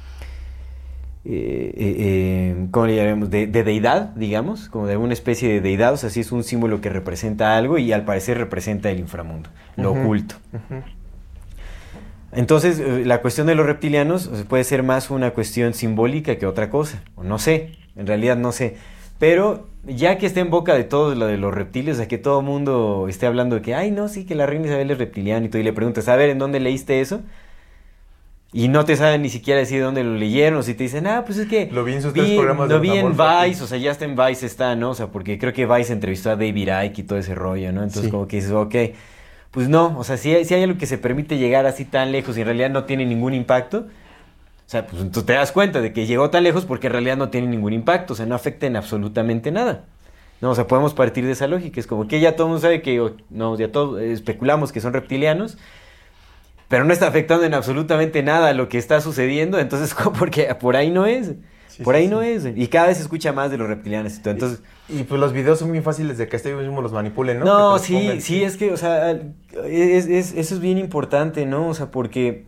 eh, eh, eh, ¿cómo le llamaremos? De, de deidad, digamos, como de alguna especie de deidad. O sea, sí es un símbolo que representa algo y al parecer representa el inframundo, lo Ujú. oculto. Ujú. Entonces, eh, la cuestión de los reptilianos o sea, puede ser más una cuestión simbólica que otra cosa. O no sé, en realidad no sé. Pero ya que esté en boca de todos lo de los reptiles, o sea, que todo el mundo esté hablando de que, ay, no, sí, que la reina Isabel es reptiliana y todo, y le preguntas, a ver, ¿en dónde leíste eso? Y no te saben ni siquiera decir dónde lo leyeron, o si te dicen, ah, pues es que... Lo vi en sus tres programas de Lo vi en Metamorfosis. Vice, o sea, ya está en Vice está, ¿no? O sea, porque creo que Vice entrevistó a David Icke y todo ese rollo, ¿no? Entonces Sí. como que dices, ok, pues no, o sea, si hay, si hay algo que se permite llegar así tan lejos y en realidad no tiene ningún impacto, o sea, pues tú te das cuenta de que llegó tan lejos porque en realidad no tiene ningún impacto, o sea, no afecta en absolutamente nada. No, o sea, podemos partir de esa lógica, es como que ya todo el mundo sabe que, o- no, ya todos eh, especulamos que son reptilianos, pero no está afectando en absolutamente nada lo que está sucediendo, entonces, ¿cómo? Porque por ahí no es, Sí, por sí, ahí sí. no es, y cada vez se escucha más de los reptilianos y todo, entonces... Y pues los videos son muy fáciles de que este mismo los manipulen, ¿no? No, Que te los sí, pongan. sí, es que, o sea, es, es- eso es bien importante, ¿no? O sea, porque...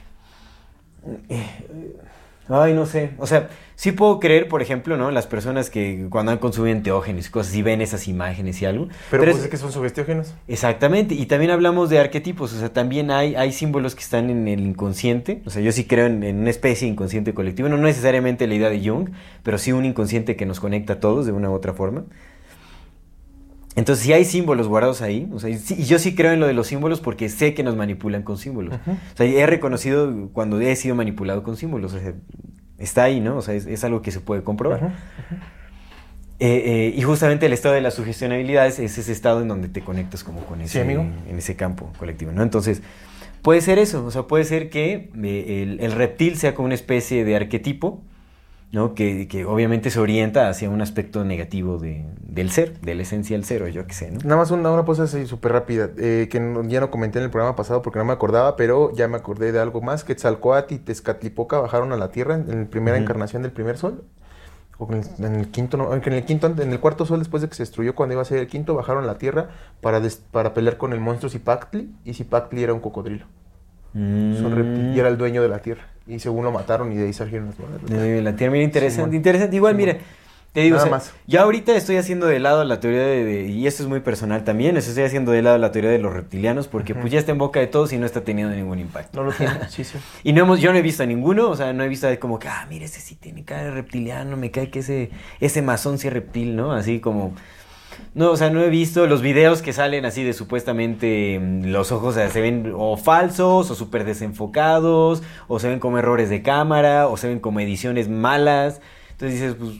Ay, no sé, o sea, sí puedo creer, por ejemplo, ¿no? Las personas que cuando han consumido enteógenos y cosas y ven esas imágenes y algo. Pero, pues es- es que son sugestiógenos. Exactamente, y también hablamos de arquetipos, o sea, también hay, hay símbolos que están en el inconsciente, o sea, yo sí creo en, en una especie de inconsciente colectivo, no necesariamente la idea de Jung, pero sí un inconsciente que nos conecta a todos de una u otra forma. Entonces, sí hay símbolos guardados ahí, o sea, y, sí- y yo sí creo en lo de los símbolos porque sé que nos manipulan con símbolos. Ujú. O sea, he reconocido cuando he sido manipulado con símbolos, o sea, está ahí, ¿no? O sea, es, es algo que se puede comprobar. Ujú. Eh, eh, y justamente el estado de la sugestionabilidad es, es ese estado en donde te conectas como con ese, Sí, amigo. en ese campo colectivo, ¿no? Entonces, puede ser eso, o sea, puede ser que eh, el, el reptil sea como una especie de arquetipo, ¿no? Que, que obviamente se orienta hacia un aspecto negativo de, del ser, de la esencia del ser, o yo qué sé, ¿no? Nada más una, una cosa así súper rápida, eh, que no- ya no comenté en el programa pasado porque no me acordaba, pero ya me acordé de algo más, que Quetzalcóatl y Tezcatlipoca bajaron a la Tierra en, en la primera Ujú. encarnación del primer sol. O en el, en el quinto, no, en el quinto, en el cuarto sol después de que se destruyó cuando iba a ser el quinto, bajaron a la Tierra para, des- para pelear con el monstruo Zipactli, y Zipactli era un cocodrilo. Es un reptil, y era el dueño de la Tierra. Y según lo mataron y de ahí salieron las monedas. De la Tierra, mira, interesante, Simón. interesante. Igual, Simón. mira, te digo, Nada o sea, más. yo ahorita estoy haciendo de lado la teoría de, de- y esto es muy personal también, eso estoy haciendo de lado la teoría de los reptilianos porque Ujú. pues ya está en boca de todos y no está teniendo ningún impacto. No lo tiene, sí, sí. Y no hemos, yo no he visto a ninguno, o sea, no he visto de como que, ah, mira, ese sí tiene cara de reptiliano, me cae que ese, ese masón sí es reptil, ¿no? Así como... No, o sea, no he visto los videos que salen así de supuestamente mm, los ojos, o sea, se ven o falsos o súper desenfocados, o se ven como errores de cámara, o se ven como ediciones malas. Entonces dices, pues...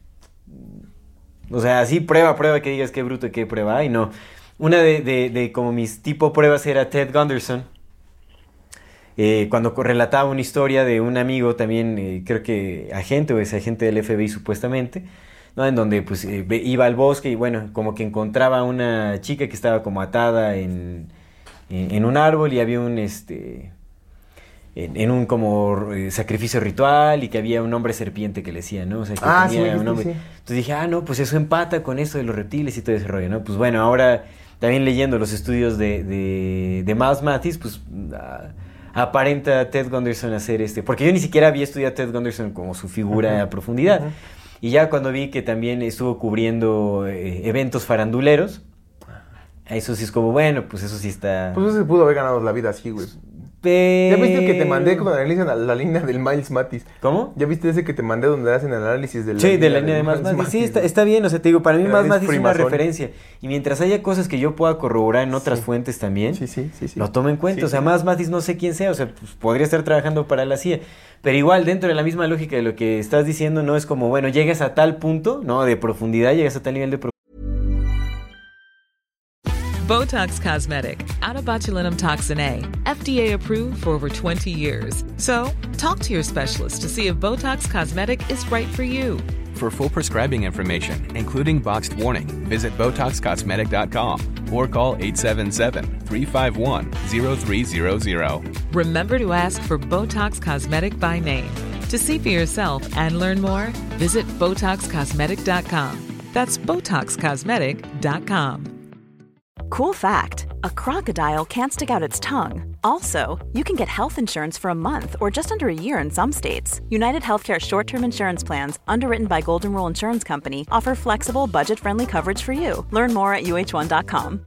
O sea, así prueba, prueba que digas qué bruto y qué prueba hay, no. Una de, de, de como mis tipo pruebas era Ted Gunderson. Eh, cuando co- relataba una historia de un amigo también, eh, creo que agente o es agente del F B I supuestamente, ¿no? En donde pues eh, ve- iba al bosque y bueno, como que encontraba a una chica que estaba como atada en, en, en un árbol y había un este en, en un como eh, sacrificio ritual y que había un hombre serpiente que le decía, ¿no? O sea, que Ah, sí, tenía me un dijiste, hombre. sí. Entonces dije, ah, no, pues eso empata con esto de los reptiles y todo ese rollo, ¿no? Pues bueno, ahora también leyendo los estudios de, de, de Miles Mathis, pues ah, aparenta a Ted Gunderson hacer este, porque yo ni siquiera había estudiado a Ted Gunderson como su figura Ujú. a profundidad. Ujú. Y ya cuando vi que también estuvo cubriendo eh, eventos faranduleros, eso sí es como, bueno, pues eso sí está... Pues eso se pudo haber ganado la vida así, güey. Pero... ¿Ya viste el que te mandé cuando analizan la, la línea del Miles Mathis? ¿Cómo? ¿Ya viste ese que te mandé donde hacen el análisis de la Sí, de la del línea de Miles Miles Mathis. Sí, Mathis, está, güey? está bien, o sea, te digo, para mí Pero Miles eres Mathis es una primazón. referencia. Y mientras haya cosas que yo pueda corroborar en otras Sí. fuentes también, Sí, sí, sí, sí. lo tomo en cuenta. Sí, o sea, sí. Miles Mathis no sé quién sea, o sea, pues, podría estar trabajando para la C I A. Pero igual, dentro de la misma lógica de lo que estás diciendo, no es como, bueno, llegas a tal punto, ¿no? De profundidad, llegas a tal nivel de profundidad. Botox Cosmetic, out of botulinum toxin A, F D A approved for over twenty years. So, talk to your specialist to see if Botox Cosmetic is right for you. For full prescribing information, including boxed warning, visit Botox Cosmetic dot com or call eight seven seven, three five one, zero three zero zero. Remember to ask for Botox Cosmetic by name. To see for yourself and learn more, visit Botox Cosmetic dot com. That's Botox Cosmetic dot com. Cool fact, a crocodile can't stick out its tongue. Also, you can get health insurance for a month or just under a year in some states. United Healthcare short-term insurance plans, underwritten by Golden Rule Insurance Company, offer flexible, budget-friendly coverage for you. Learn more at U H one dot com.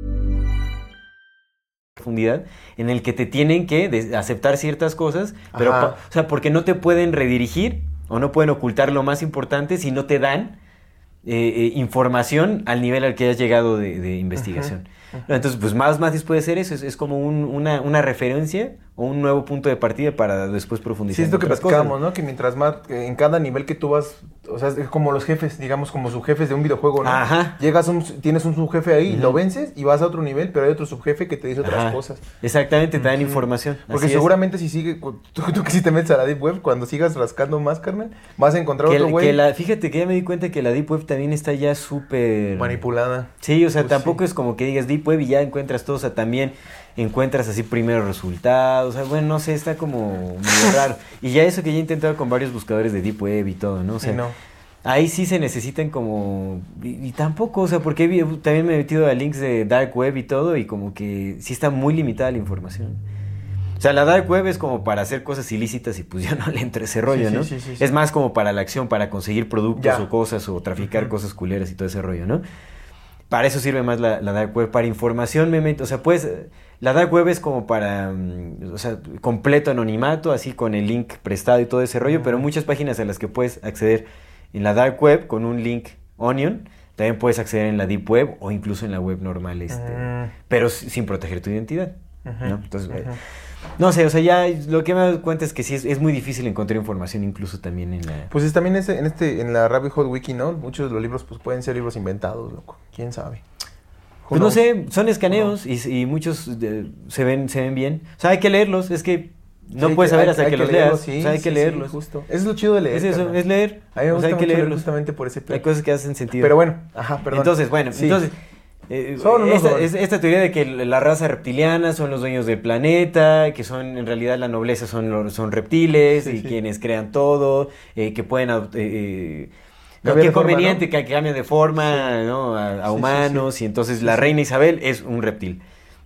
profundidad en el que te tienen que de- aceptar ciertas cosas, pero, Ajá. pa- o sea, porque no te pueden redirigir o no pueden ocultar lo más importante si no te dan eh, eh, información al nivel al que has llegado de, de investigación. ¿No? Entonces, pues Miles Mathis puede ser eso, es, es como un- una, una referencia o un nuevo punto de partida para después profundizar. Sí, es en lo que otras platicábamos, cosas. ¿no? Que mientras más, que en cada nivel que tú vas, o sea, es como los jefes, digamos, como subjefes de un videojuego, ¿no? Ajá. Llegas a un, tienes un subjefe ahí, Ujú. lo vences y vas a otro nivel, pero hay otro subjefe que te dice otras Ajá. cosas. Exactamente, te dan Ujú. información. Porque así es. seguramente si sigue, tú, tú que si te metes a la Deep Web, cuando sigas rascando más, carnal, vas a encontrar Que, otro que güey la, fíjate que ya me di cuenta que la Deep Web también está ya súper... manipulada. Sí, o sea, Pues tampoco sí. es como que digas Deep Web y ya encuentras todo, o sea, también encuentras así primeros resultados, o sea, bueno, no sé, está como medio raro. Y ya eso que ya he intentado con varios buscadores de Deep Web y todo, ¿no? O sea, Sí, no. ahí sí se necesitan como... Y, y tampoco, o sea, porque vi- también me he metido a links de Dark Web y todo y como que sí está muy limitada la información. O sea, la Dark Web es como para hacer cosas ilícitas y pues ya no le entra ese rollo, Sí, sí, ¿no? sí, sí, sí. Es más como para la acción, para conseguir productos Ya. o cosas o traficar Ujú. cosas culeras y todo ese rollo, ¿no? Para eso sirve más la, la Dark Web. Para información me meto, o sea, pues la Dark Web es como para, mm, o sea, completo anonimato, así con el link prestado y todo ese rollo, pero muchas páginas a las que puedes acceder en la Dark Web con un link Onion, también puedes acceder en la Deep Web o incluso en la web normal, este, Mm. pero s- sin proteger tu identidad, Ujú, ¿no? Entonces, eh, ujú. no sé, o sea, ya lo que me he dado cuenta es que sí es, es muy difícil encontrar información incluso también en la... Pues es también ese, en este, en la Rabbit Hole Wiki, ¿no? Muchos de los libros pues pueden ser libros inventados, loco. ¿Quién sabe? Who Pues no knows? sé, son escaneos y, y muchos eh, se ven se ven bien. O sea, hay que leerlos, es que no Sí, hay puedes que- saber hay- hasta hay que, los leerlos, leas. sí, o sea, hay sí, que sí, leerlos. justo. Eso es lo chido de leer. Es eso, carnal. es leer. A mí me O gusta sea, hay que mucho leer leerlos. justamente por ese pedo. Hay cosas que hacen sentido. Pero bueno, ajá, perdón. Entonces, bueno, Sí. entonces... eh, Son unos esta, don- es- esta teoría de que la raza reptiliana son los dueños del planeta, que son en realidad la nobleza son, los- son reptiles Sí, y sí. quienes crean todo, eh, que pueden... aut- eh, eh, no, Cambiar qué de forma, conveniente ¿no? que, que cambien de forma, ¿no? a, a Sí, sí, humanos sí. y entonces Sí, la sí. reina Isabel es un reptil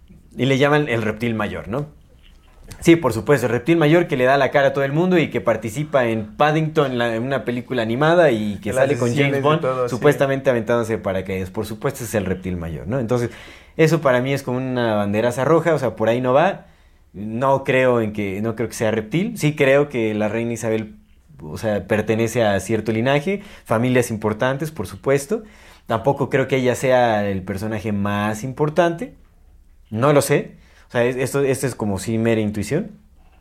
y le llaman el reptil mayor, ¿no? Sí, por supuesto, el reptil mayor que le da la cara a todo el mundo y que participa en Paddington, la- en una película animada y que Las sale con decisiones James de Bond, todo, sí. supuestamente aventándose paracaídas. Por supuesto, ese es el reptil mayor, ¿no? Entonces, eso para mí es como una banderaza roja, o sea, por ahí no va. No creo en que, no creo que sea reptil. Sí creo que la reina Isabel, o sea, pertenece a cierto linaje, familias importantes, por supuesto. Tampoco creo que ella sea el personaje más importante. No lo sé. O sea, es- esto, esto es como si mera intuición.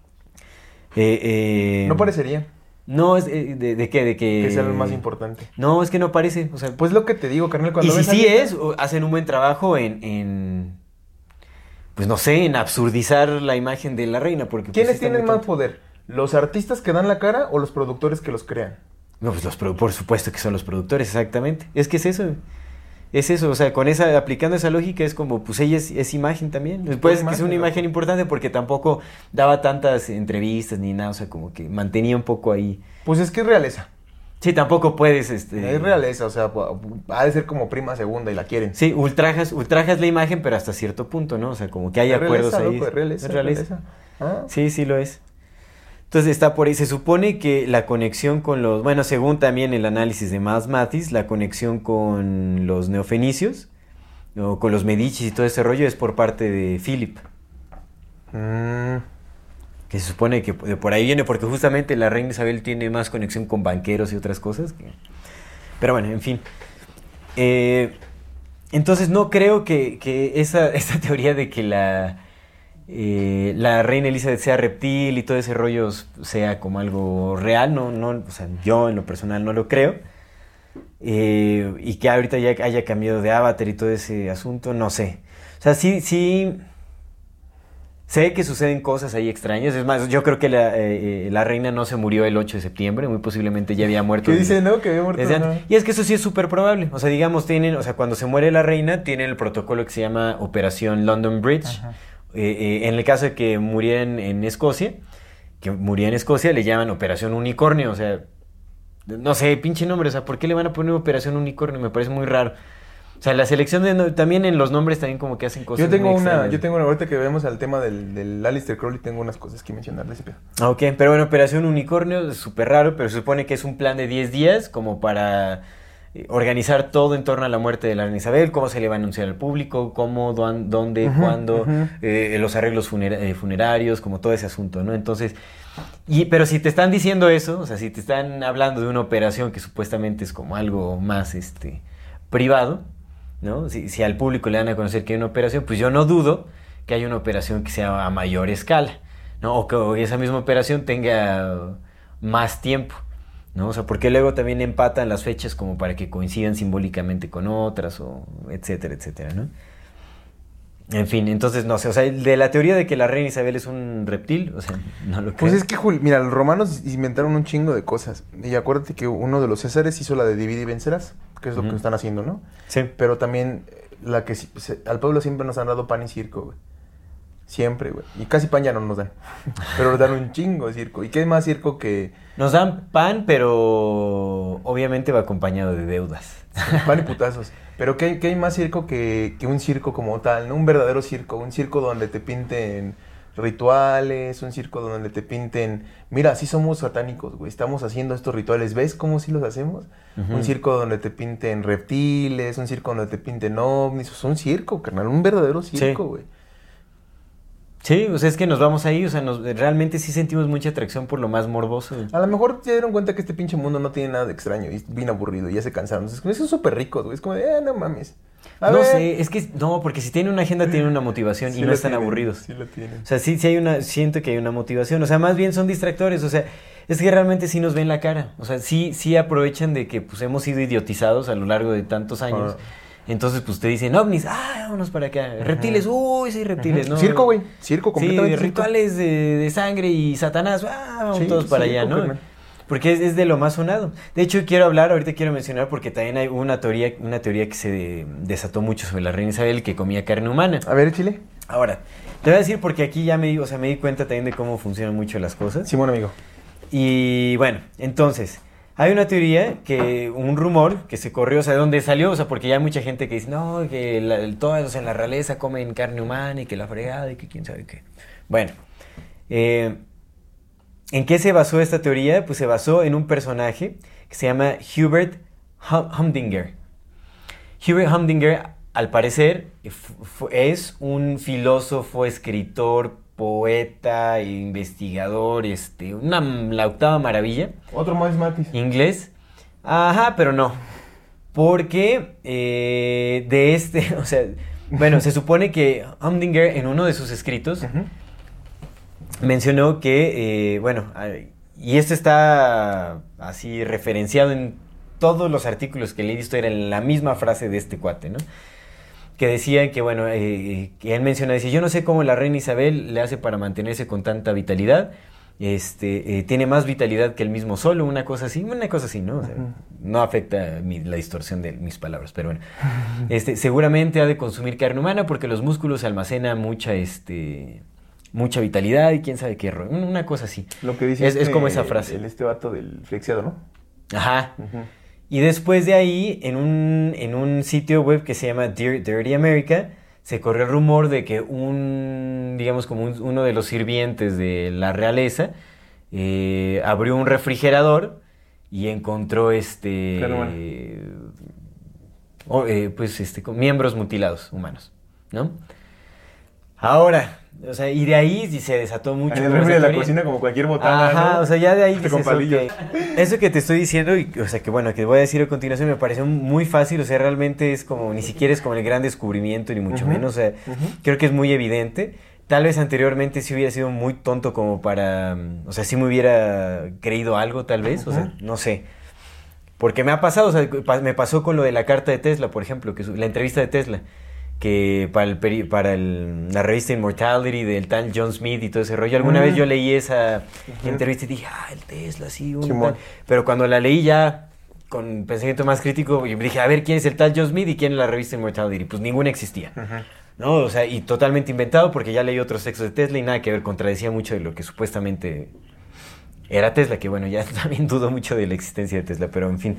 Eh, eh, No parecería No, es eh, de, de qué, de que... que sea lo más importante. No, es que no parece. O sea, Pues lo que te digo, carnal, cuando y si ves a sí alguien- es, o- hacen un buen trabajo en, en, pues no sé, en absurdizar la imagen de la reina. Porque, pues, ¿Quiénes sí está tienen muy más tonto. poder? ¿Los artistas que dan la cara o los productores que los crean? No, pues los, produ- por supuesto que son los productores, exactamente. Es que es eso. es eso, o sea, con esa, aplicando esa lógica es como, pues ella es, es imagen también. Después que es una imagen importante porque tampoco daba tantas entrevistas ni nada, o sea, como que mantenía un poco ahí. Pues es que es realeza. Sí, tampoco puedes, este... Es realeza, o sea, ha de ser como prima segunda y la quieren. Sí, ultrajas, ultrajas la imagen, pero hasta cierto punto, ¿no? O sea, como que hay Es acuerdos realeza, ahí. loco, es realeza, Es realeza. realeza. Ah. Sí, sí lo es. Entonces está por ahí. Se supone que la conexión con los... Bueno, según también el análisis de Miles Mathis, la conexión con los neofenicios, o con los Medici y todo ese rollo, es por parte de Philip. Mm. Que se supone que de por ahí viene, porque justamente la reina Isabel tiene más conexión con banqueros y otras cosas. Que... Pero bueno, en fin. Eh, entonces no creo que, que esa, esa teoría de que la... Eh, la reina Elizabeth sea reptil y todo ese rollo sea como algo real, no, no, o sea, yo en lo personal no lo creo, eh, y que ahorita ya haya cambiado de avatar y todo ese asunto, no sé, o sea, sí, sí, sé que suceden cosas ahí extrañas, es más, yo creo que la, eh, la reina no se murió el ocho de septiembre, muy posiblemente ya había muerto. ¿Qué dice, no? Que había muerto. Desde No. antes. Y es que eso sí es súper probable, o sea, digamos, tienen, o sea, cuando se muere la reina, tienen el protocolo que se llama Operación London Bridge. Ajá. Eh, eh, en el caso de que murieran en Escocia, que muriera en Escocia, le llaman Operación Unicornio, o sea, no sé, pinche nombre, o sea, ¿por qué le van a poner Operación Unicornio? Me parece muy raro. O sea, la selección de no, también en los nombres también como que hacen cosas Yo tengo muy una, extrañas. yo tengo una, ahorita que vemos al tema del, del Aleister Crowley, tengo unas cosas que mencionar de ese pedo. Ah, ok, pero bueno, Operación Unicornio es súper raro, pero se supone que es un plan de diez días como para eh, organizar todo en torno a la muerte de la reina Isabel, cómo se le va a anunciar al público, cómo, duan- dónde, Ujú, cuándo, ujú. eh, los arreglos funera- eh, funerarios, como todo ese asunto, ¿no? Entonces, y, pero si te están diciendo eso, o sea, si te están hablando de una operación que supuestamente es como algo más, este, privado, ¿no? Si, si al público le dan a conocer que hay una operación, pues yo no dudo que haya una operación que sea a mayor escala, ¿no? O que o esa misma operación tenga más tiempo, ¿no? O sea, porque luego también empatan las fechas como para que coincidan simbólicamente con otras, o etcétera, etcétera, ¿no? En fin, entonces no sé, o sea, de la teoría de que la reina Isabel es un reptil, o sea, no lo creo. Pues es que, Jul, mira, los romanos inventaron un chingo de cosas. Y acuérdate que uno de los Césares hizo la de divide y vencerás, que es lo Ujú. que están haciendo, ¿no? Sí. Pero también eh, la que sí- se- al pueblo siempre nos han dado pan y circo, güey. Siempre, güey. Y casi pan ya no nos dan. Pero nos dan un chingo de circo. ¿Y qué es más circo que Nos dan pan, pero obviamente va acompañado de deudas. pan y putazos? Pero ¿qué, hay- qué hay más circo que, que un circo como tal, ¿no? Un verdadero circo. Un circo donde te pinten rituales, un circo donde te pinten... Mira, sí somos satánicos, güey. Estamos haciendo estos rituales. ¿Ves cómo sí los hacemos? Ujú. Un circo donde te pinten reptiles, un circo donde te pinten ovnis. Es un circo, carnal. Un verdadero circo, güey. Sí, o sea, es que nos vamos ahí, o sea, nos, realmente sí sentimos mucha atracción por lo más morboso. A lo mejor se dieron cuenta que este pinche mundo no tiene nada de extraño y es bien aburrido y ya se cansaron. Es que son súper ricos, güey. Es como de, eh, no mames. A No ver. sé, es que no, porque si tienen una agenda tienen una motivación Sí y no lo están tienen, aburridos. Sí lo tienen. O sea, sí, sí hay una, siento que hay una motivación, o sea, más bien son distractores, o sea, es que realmente sí nos ven la cara, o sea, sí, sí aprovechan de que pues hemos sido idiotizados a lo largo de tantos años. Ah. Entonces, pues te dicen ovnis, ah, vámonos para acá. Reptiles, uy, sí, reptiles, ¿no? Circo, güey. Circo, Sí, completamente. circo. rituales de, de sangre y Satanás, ah, vamos Sí, todos para circo, allá, ¿no? carnal. Porque es, es de lo más sonado. De hecho, quiero hablar, ahorita quiero mencionar, porque también hay una teoría, una teoría que se desató mucho sobre la reina Isabel que comía carne humana. A ver, Chile. Ahora, te voy a decir porque aquí ya me di, o sea, me di cuenta también de cómo funcionan mucho las cosas. Simón, amigo. Y bueno, entonces, hay una teoría, que un rumor que se corrió, o sea, ¿de dónde salió? O sea, porque ya hay mucha gente que dice, no, que la, el- todos o sea, en la realeza comen carne humana y que la fregada y que quién sabe qué. Bueno, eh, ¿en qué se basó esta teoría? Pues se basó en un personaje que se llama Hubert Hum- Humdinger. Hubert Humdinger, al parecer, fu- fu- es un filósofo, escritor, poeta, investigador, este, una, la octava maravilla, Otro más Matis. inglés. Ajá, pero no. Porque eh, de este, o sea, bueno, se supone que Humdinger en uno de sus escritos Ujú. mencionó que, eh, bueno, ay, y esto está así referenciado en todos los artículos que leí, esto era la misma frase de este cuate, ¿no? Que decía que, bueno, eh, que él menciona, dice, yo no sé cómo la reina Isabel le hace para mantenerse con tanta vitalidad, este, eh, tiene más vitalidad que el mismo solo, una cosa así, una cosa así, ¿no? O sea, uh-huh. No afecta mi, la distorsión de mis palabras, pero bueno. Este, seguramente ha de consumir carne humana porque los músculos almacenan mucha, este, mucha vitalidad y quién sabe qué, una cosa así. Lo que dice es, este, es como esa frase. El, este vato del flexiado, ¿no? Ajá. Uh-huh. Y después de ahí, en un, en un sitio web que se llama Dear, Dirty America, se corrió el rumor de que un, digamos, como un, uno de los sirvientes de la realeza eh, abrió un refrigerador y encontró este, Claro, bueno. eh, oh, eh, pues este, con miembros mutilados humanos, ¿no? Ahora, o sea, y de ahí se desató mucho. En el refri de la cocina como cualquier botana, ajá, ¿no? O sea, ya de ahí Con dices, palillos. okay. Eso que te estoy diciendo, y, o sea, que bueno, que voy a decir a continuación, me pareció muy fácil, o sea, realmente es como, ni siquiera es como el gran descubrimiento, ni mucho uh-huh. menos, o sea, uh-huh. creo que es muy evidente. Tal vez anteriormente sí hubiera sido muy tonto como para, o sea, sí me hubiera creído algo, tal vez, uh-huh. o sea, no sé. Porque me ha pasado, o sea, me pasó con lo de la carta de Tesla, por ejemplo, que la entrevista de Tesla, que para, el peri- para el, la revista Immortality del tal John Smith y todo ese rollo. Alguna uh-huh. vez yo leí esa uh-huh. entrevista y dije, ah, el Tesla, sí, un tal. Pero cuando la leí ya con pensamiento más crítico, yo dije, a ver, ¿quién es el tal John Smith y quién es la revista Immortality? Pues ninguna existía. Uh-huh. ¿No? O sea, y totalmente inventado porque ya leí otros textos de Tesla y nada que ver, contradecía mucho de lo que supuestamente era Tesla, que bueno, ya también dudo mucho de la existencia de Tesla, pero en fin.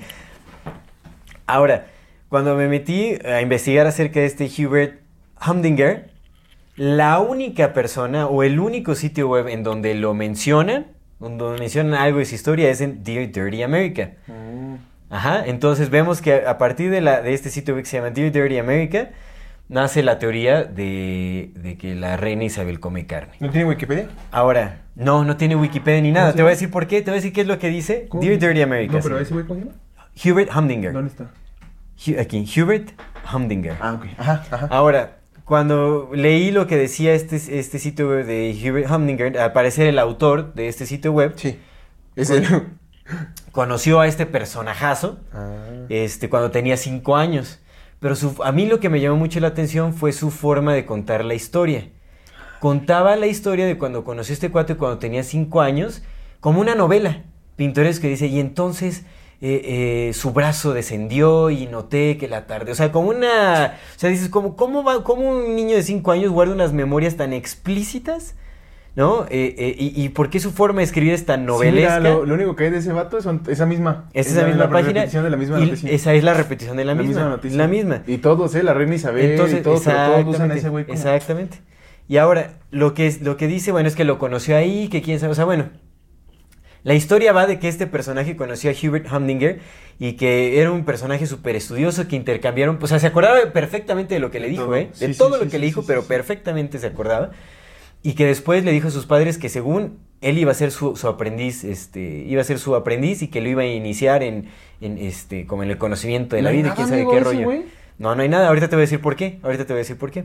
Ahora, cuando me metí a investigar acerca de este Hubert Humdinger, la única persona o el único sitio web en donde lo mencionan, donde mencionan algo de su historia, es en Dear Dirty America. Mm. Ajá, entonces vemos que a partir de, la, de este sitio web que se llama Dear Dirty America, nace la teoría de, de que la reina Isabel come carne. ¿No tiene Wikipedia? Ahora, no, no tiene Wikipedia ni nada. Te voy a decir por qué, te voy a decir qué es lo que dice ¿Cómo? Dear Dirty America. No, pero ese güey, ¿cómo se llama? Hubert Humdinger. ¿Dónde está? Aquí, Hubert Humdinger. Ah, ok. Ajá, ajá. Ahora, cuando leí lo que decía este, este sitio web de Hubert Humdinger, al parecer el autor de este sitio web, sí, es él. Conoció a este personajazo ah. este, cuando tenía cinco años. Pero su, a mí lo que me llamó mucho la atención fue su forma de contar la historia. Contaba la historia de cuando conoció a este cuate cuando tenía cinco años, como una novela pintoresca que dice, y entonces eh, eh, su brazo descendió y noté que la tarde, o sea, como una, o sea, dices, ¿cómo, cómo, va, cómo un niño de cinco años guarda unas memorias tan explícitas? ¿No? Eh, eh, y, ¿Y por qué su forma de escribir es tan novelesca? Sí, mira, lo, lo único que hay de ese vato es esa misma. Es esa misma la página. repetición de la misma noticia. Esa es la repetición de la, la misma. misma noticia. La misma. Y todos, ¿eh? La reina Isabel Entonces, y todos, pero todos usan a ese güey como... Exactamente. Y ahora, lo que, lo que dice, bueno, es que lo conoció ahí, que quién sabe, o sea, bueno... La historia va de que este personaje conoció a Hubert Humdinger y que era un personaje súper estudioso que intercambiaron, o sea, se acordaba perfectamente de lo que le dijo, todo. ¿eh? De sí, todo sí, lo sí, que sí, le dijo, sí, pero sí. perfectamente se acordaba. Y que después le dijo a sus padres que según él iba a ser su, su aprendiz, este, iba a ser su aprendiz y que lo iba a iniciar en, en este, como en el conocimiento de la vida y quién sabe qué rollo. Güey? No, no hay nada, ahorita te voy a decir por qué, ahorita te voy a decir por qué.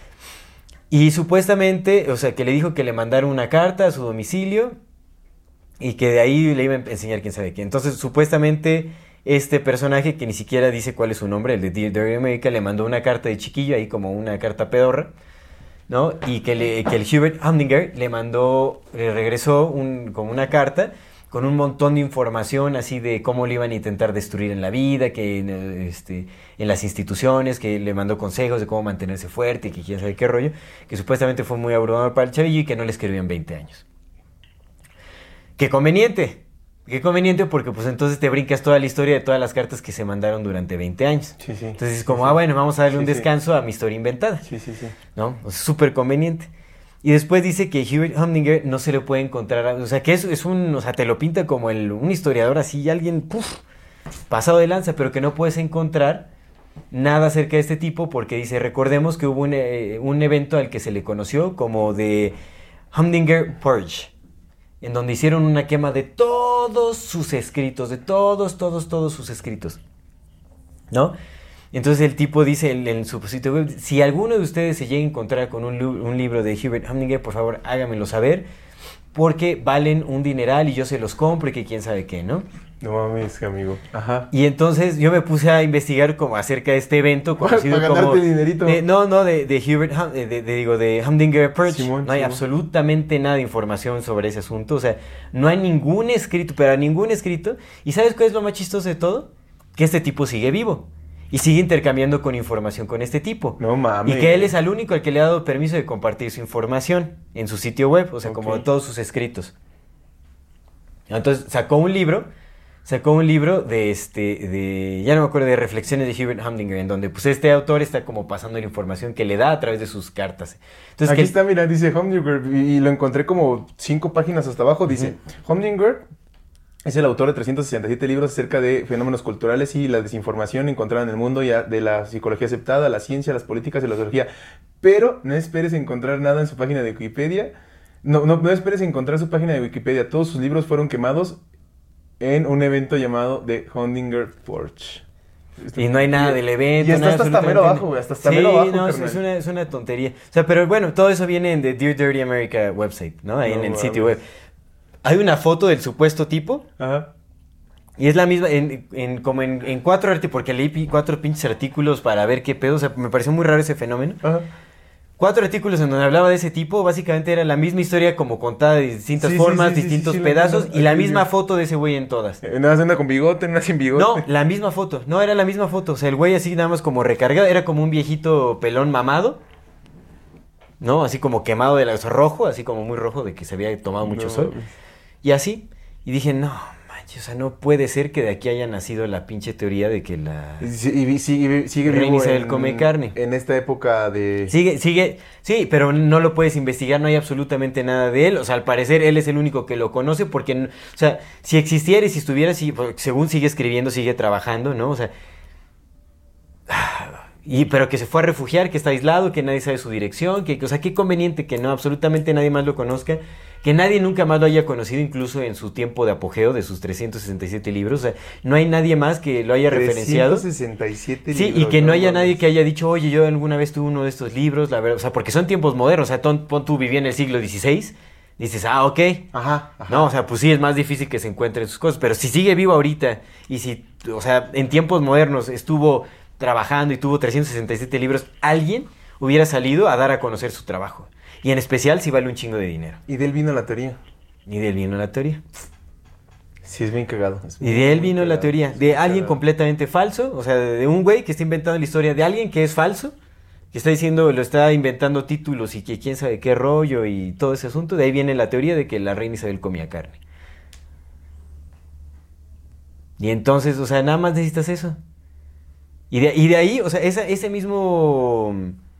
Y supuestamente, o sea, que le dijo que le mandaron una carta a su domicilio y que de ahí le iba a enseñar quién sabe qué. Entonces, supuestamente, este personaje, que ni siquiera dice cuál es su nombre, el de Dear Dirty America, le mandó una carta de chiquillo, ahí como una carta pedorra, ¿no? Y que, le, que el Hubert Humdinger le mandó, le regresó un, como una carta con un montón de información así de cómo le iban a intentar destruir en la vida, que en, este, en las instituciones, que le mandó consejos de cómo mantenerse fuerte y que quién sabe qué rollo, que supuestamente fue muy abrumador para el chavillo y que no le escribió en veinte años. ¡Qué conveniente! ¡Qué conveniente! Porque pues entonces te brincas toda la historia de todas las cartas que se mandaron durante veinte años. Sí, sí. Entonces es sí, como, sí. ah, bueno, vamos a darle sí, un descanso sí. a mi historia inventada. Sí, sí, sí. ¿No? O sea, súper conveniente. Y después dice que Hubert Humdinger no se le puede encontrar, o sea, que es, es un, o sea, te lo pinta como el, un historiador así, alguien, puf, pasado de lanza, pero que no puedes encontrar nada acerca de este tipo porque dice, recordemos que hubo un, eh, un evento al que se le conoció como de Humdinger Purge, en donde hicieron una quema de todos sus escritos, de todos, todos, todos sus escritos, ¿no? Entonces el tipo dice en, en su sitio web, si alguno de ustedes se llega a encontrar con un, un libro de Hubert Humdinger, por favor háganmelo saber, porque valen un dineral y yo se los compro y que quién sabe qué, ¿no? No mames, amigo. Ajá. Y entonces yo me puse a investigar como acerca de este evento conocido Para como... ganarte el dinerito. de- no, no, de, de Hubert, Hum- de, de- de- digo, de Humdinger Purge. Simón, no hay Simón. absolutamente nada de información sobre ese asunto. O sea, no hay ningún escrito, pero ningún escrito. ¿Y sabes cuál es lo más chistoso de todo? Que este tipo sigue vivo. Y sigue intercambiando con información con este tipo. No mames. Y que él es el único al que le ha dado permiso de compartir su información en su sitio web. O sea, como Ok. todos sus escritos. Entonces sacó un libro, sacó un libro de este, de, ya no me acuerdo, de reflexiones de Hubert Humdinger, en donde pues este autor está como pasando la información que le da a través de sus cartas. Entonces, Aquí que- está, mira, dice Humdinger, y, y lo encontré como cinco páginas hasta abajo, dice, Humdinger es el autor de trescientos sesenta y siete libros acerca de fenómenos culturales y la desinformación encontrada en el mundo, ya de la psicología aceptada, la ciencia, las políticas y la sociología. Pero no esperes encontrar nada en su página de Wikipedia. No, no, no esperes encontrar su página de Wikipedia. Todos sus libros fueron quemados en un evento llamado The Humdinger Purge. Y no hay nada del evento. Y está nada, hasta, hasta mero absolutamente- abajo, güey. Hasta, hasta sí, mero abajo, no, es, carnal. es una, es una tontería. O sea, pero bueno, todo eso viene en The Dear Dirty America website, ¿no? Ahí No en el mames. sitio web. Hay una foto del supuesto tipo. Ajá. Y es la misma, en, en, como en, en cuatro artículos, porque leí pi- cuatro pinches artículos para ver qué pedo. O sea, me pareció muy raro ese fenómeno. Ajá. Cuatro artículos en donde hablaba de ese tipo, básicamente era la misma historia como contada de distintas Sí, sí, formas, sí, sí, distintos sí, sí, lo pedazos, entiendo. y la Sí, misma sí. foto de ese güey en todas. Eh, Nada, una con bigote, una sin bigote. No, la misma foto, no era la misma foto, o sea, el güey así nada más como recargado, era como un viejito pelón mamado, ¿no? Así como quemado de la, o sea, rojo, así como muy rojo de que se había tomado mucho No, sol, güey. y así, y dije, no, manches, o sea, no puede ser que de aquí haya nacido la pinche teoría de que la... Y, sí- y vi- sigue, sigue Reina vivo Isabel en, come carne. en esta época de... Sigue, sigue, sí, pero no lo puedes investigar, no hay absolutamente nada de él. O sea, al parecer él es el único que lo conoce porque, n- o sea, si existiera y si estuviera, si, pues, según sigue escribiendo, sigue trabajando, ¿no? O sea, y, pero que se fue a refugiar, que está aislado, que nadie sabe su dirección, que, o sea, qué conveniente que no, absolutamente nadie más lo conozca, que nadie nunca más lo haya conocido, incluso en su tiempo de apogeo de sus trescientos sesenta y siete libros. O sea, no hay nadie más que lo haya referenciado. trescientos sesenta y siete Sí, libros, y que no haya mames. nadie que haya dicho, oye, yo alguna vez tuve uno de estos libros, la verdad, o sea, porque son tiempos modernos, o sea, ton- pon tú vivía en el siglo dieciséis, dices, ah, ok, Ajá, ajá. no, o sea, pues sí, es más difícil que se encuentren sus cosas, pero si sigue vivo ahorita, y si, o sea, en tiempos modernos estuvo trabajando y tuvo trescientos sesenta y siete libros, alguien hubiera salido a dar a conocer su trabajo, y en especial si vale un chingo de dinero, Y de él vino la teoría. y de él vino la teoría. Sí, es bien cagado. es Y muy, de él muy vino la cagado, teoría, es de muy alguien cagado. completamente falso, o sea, de, de un güey que está inventando la historia de alguien que es falso, que está diciendo, lo está inventando títulos y que quién sabe qué rollo y todo ese asunto. De ahí viene la teoría de que la reina Isabel comía carne. Y entonces, o sea, nada más necesitas eso. Y de, y de ahí, o sea, esa, ese mismo...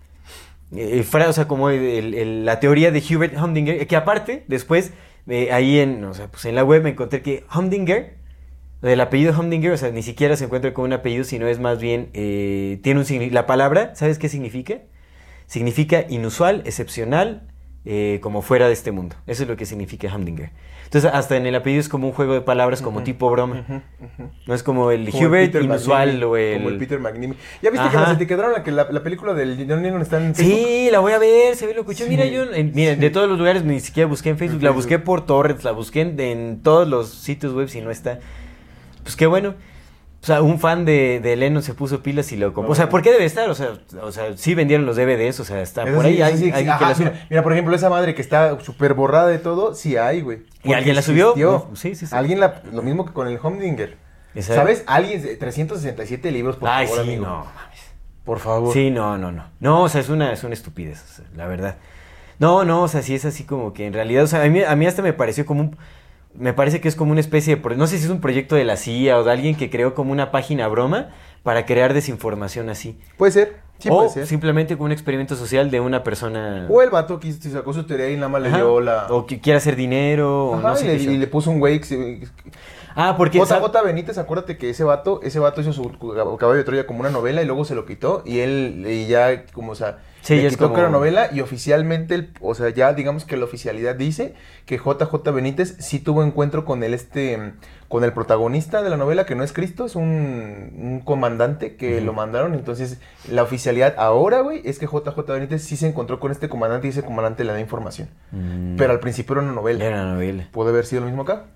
eh, fra- o sea, como el- el- el- la teoría de Hubert Humdinger, que aparte, después, eh, ahí en, o sea, pues en la web me encontré que Humdinger, el apellido Humdinger, o sea, ni siquiera se encuentra con un apellido, sino es más bien, eh, tiene un signi- la palabra, ¿sabes qué significa? Significa inusual, excepcional, eh, como fuera de este mundo. Eso es lo que significa Humdinger. Entonces, hasta en el apellido es como un juego de palabras, como Ujú, tipo broma. ujú, ujú. No es como el Como el Hubert Peter inusual McNamee, o el... Como el Peter McNamee. ¿Ya viste Ajá. que nos etiquetaron la, que la, la película del John Lennon está en Facebook? Sí, la voy a ver, se ve lo escuché. Sí, Mira, yo, en- mira, sí. de todos los lugares ni siquiera busqué en Facebook, En la Facebook. busqué por torrents, la busqué en, en todos los sitios web y no está. Pues qué bueno. O sea, un fan de, de Lennon se puso pilas y lo compró. O sea, ¿por qué debe estar? O sea, o sea, sí vendieron los D V Ds, o sea, está Eso por sí, ahí, sí, hay, sí, alguien ajá, que la mira, subió. mira, por ejemplo, esa madre que está súper borrada de todo, sí hay, güey. ¿Y Porque alguien la subió? existió. No, sí, sí, sí. Alguien la, lo mismo que con el Humdinger. Esa- ¿Sabes? Alguien de trescientos sesenta y siete libros, por Ay, favor, sí, amigo. no, mames. Por favor. Sí, no, no, no. No, o sea, es una, es una estupidez, o sea, la verdad. No, no, o sea, sí es así como que en realidad, o sea, a mí, a mí hasta me pareció como un... Me parece que es como una especie de... pro- No sé si es un proyecto de la C I A o de alguien que creó como una página broma para crear desinformación así. Puede ser. Sí, o puede ser. simplemente como un experimento social de una persona... O el vato que sacó su teoría y nada más Ajá, leyó la... o que quiera hacer dinero, o Ajá, no sé y, le, qué show. y le puso un güey que se- Ah, porque... J ¿sab- J Benítez, acuérdate que ese vato, ese vato hizo su Caballo de Troya como una novela y luego se lo quitó y él y ya como, o sea, Sí, le ya es quitó como- que era novela y oficialmente, el, o sea, ya digamos que la oficialidad dice que J J Benítez sí tuvo encuentro con el este, con el protagonista de la novela que no es Cristo, es un, un comandante que Ujú. lo mandaron, entonces la oficialidad ahora, güey, es que J J Benítez sí se encontró con este comandante y ese comandante le da información, Mm, pero al principio era una novela. era una novela. ¿Puede haber sido lo mismo acá?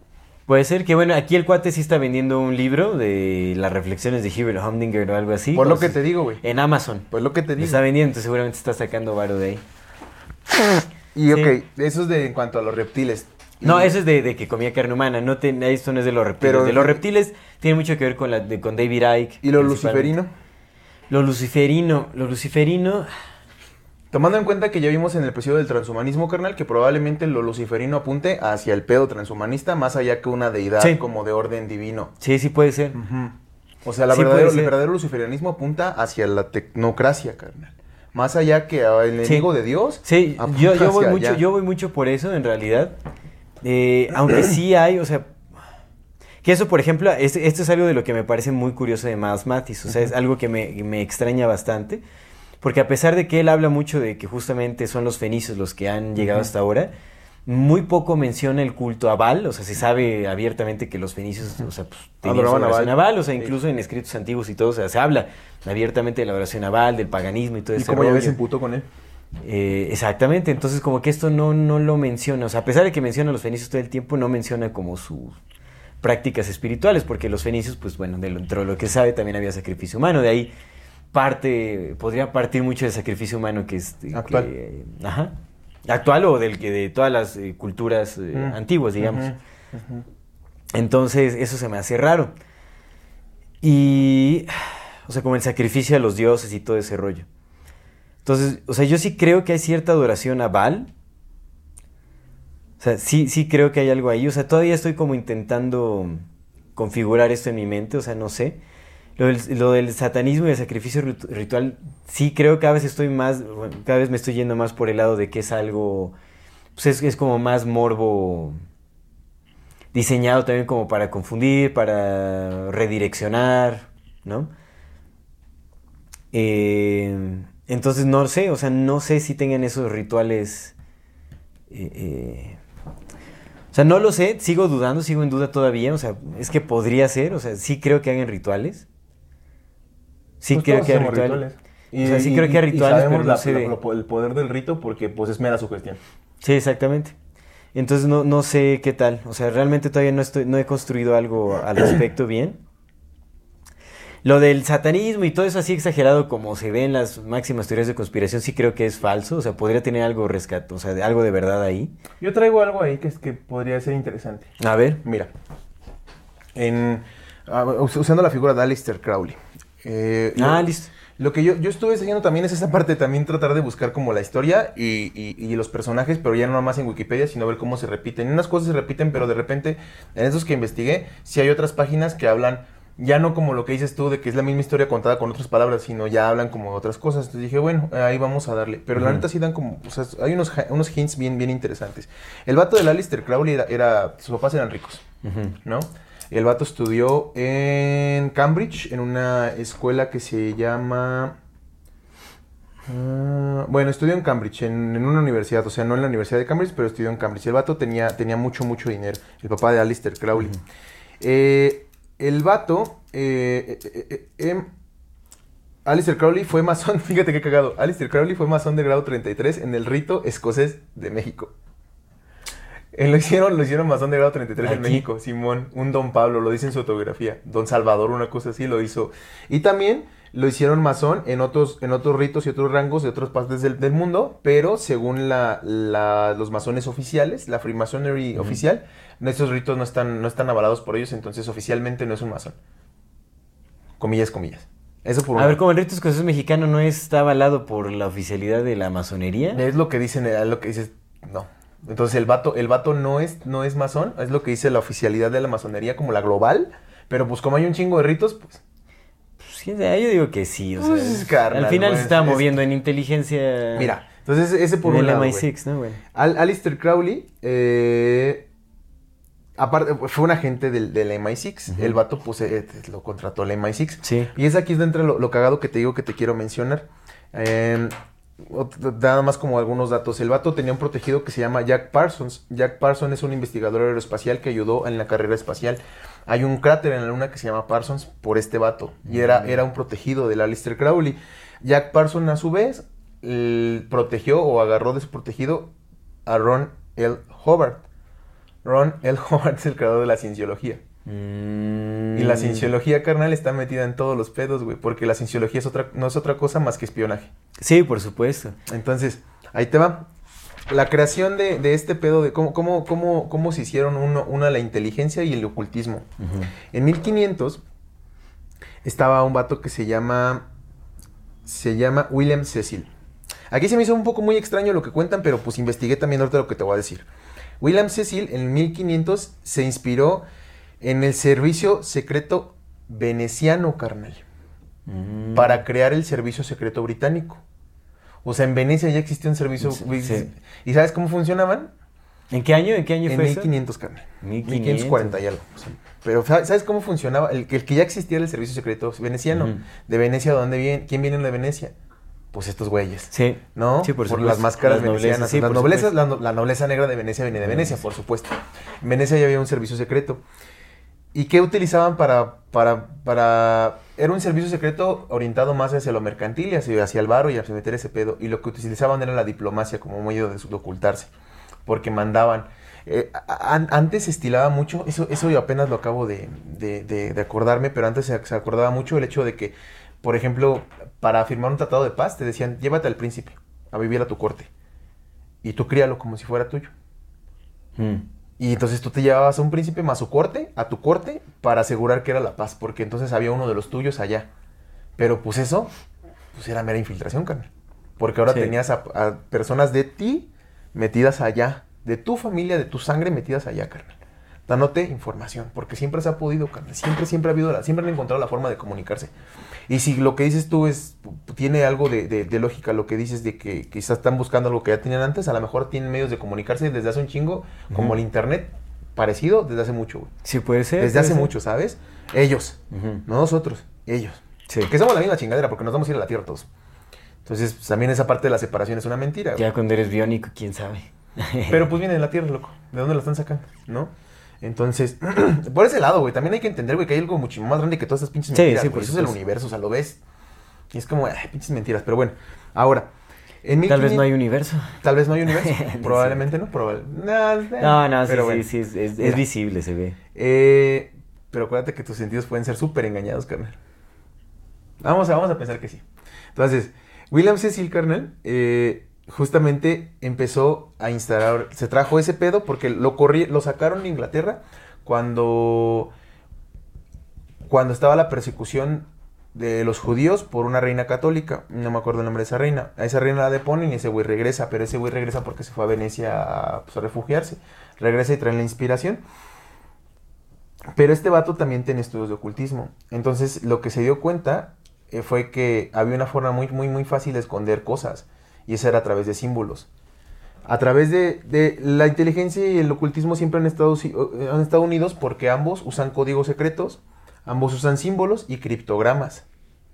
Puede ser que, bueno, aquí el cuate sí está vendiendo un libro de las reflexiones de Hubert Humdinger o algo así. Por lo o que sea, te digo, güey. En Amazon. Por lo que te Lo digo. está vendiendo, entonces seguramente está sacando varo de ahí. Y Sí. ok, eso es de en cuanto a los reptiles. No, Y- eso es de, de que comía carne humana, no te, esto no es de los reptiles. Pero- de los reptiles tiene mucho que ver con, la, de- con David Icke. ¿Y lo principalmente. luciferino? Lo luciferino, lo luciferino... Tomando en cuenta que ya vimos en el episodio del transhumanismo, carnal, que probablemente lo luciferino apunte hacia el pedo transhumanista, más allá que una deidad Sí. como de orden divino. Sí, sí puede ser. O sea, la Sí, verdadero, puede el ser. verdadero luciferianismo apunta hacia la tecnocracia, carnal. Más allá que al enemigo Sí. de Dios. Sí, apunta yo, yo, voy hacia mucho, allá. yo voy mucho por eso, en realidad. Eh, aunque sí hay, o sea... Que eso, por ejemplo, es- esto es algo de lo que me parece muy curioso de Miles Mathis. O sea, es algo que me, me extraña bastante. Porque a pesar de que él habla mucho de que justamente son los fenicios los que han llegado hasta ahora, muy poco menciona el culto a Baal. O sea, se sabe abiertamente que los fenicios, o sea, pues, tenían su Adoraban a oración Baal. a Baal. O sea, Sí. incluso en escritos antiguos y todo, o sea, se habla abiertamente de la oración a Baal, del paganismo y todo ¿Y ese cómo ya rollo. ves se emputó con él? Eh, exactamente, entonces como que esto no, no lo menciona, o sea, a pesar de que menciona a los fenicios todo el tiempo, no menciona como sus prácticas espirituales, porque los fenicios, pues bueno, de lo- dentro de lo que sabe también había sacrificio humano, de ahí parte, podría partir mucho del sacrificio humano que es... que- Actual. ajá, actual o del que de todas las eh, culturas eh, Mm. antiguas, digamos. Ujú, ujú. Entonces, eso se me hace raro. Y, o sea, como el sacrificio a los dioses y todo ese rollo. Entonces, o sea, yo sí creo que hay cierta adoración a Baal. O sea, sí, sí creo que hay algo ahí. O sea, todavía estoy como intentando configurar esto en mi mente, o sea, no sé. Lo del, lo del satanismo y el sacrificio ritu- ritual, sí creo que cada vez estoy más, bueno, cada vez me estoy yendo más por el lado de que es algo, pues es, es como más morbo diseñado también como para confundir, para redireccionar, ¿no? Eh, entonces no sé, o sea, no sé si tengan esos rituales. eh, eh, o sea, no lo sé, sigo dudando, sigo en duda todavía, o sea, es que podría ser, o sea, sí creo que hagan rituales. Sí Pues creo todos que hay hacemos rituales. rituales. O sea, sí creo que hay rituales, sabemos pero no la- sé la- de- lo- el poder del rito porque pues es mera sugestión. Sí, exactamente. Entonces no, no sé qué tal. O sea, realmente todavía no estoy, no he construido algo al respecto bien. Lo del satanismo y todo eso así exagerado como se ve en las máximas teorías de conspiración, sí creo que es falso. O sea, podría tener algo rescate, o sea, de- algo de verdad ahí. Yo traigo algo ahí que es que podría ser interesante. A ver. Mira, en, ah, us- usando la figura de Aleister Crowley. eh, Ah, lo- listo. Lo que yo, yo estuve enseñando también es esa parte, también tratar de buscar como la historia y, y- y los personajes, pero ya no más en Wikipedia, sino ver cómo se repiten. Unas cosas se repiten, pero de repente, en esos que investigué, sí hay otras páginas que hablan, ya no como lo que dices tú, de que es la misma historia contada con otras palabras, sino ya hablan como de otras cosas. Entonces dije, bueno, ahí vamos a darle. Pero la Ujú. neta sí dan como, o sea, hay unos, ja- unos hints bien, bien interesantes. El vato del Aleister Crowley era, era- sus papás eran ricos, Ujú. ¿no? El vato estudió en Cambridge, en una escuela que se llama... ah, bueno, estudió en Cambridge, en, en una universidad, o sea, no en la Universidad de Cambridge, pero estudió en Cambridge. El vato tenía, tenía mucho, mucho dinero, el papá de Aleister Crowley. Eh, el vato... Eh, eh, eh, eh, em, Aleister Crowley fue masón, fíjate qué cagado. Aleister Crowley fue masón de grado treinta y tres en el rito escocés de México. Eh, lo hicieron, lo hicieron masón de grado treinta y tres en Aquí. México, Simón, un Don Pablo, lo dice en su autografía. Don Salvador, una cosa así, lo hizo. Y también lo hicieron masón en otros, en otros ritos y otros rangos de otras partes del, del mundo, pero según la, la- los masones oficiales, la Freemasonry oficial, estos ritos no están, no están avalados por ellos, entonces oficialmente no es un masón. Comillas, comillas. Eso por A una- ver, como el rito escocés mexicano no está avalado por la oficialidad de la masonería. Es lo que dicen, es lo que dices, no. Entonces el vato, el vato no es, no es masón, es lo que dice la oficialidad de la masonería como la global, pero pues como hay un chingo de ritos, pues... Pues, sí, o sea, yo digo que sí. O sea, Pues, carnal, al final pues, se estaba es- moviendo en inteligencia. Mira, entonces ese por un del lado, M I güey. seis, ¿no, güey? Al, Aleister Crowley, eh, aparte, fue un agente del, del M I seis, Ujú. el vato pues eh, lo contrató el M I seis. Sí. Y es aquí es dentro lo, lo cagado que te digo que te quiero mencionar. Eh, ot- nada más como algunos datos. El vato tenía un protegido que se llama Jack Parsons. Jack Parsons es un investigador aeroespacial que ayudó en la carrera espacial. Hay un cráter en la luna que se llama Parsons por este vato. Y era, era un protegido del Aleister Crowley. Jack Parsons a su vez l- protegió o agarró de su protegido a Ron L. Hubbard. Ron L. Howard es el creador de la cienciología. Mm. Y la cienciología, carnal, está metida en todos los pedos, güey. Porque la cienciología es otra, no es otra cosa más que espionaje. Sí, por supuesto. Entonces, ahí te va. La creación de, de este pedo de cómo, cómo, cómo, cómo se hicieron uno, una la inteligencia y el ocultismo. Ujú. En mil quinientos estaba un vato que se llama se llama William Cecil. Aquí se me hizo un poco muy extraño lo que cuentan, pero pues investigué también ahorita lo que te voy a decir. William Cecil en mil quinientos se inspiró en el servicio secreto veneciano, carnal, Mm. para crear el servicio secreto británico. O sea, en Venecia ya existía un servicio... Sí. ¿Y sabes cómo funcionaban? ¿En qué año? ¿En qué año En fue mil eso? quinientos, carnal. mil mil quinientos cuarenta y algo. O sea, pero ¿sabes cómo funcionaba? El, el que ya existía el servicio secreto veneciano. Ujú. ¿De Venecia dónde viene? ¿Quién viene de Venecia? Pues estos güeyes. Sí. ¿No? Sí, por por supuesto. las máscaras Las noblezas, venecianas. sí, las por noblezas, supuesto. la, no- la nobleza negra de Venecia viene de Venecia, por supuesto. En Venecia ya había un servicio secreto. ¿Y qué utilizaban para, para, para... Era un servicio secreto orientado más hacia lo mercantil y hacia, hacia el varo y hacia meter ese pedo. Y lo que utilizaban era la diplomacia como medio de, su- de ocultarse. Porque mandaban... Eh, a- a- antes se estilaba mucho, eso, eso yo apenas lo acabo de, de, de, de acordarme, pero antes se, se acordaba mucho el hecho de que, por ejemplo, para firmar un tratado de paz te decían, llévate al príncipe a vivir a tu corte. Y tú críalo como si fuera tuyo. Mm. Y entonces tú te llevabas a un príncipe más su corte, a tu corte, para asegurar que era la paz, porque entonces había uno de los tuyos allá. Pero pues eso, pues era mera infiltración, carnal. Porque ahora Sí. tenías a, a personas de ti metidas allá, de tu familia, de tu sangre metidas allá, carnal. Dándote información, porque siempre se ha podido, carnal. Siempre, siempre ha habido, la, siempre han encontrado la forma de comunicarse. Y si lo que dices tú es, tiene algo de, de, de lógica, lo que dices de que quizás están buscando algo que ya tenían antes, a lo mejor tienen medios de comunicarse desde hace un chingo, como Ujú. el internet, parecido desde hace mucho, güey. Sí, puede ser. Desde puede hace ser. mucho, ¿sabes? Ellos, Ujú. no nosotros, ellos. Sí. Que somos la misma chingadera, porque nos vamos a ir a la Tierra todos. Entonces, pues, también esa parte de la separación es una mentira, güey. Ya cuando eres biónico, quién sabe. Pero pues viene de la Tierra, loco. ¿De dónde la están sacando? ¿No? Entonces, por ese lado, güey, también hay que entender, güey, que hay algo mucho más grande que todas estas pinches Sí, mentiras, sí, güey. por Eso es el supuesto. universo, o sea, lo ves. Y es como, ay, pinches mentiras. Pero bueno, ahora, en Tal vez mil quinientos no hay universo. Tal vez no hay universo. Sí. Probablemente no, probablemente. No, No, no, sí, pero sí, bueno. sí, es, es- es Mira. visible, se ve. Eh, pero acuérdate que tus sentidos pueden ser súper engañados, carnal. Vamos a, vamos a pensar que sí. Entonces, William Cecil, carnal, eh, justamente empezó a instalar, se trajo ese pedo porque lo corri, lo sacaron de Inglaterra cuando, cuando estaba la persecución de los judíos por una reina católica. No me acuerdo el nombre de esa reina. A esa reina la deponen y ese güey regresa, pero ese güey regresa porque se fue a Venecia a, pues, a refugiarse. Regresa y trae la inspiración. Pero este vato también tiene estudios de ocultismo. Entonces, lo que se dio cuenta eh, fue que había una forma muy, muy, muy fácil de esconder cosas. Y esa era a través de símbolos. A través de, de la inteligencia y el ocultismo siempre han estado, si- eh, han estado unidos porque ambos usan códigos secretos, ambos usan símbolos y criptogramas.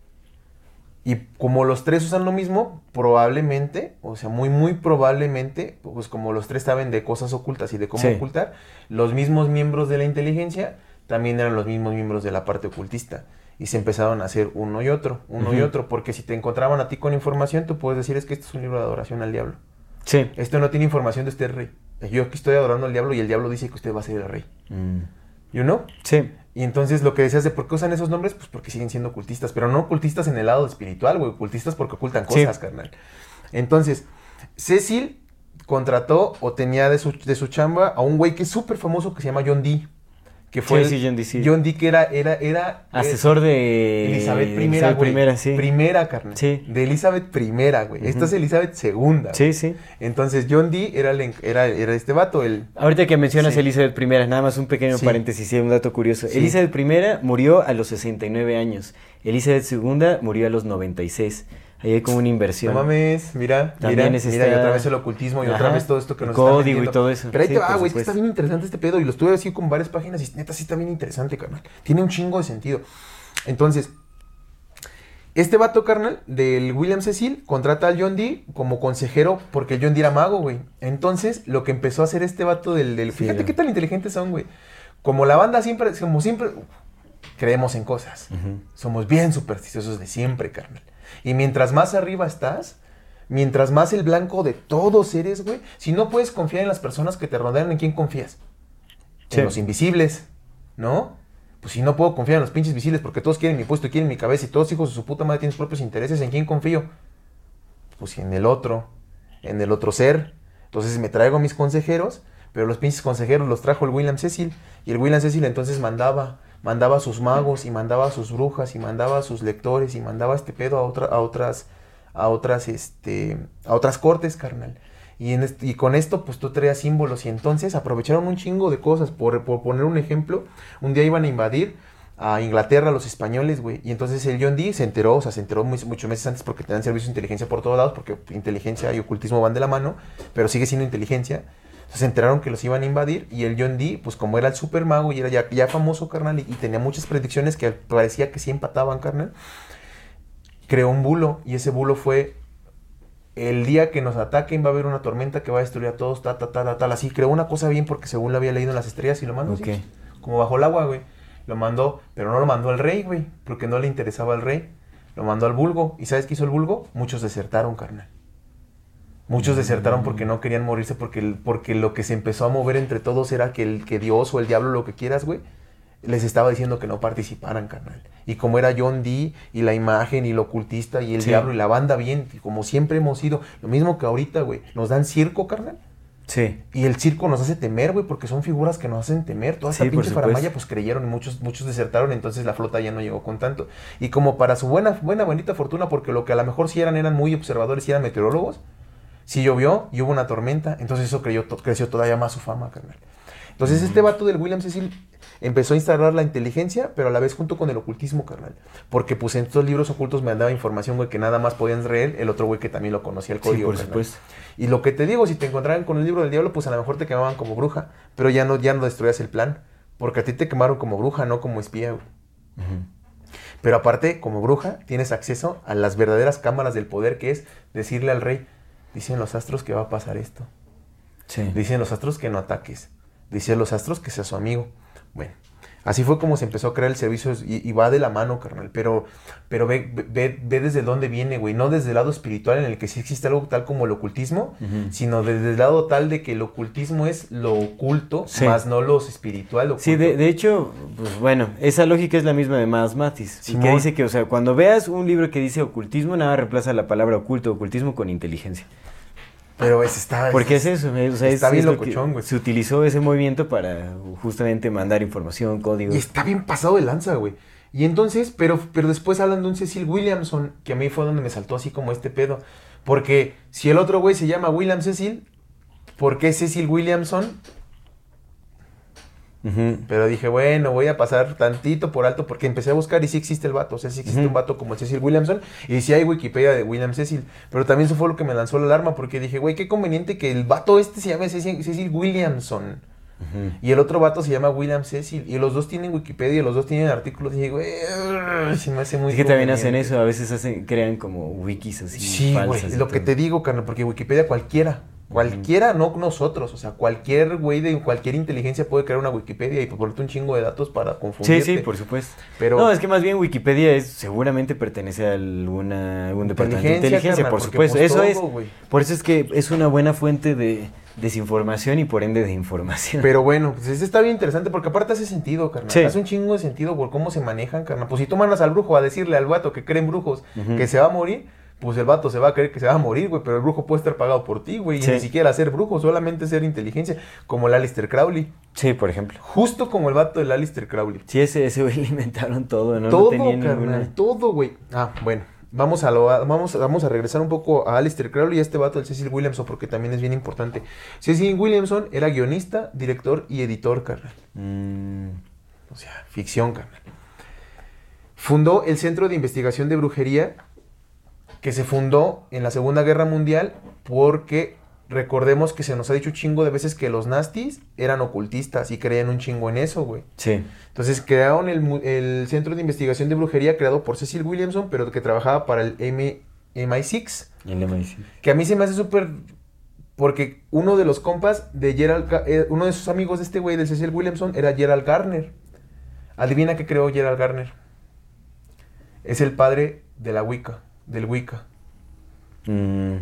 Y como los tres usan lo mismo, probablemente, o sea, muy, muy probablemente, pues como los tres saben de cosas ocultas y de cómo Sí. ocultar, los mismos miembros de la inteligencia también eran los mismos miembros de la parte ocultista. Y se empezaron a hacer uno y otro, uno y Ujú. otro, porque si te encontraban a ti con información, tú puedes decir, es que esto es un libro de adoración al diablo. Sí. Esto no tiene información de usted, rey. Yo aquí estoy adorando al diablo y el diablo dice que usted va a ser el rey. Mm. ¿You know? Sí. Y entonces lo que decías de por qué usan esos nombres, pues porque siguen siendo ocultistas, pero no ocultistas en el lado espiritual, güey, ocultistas porque ocultan Sí. cosas, carnal. Entonces, Cecil contrató o tenía de su, de su chamba a un güey que es súper famoso que se llama John Dee, que fue Sí, el- sí, John Dee, sí. John Dee que era, era, era Asesor de Elizabeth I, Elizabeth güey. primera, sí. Primera, carnal. Sí. De Elizabeth I, güey. Esta Ujú. es Elizabeth segunda. Sí, sí. Entonces, John Dee era, el en- era, era este vato, el... Ahorita que mencionas Sí. Elizabeth I, nada más un pequeño Sí. paréntesis, sí, un dato curioso. Sí. Elizabeth I murió a los sesenta y nueve años. Elizabeth segunda murió a los noventa y seis. Ahí hay como una inversión. No mames, mira, También mira, es mira, y esta- otra vez el ocultismo y otra Ajá, vez todo esto que el nos código están y metiendo. todo eso. Pero ahí Sí, te va, por güey, es que está supuesto. bien interesante este pedo y lo estuve así con varias páginas y neta sí está bien interesante, carnal. Tiene un chingo de sentido. Entonces, este vato, carnal, del William Cecil, contrata al John Dee como consejero porque el John Dee era mago, güey. Entonces, lo que empezó a hacer este vato del... del Sí, fíjate era. qué tan inteligentes son, güey. Como la banda siempre, como siempre, creemos en cosas. Ujú. Somos bien supersticiosos de siempre, carnal. Y mientras más arriba estás, mientras más el blanco de todos eres, güey, si no puedes confiar en las personas que te rodean, ¿en quién confías? Sí. en los invisibles, ¿no? Pues si no puedo confiar en los pinches visibles porque todos quieren mi puesto y quieren mi cabeza y todos hijos de su puta madre tienen sus propios intereses, ¿en quién confío? Pues en el otro, en el otro ser. Entonces me traigo a mis consejeros, pero los pinches consejeros los trajo el William Cecil, y el William Cecil entonces mandaba, mandaba a sus magos, y mandaba a sus brujas, y mandaba a sus lectores, y mandaba este pedo a, otra, a otras, a otras, este, a otras cortes, carnal. Y, en este, y con esto, pues tú traías símbolos, y entonces aprovecharon un chingo de cosas. Por, por poner un ejemplo, un día iban a invadir a Inglaterra los españoles, güey. Y entonces el John Dee se enteró, o sea, se enteró muy, muchos meses antes porque tenían servicios de inteligencia por todos lados, porque inteligencia y ocultismo van de la mano, pero sigue siendo inteligencia. Entonces se enteraron que los iban a invadir, y el John Dee, pues como era el super mago y era ya, ya famoso, carnal, y, y tenía muchas predicciones que parecía que sí empataban, carnal, creó un bulo, y ese bulo fue: el día que nos ataquen va a haber una tormenta que va a destruir a todos, ta, ta, ta, ta, tal. Así creó una cosa bien porque según lo había leído en las estrellas y lo mandó Okay. así, como bajo el agua, güey. Lo mandó, pero no lo mandó al rey, güey, porque no le interesaba al rey. Lo mandó al vulgo. ¿Y sabes qué hizo el vulgo? Muchos desertaron, carnal. Muchos desertaron porque no querían morirse, porque, el- porque lo que se empezó a mover entre todos era que, el, que Dios o el diablo, lo que quieras, güey, les estaba diciendo que no participaran, carnal. Y como era John Dee y la imagen y lo ocultista y el Sí. diablo y la banda bien, y como siempre hemos sido, lo mismo que ahorita, güey, nos dan circo, carnal. Sí. Y el circo nos hace temer, güey, porque son figuras que nos hacen temer. Toda esta Sí, por pinche supuesto. faramaya, pues creyeron y muchos, muchos desertaron, entonces la flota ya no llegó con tanto. Y como para su buena, buena, bonita fortuna, porque lo que a lo mejor sí eran, eran muy observadores y eran meteorólogos, sí llovió y hubo una tormenta, entonces eso creyó, to- creció todavía más su fama, carnal. Entonces este vato del William Cecil empezó a instalar la inteligencia, pero a la vez junto con el ocultismo, carnal. Porque pues en estos libros ocultos me daba información, güey, que nada más podían leer el otro güey que también lo conocía, el Sí, código, por carnal. supuesto. Y lo que te digo, si te encontraran con el libro del diablo, pues a lo mejor te quemaban como bruja, pero ya no, ya no destruías el plan, porque a ti te quemaron como bruja, no como espía, güey. Ujú. Pero aparte, como bruja, tienes acceso a las verdaderas cámaras del poder, que es decirle al rey: dicen los astros que va a pasar esto, Sí. dicen los astros que no ataques, dicen los astros que sea su amigo. Bueno, así fue como se empezó a crear el servicio, y, y va de la mano, carnal, pero, pero ve, ve, ve desde dónde viene, güey, no desde el lado espiritual en el que sí existe algo tal como el ocultismo, Ujú. sino desde el lado tal de que el ocultismo es lo oculto, Sí. más no lo espiritual oculto. Sí, de, de hecho, pues bueno, esa lógica es la misma de Miles Mathis, y Simón. que dice que, o sea, cuando veas un libro que dice ocultismo, nada reemplaza la palabra oculto, ocultismo con inteligencia. Pero es, está... Porque es eso, eh, o sea, está es, bien es lo que locochón, güey. se utilizó ese movimiento para justamente mandar información, códigos. Y está bien pasado de lanza, güey. Y entonces, pero, pero después hablan de un Cecil Williamson, que a mí fue donde me saltó así como este pedo. Porque si el otro güey se llama William Cecil, ¿por qué Cecil Williamson? Ujú. Pero dije, bueno, voy a pasar tantito por alto porque empecé a buscar y sí existe el vato. O sea, sí existe Ujú. un vato como el Cecil Williamson y sí hay Wikipedia de William Cecil. Pero también eso fue lo que me lanzó la alarma porque dije, güey, qué conveniente que el vato este se llame Cecil, Cecil Williamson. Ujú. Y el otro vato se llama William Cecil. Y los dos tienen Wikipedia y los dos tienen artículos. Y dije, güey, urgh, se me hace muy Es que también hacen conveniente. eso, a veces hacen, crean como wikis así Sí, güey, falsas. y lo que todo. te digo, carnal, porque Wikipedia cualquiera, cualquiera, no nosotros, o sea, cualquier güey de cualquier inteligencia puede crear una Wikipedia y ponerte un chingo de datos para Sí, confundirte. sí, por supuesto. Pero No, es que más bien Wikipedia es seguramente pertenece a alguna, algún departamento de Inteligencia, inteligencia, carnal, por porque, supuesto. pues, Eso todo, es. güey. Por eso es que es una buena fuente de desinformación y por ende de información. Pero bueno, pues este está bien interesante porque aparte hace sentido, carnal. Sí. Hace un chingo de sentido por cómo se manejan, carnal. Pues si tú mandas al brujo a decirle al vato que creen brujos Ujú. que se va a morir, pues el vato se va a creer que se va a morir, güey. Pero el brujo puede estar pagado por ti, güey. Sí. Y ni siquiera ser brujo, solamente ser inteligencia. Como el Aleister Crowley. Sí, por ejemplo. Justo como el vato del Aleister Crowley. Sí, ese, ese güey le inventaron todo, ¿no? Todo, no tenía carnal, ninguna... todo, güey. Ah, bueno. Vamos a, lo, vamos, vamos a regresar un poco a Aleister Crowley y a este vato del Cecil Williamson porque también es bien importante. Cecil Williamson era guionista, director y editor, carnal. Mm, O sea, ficción, carnal. Fundó el Centro de Investigación de Brujería, que se fundó en la Segunda Guerra Mundial porque recordemos que se nos ha dicho un chingo de veces que los nazis eran ocultistas y creían un chingo en eso, güey. sí. Entonces crearon el, mu- el Centro de Investigación de Brujería creado por Cecil Williamson, pero que trabajaba para el M I seis, Y el M I seis. que a mí se me hace súper... Porque uno de los compas de Gerald... Ga- eh, uno de sus amigos de este güey, de Cecil Williamson, era Gerald Garner. Adivina qué creó Gerald Garner. Es el padre de la Wicca, del Wicca. Mm,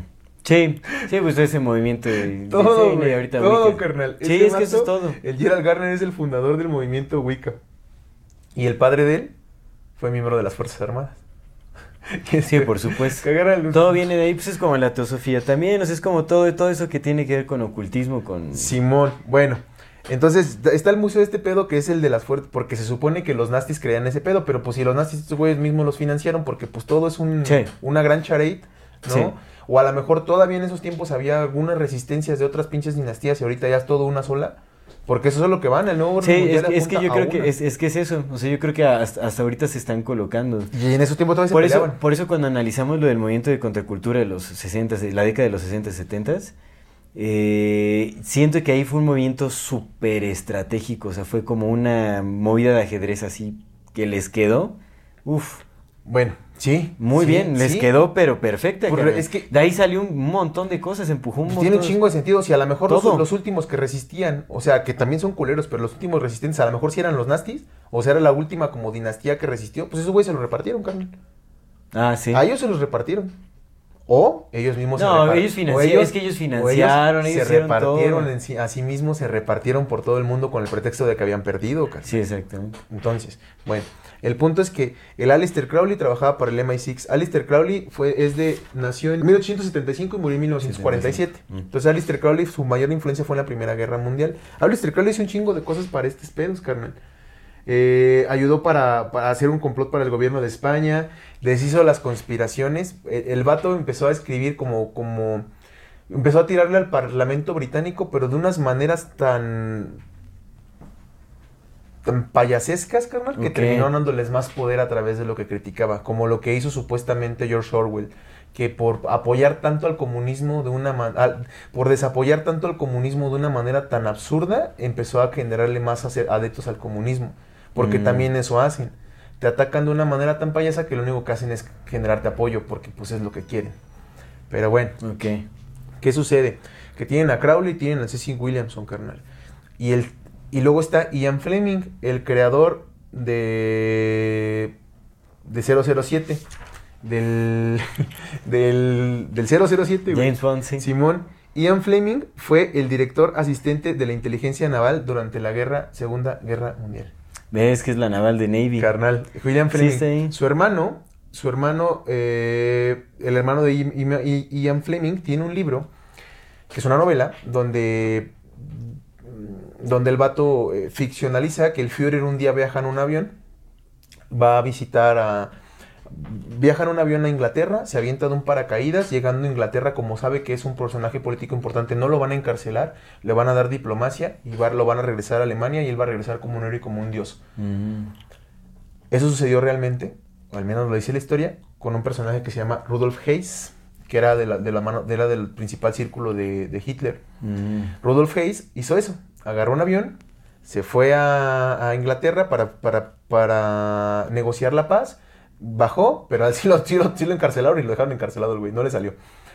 Sí, sí, pues ese movimiento de Todo, diseño y güey, ahorita todo, Wicca. carnal. Sí, Ese es que eso es vato, todo. El Gerald Garner es el fundador del movimiento Wicca. Y el padre de él fue miembro de las Fuerzas Armadas. Sí, por supuesto. Que agarra el- Todo viene de ahí, pues es como la teosofía también, o sea, es como todo, todo eso que tiene que ver con ocultismo, con... Simón, bueno. Entonces, está el museo de este pedo que es el de las fuerzas, porque se supone que los nazis creían ese pedo, pero pues si los nazis estos güeyes mismos los financiaron, porque pues todo es un, Sí. una gran charade, ¿no? Sí. O a lo mejor todavía en esos tiempos había algunas resistencias de otras pinches dinastías y ahorita ya es todo una sola, porque eso es lo que van, el nuevo orden Sí, mundial es, que- es que apunta yo a creo que una. es, es que es eso, o sea, yo creo que hasta, hasta ahorita se están colocando. Y en esos tiempos todavía Por se eso, peleaban. por eso cuando analizamos lo del movimiento de contracultura de los sesenta, la década de los sesenta, setenta, eh, siento que ahí fue un movimiento súper estratégico, o sea, fue como una movida de ajedrez así que les quedó, uff, Bueno, sí. muy sí, bien, les sí. quedó pero perfecta. Pues, carnal. es que- de ahí salió un montón de cosas, empujó un Pues montón. tiene un chingo de sentido. Si a lo mejor los, Todo. los últimos que resistían, o sea, que también son culeros, pero los últimos resistentes, a lo mejor si eran los nazis, o sea, era la última como dinastía que resistió, pues esos güeyes se los repartieron, carnal. Ah, sí. A ellos se los repartieron. O ellos mismos No, se repar- ellos financiaron, o ellos- es que ellos o financiaron, ellos se hicieron repartieron todo. en sí- a sí mismos, se repartieron por todo el mundo con el pretexto de que habían perdido, carnal. Sí, exactamente. Entonces, bueno, el punto es que el Aleister Crowley trabajaba para el M I seis. Aleister Crowley fue, es de, nació en mil ochocientos setenta y cinco y murió en mil novecientos cuarenta y siete. Mm. Entonces, Aleister Crowley, su mayor influencia fue en la Primera Guerra Mundial. Aleister Crowley hizo un chingo de cosas para estos pedos, carnal. Eh, ayudó para, para hacer un complot para el gobierno de España, deshizo las conspiraciones. El, el vato empezó a escribir como, como, empezó a tirarle al Parlamento británico, pero de unas maneras tan, tan payasescas, carnal, que Ok. terminó dándoles más poder a través de lo que criticaba, como lo que hizo supuestamente George Orwell, que por apoyar tanto al comunismo de una manera, por desapoyar tanto al comunismo de una manera tan absurda, empezó a generarle más ace- adeptos al comunismo, porque Mm. también eso hacen, te atacan de una manera tan payasa que lo único que hacen es generarte apoyo, porque pues es lo que quieren. Pero bueno, Ok. ¿qué sucede? Que tienen a Crowley y tienen a Cecil Williamson, carnal. Y, el, y luego está Ian Fleming, el creador de, de cero cero siete. Del, del, del cero cero siete, güey. James Bond, sí. Simón. Ian Fleming fue el director asistente de la inteligencia naval durante la guerra, Segunda Guerra Mundial. Ves que es la naval de Navy. Carnal, William Sí, Fleming. está ahí. Su hermano, su hermano, eh, el hermano de I- I- Ian Fleming tiene un libro, que es una novela, donde, donde el vato eh, ficcionaliza que el Führer un día viaja en un avión, va a visitar a... Viaja en un avión a Inglaterra, se avienta de un paracaídas, llegando a Inglaterra, como sabe que es un personaje político importante, no lo van a encarcelar, le van a dar diplomacia y va- lo van a regresar a Alemania y él va a regresar como un héroe y como un dios. Mm. Eso sucedió realmente, o al menos lo dice la historia, con un personaje que se llama Rudolf Hess, que era, de la, de la mano, de era del principal círculo de, de Hitler. Mm. Rudolf Hess hizo eso, agarró un avión, se fue a, a Inglaterra para, para, para negociar la paz, bajó, pero al sí lo, sí, lo, sí lo encarcelaron y lo dejaron encarcelado el güey, no le salió.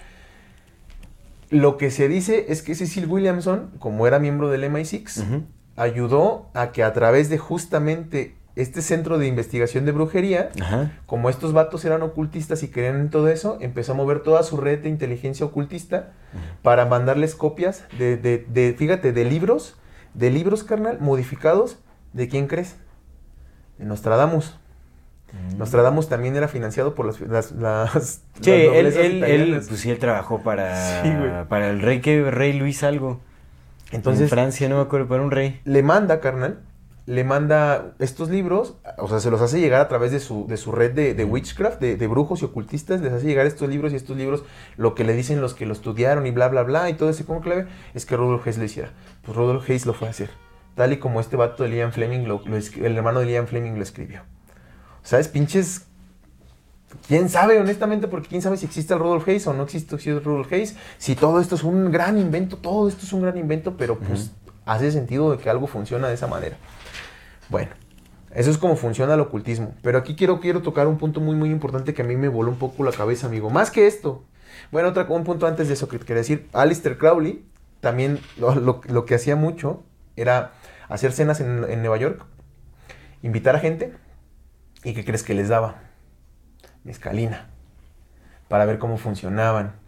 Lo que se dice es que Cecil Williamson, como era miembro del M I seis, Ujú. ayudó a que a través de justamente este centro de investigación de brujería, Ajá. como estos vatos eran ocultistas y creían en todo eso, empezó a mover toda su red de inteligencia ocultista para mandarles copias de, de, de, fíjate, de libros, de libros, carnal, modificados. ¿De quién crees? De Nostradamus. Nostradamus también era financiado por las, las, las, Sí, las él, noblezas él, él, italianas. pues sí, él trabajó para, Sí, güey. para el rey, que rey Luis algo. Entonces, en Francia, no me acuerdo, para un rey. le manda, carnal, le manda estos libros, o sea, se los hace llegar a través de su, de su red de, de witchcraft, de, de brujos y ocultistas, les hace llegar estos libros y estos libros, lo que le dicen los que lo estudiaron y bla, bla, bla, y todo ese conclave, es que Rudolf Hess lo hiciera. Pues Rudolf Hess lo fue a hacer, tal y como este vato de Ian Fleming, lo, lo escri- el hermano de Ian Fleming lo escribió. ¿Sabes? Pinches... ¿Quién sabe, honestamente? Porque quién sabe si existe el Rudolf Hess o no existe el Rudolf Hess. Si todo esto es un gran invento, todo esto es un gran invento, pero pues hace sentido de que algo funciona de esa manera. Bueno, eso es como funciona el ocultismo. Pero aquí quiero, quiero tocar un punto muy, muy importante que a mí me voló un poco la cabeza, amigo. Más que esto. Bueno, otra, un punto antes de eso que quería decir. Aleister Crowley también lo, lo, lo que hacía mucho era hacer cenas en, en Nueva York, invitar a gente. ¿Y qué crees que les daba? Mezcalina, para ver cómo funcionaban.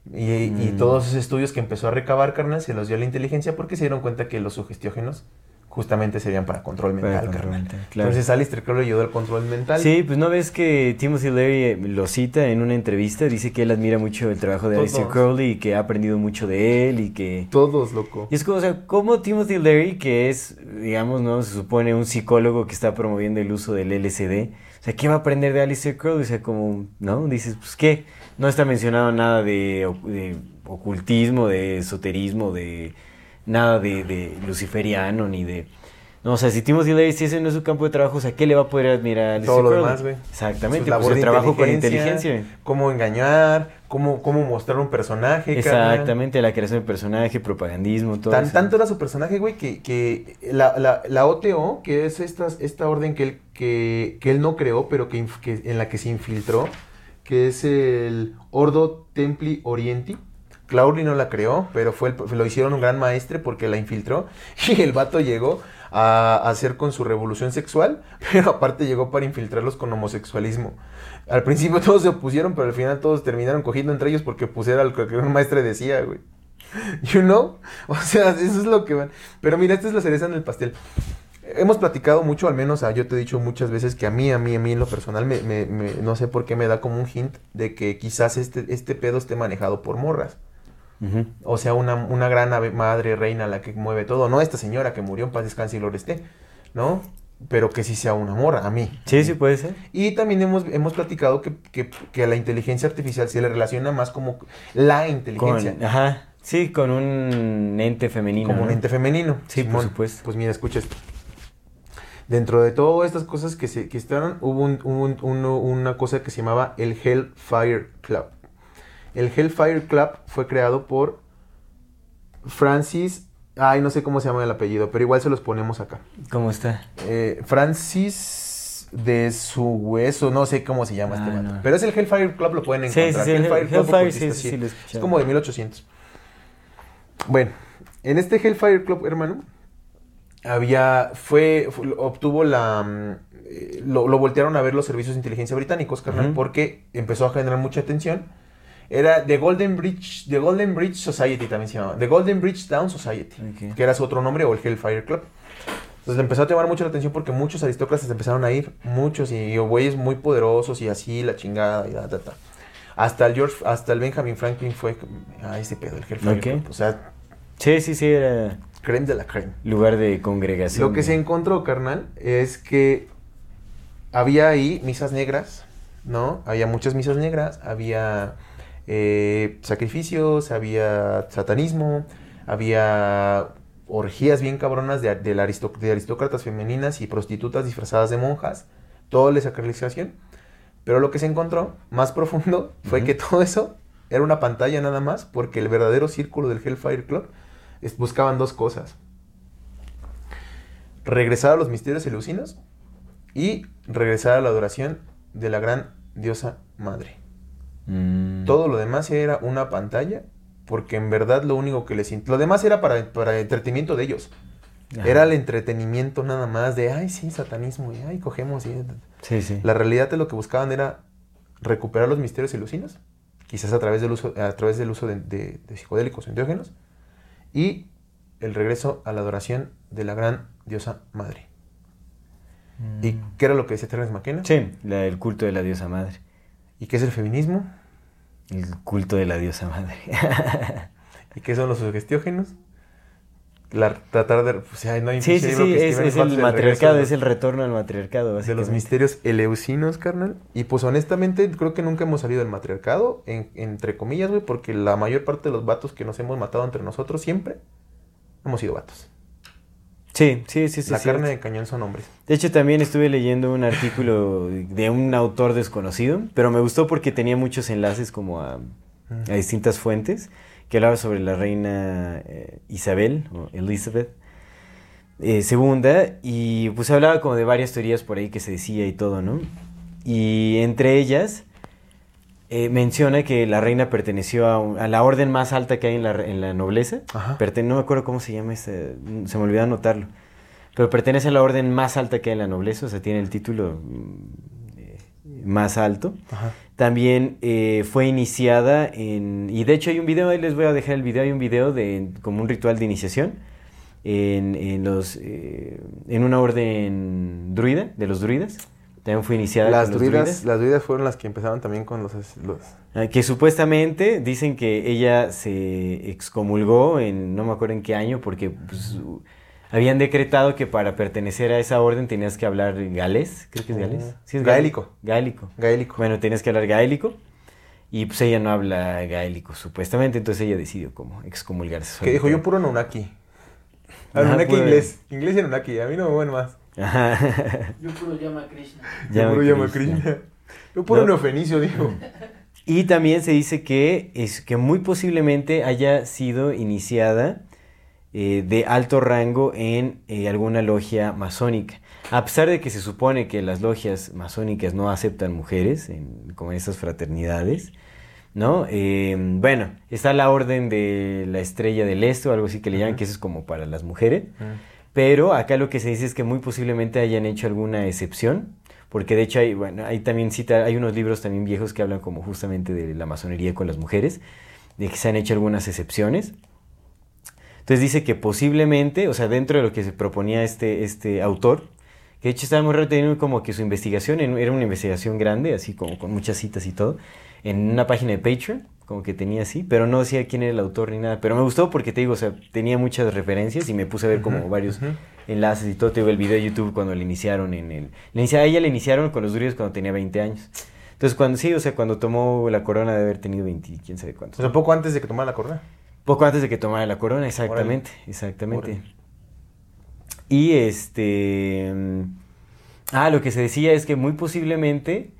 Y, mm. y todos esos estudios que empezó a recabar, carnal, se los dio a la inteligencia porque se dieron cuenta que los sugestiógenos justamente serían para control mental, para control carnal. mental, claro. Entonces Aleister Crowley ayudó al control mental. Sí, pues no ves que Timothy Leary lo cita en una entrevista, dice que él admira mucho el trabajo de Aleister Crowley y que ha aprendido mucho de él y que... Todos, loco. Y es como, o sea, como Timothy Leary, que es, digamos, no, se supone un psicólogo que está promoviendo el uso del L S D, o sea, ¿qué va a aprender de Aleister Crowley? O sea, como, ¿no? Dices, pues, ¿qué? No está mencionado nada de, de ocultismo, de esoterismo, de nada de, de luciferiano, ni de... No, o sea, si Timothy Leary, si ese no es su campo de trabajo, o sea, ¿qué le va a poder admirar a Aleister Todo lo Crowley? demás, güey. Exactamente, Su pues el de trabajo con inteligencia. Cómo engañar, cómo, cómo mostrar un personaje, Exactamente, carnal. La creación de personaje, propagandismo, todo Tan, eso. Tanto era su personaje, güey, que, que la, la, la O T O, que es esta, esta orden que él, que, que él no creó, pero que, que en la que se infiltró, que es el Ordo Templi Orienti. Crowley no la creó, pero fue el, lo hicieron un gran maestre porque la infiltró. Y el vato llegó a, a hacer con su revolución sexual, pero aparte llegó para infiltrarlos con homosexualismo. Al principio todos se opusieron, pero al final todos terminaron cogiendo entre ellos porque pues era lo que un maestre decía, güey. You know? O sea, eso es lo que van. Pero mira, esta es la cereza en el pastel. Hemos platicado mucho, al menos ah, yo te he dicho muchas veces que a mí, a mí, a mí en lo personal, me, me, me, no sé por qué me da como un hint de que quizás este, este pedo esté manejado por morras. Uh-huh. O sea, una, una gran ave, madre reina la que mueve todo. No esta señora que murió en paz descanse y gloria esté, ¿no? Pero que sí sea una morra, a mí. Sí, sí puede ser. Y también hemos, hemos platicado que, que, que a la inteligencia artificial se le relaciona más como la inteligencia. Con, ajá, sí, con un ente femenino. Como ¿no? un ente femenino. Sí, Simón. por supuesto. Pues mira, escucha esto. Dentro de todas estas cosas que se que estaban, hubo un, un, uno, una cosa que se llamaba el Hellfire Club. El Hellfire Club fue creado por Francis... Ay, no sé cómo se llama el apellido, pero igual se los ponemos acá. ¿Cómo está? Eh, Francis de su hueso, no sé cómo se llama ah, este vato. No. Pero es el Hellfire Club, lo pueden encontrar. Sí, sí, sí, Hellfire, el, Club Hellfire sí, sí, sí, lo es como de mil ochocientos. Bueno, en este Hellfire Club, hermano, había... fue, fue obtuvo la... Lo, lo voltearon a ver los servicios de inteligencia británicos, carnal, uh-huh. porque empezó a generar mucha atención. Era The Golden Bridge, The Golden Bridge Society también se llamaba. The Golden Bridge Down Society, okay. que era su otro nombre, o el Hellfire Club. Entonces le empezó a llamar mucho la atención porque muchos aristócratas empezaron a ir, muchos, y, y güeyes muy poderosos y así, la chingada, y da, da, da. Hasta el George, hasta el Benjamin Franklin fue a ese pedo, el Hellfire okay. Club. O sea, sí, sí, sí, era... creme de la creme. Lugar de congregación. Lo que se encontró, carnal, es que había ahí misas negras, ¿no? Había muchas misas negras, había... Eh, sacrificios, había satanismo, había orgías bien cabronas de, de, la aristoc- de aristócratas femeninas y prostitutas disfrazadas de monjas, todo de sacralización. Pero lo que se encontró más profundo fue uh-huh. que todo eso era una pantalla nada más, porque el verdadero círculo del Hellfire Club es, buscaban dos cosas: regresar a los misterios eleusinos y regresar a la adoración de la gran diosa madre. Mm. Todo lo demás era una pantalla, porque en verdad lo único que les... Lo demás era para, para entretenimiento de ellos. Ajá. Era el entretenimiento nada más de, ay, sí, satanismo, y ay, cogemos. Y... Sí, sí. La realidad de lo que buscaban era recuperar los misterios eleusinos, quizás a través del uso, a través del uso de, de, de psicodélicos o enteógenos, y el regreso a la adoración de la gran diosa madre. Mm. ¿Y qué era lo que decía Terence McKenna? Sí, la, el culto de la diosa madre. ¿Y qué es el feminismo? El culto de la diosa madre. ¿Y qué son los sugestiógenos? La, tratar de... O sea, no hay sí, sí, sí, es, es el matriarcado, es el retorno al matriarcado. De los misterios eleusinos, carnal. Y pues honestamente creo que nunca hemos salido del matriarcado, en, entre comillas, güey, porque la mayor parte de los vatos que nos hemos matado entre nosotros siempre hemos sido vatos. Sí, sí, sí, sí. La sí, carne sí. de cañón son hombres. De hecho, también estuve leyendo un artículo de un autor desconocido, pero me gustó porque tenía muchos enlaces como a, a distintas fuentes, que hablaba sobre la reina eh, Isabel, o Elizabeth eh, segunda, y pues hablaba como de varias teorías por ahí que se decía y todo, ¿no? Y entre ellas... Eh, menciona que la reina perteneció a, un, a la orden más alta que hay en la, en la nobleza. Perten- no me acuerdo cómo se llama, ese, se me olvidó anotarlo. Pero pertenece a la orden más alta que hay en la nobleza, o sea, tiene el título eh, más alto. Ajá. También eh, fue iniciada en... Y de hecho hay un video, ahí les voy a dejar el video, hay un video de como un ritual de iniciación en, en, los, eh, en una orden druida, de los druidas. También fue iniciada Las con los druidas, druidas. las druidas fueron las que empezaron también con los... los... Ah, que supuestamente dicen que ella se excomulgó en no me acuerdo en qué año porque pues, habían decretado que para pertenecer a esa orden tenías que hablar galés, creo que es galés. ¿Sí es gaélico. Gaélico. Gaélico. Bueno, tenías que hablar gaélico y pues ella no habla gaélico supuestamente, entonces ella decidió como excomulgarse. Que dijo, yo puro Anunnaki. Ajá, Anunnaki puro- inglés. Inglés y Anunnaki, a mí no me mueven más. Ajá. Yo puro llama a Krishna. Yo puro llama Krishna. Krishna. Yo puro No. neofenicio, dijo. Y también se dice que, es, que muy posiblemente haya sido iniciada eh, de alto rango en eh, alguna logia masónica. A pesar de que se supone que las logias masónicas no aceptan mujeres, en, como en estas fraternidades, ¿no? Eh, bueno, está la orden de la estrella del este o algo así que le llaman, que eso es como para las mujeres. Pero acá lo que se dice es que muy posiblemente hayan hecho alguna excepción, porque de hecho hay, bueno, hay también cita, hay unos libros también viejos que hablan como justamente de la masonería con las mujeres, de que se han hecho algunas excepciones. Entonces dice que posiblemente, o sea, dentro de lo que se proponía este, este autor, que de hecho estaba muy raro, tenía como que su investigación, en- era una investigación grande, así como con muchas citas y todo, en una página de Patreon, como que tenía así, pero no decía quién era el autor ni nada. Pero me gustó porque te digo, o sea, tenía muchas referencias y me puse a ver como Ujú, varios ujú. enlaces y todo. Te digo, el video de YouTube cuando le iniciaron en el... Le inicia- a ella le iniciaron con los druidas cuando tenía veinte años. Entonces, cuando sí, o sea, cuando tomó la corona de haber tenido veinte, quién sabe cuántos. O sea, poco antes de que tomara la corona. Poco antes de que tomara la corona, exactamente, exactamente. Órale. Y este... mm, Ah, lo que se decía es que muy posiblemente...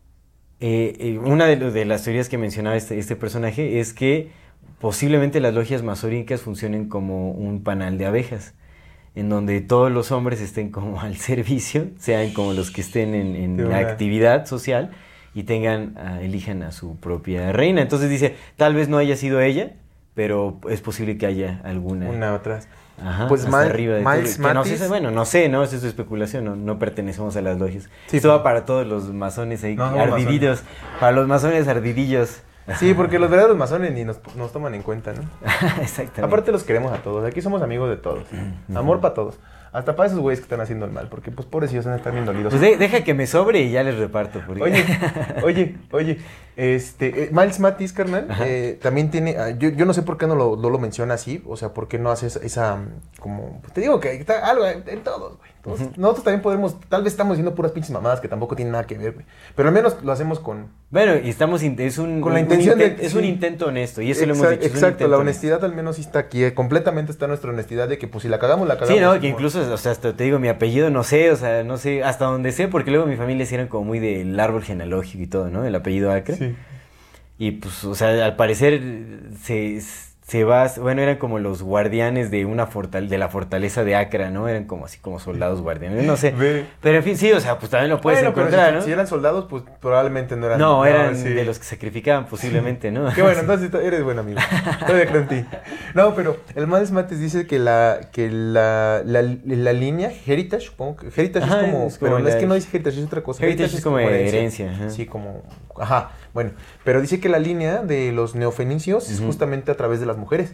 eh, eh, una de, lo- de las teorías que mencionaba este, este personaje es que posiblemente las logias masónicas funcionen como un panal de abejas, en donde todos los hombres estén como al servicio, sean como los que estén en, en De la una- actividad social y tengan, ah, elijan a su propia reina. Entonces dice, tal vez no haya sido ella, pero es posible que haya alguna. Una atrás. Ajá, Pues hasta Mal- arriba de Miles todo. Que no sé, Mathis- bueno, no sé, ¿no? Esa es su especulación, no, no pertenecemos a las logias. Sí, Esto pues. va para todos los masones ahí, No, somos ardidillos. Para los masones ardidillos. Sí, porque los verdaderos masones ni nos, nos toman en cuenta, ¿no? Exactamente. Aparte los queremos a todos. Aquí somos amigos de todos. Amor para todos. Hasta para esos güeyes que están haciendo el mal. Porque, pues, pobrecillos van a estar bien dolidos. Pues de- deja que me sobre y ya les reparto. Porque... Oye, oye, oye, este, eh, Miles Mathis, carnal, eh, también tiene, ah, yo, yo no sé por qué no lo, no lo menciona así, o sea, por qué no hace esa, esa, mm, como, pues te digo que está algo en, en todos, güey, todos. Nosotros también podemos, tal vez estamos diciendo puras pinches mamadas que tampoco tienen nada que ver, güey, pero al menos lo hacemos con, Bueno, y estamos, in- es un, Con la un intención de- inten- es un sí. intento honesto, y eso lo Exa- hemos dicho. es un exacto, intento la honesto. honestidad al menos sí está aquí, eh, completamente está nuestra honestidad de que, pues, si la cagamos, la cagamos. Sí, no, que como- incluso, o sea, hasta te digo, mi apellido, no sé, o sea, no sé, hasta donde sé, porque luego mi familia sí eran como muy del árbol genealógico y todo, ¿no? El apellido Acre. Sí. Y pues, o sea, al parecer se, se va, bueno, eran como los guardianes de una fortal, de la fortaleza de Acra, ¿no? Eran como así como soldados guardianes, no sé. Ve. Pero en fin, sí, o sea, pues también lo puedes Bueno, pero encontrar, si, ¿no? si eran soldados, pues probablemente no eran. No, eran sí. de los que sacrificaban posiblemente, ¿no? Qué bueno, entonces eres buen amigo. Todavía creo en ti. No, pero el Miles Mathis dice que la que la, la, la línea Heritage, supongo que Heritage Ajá, es como, es como pero no es la- que no dice Heritage, es otra cosa. Heritage es como herencia, ajá. Sí, como ajá, bueno, pero dice que la línea de los neofenicios es Ujú. justamente a través de las mujeres.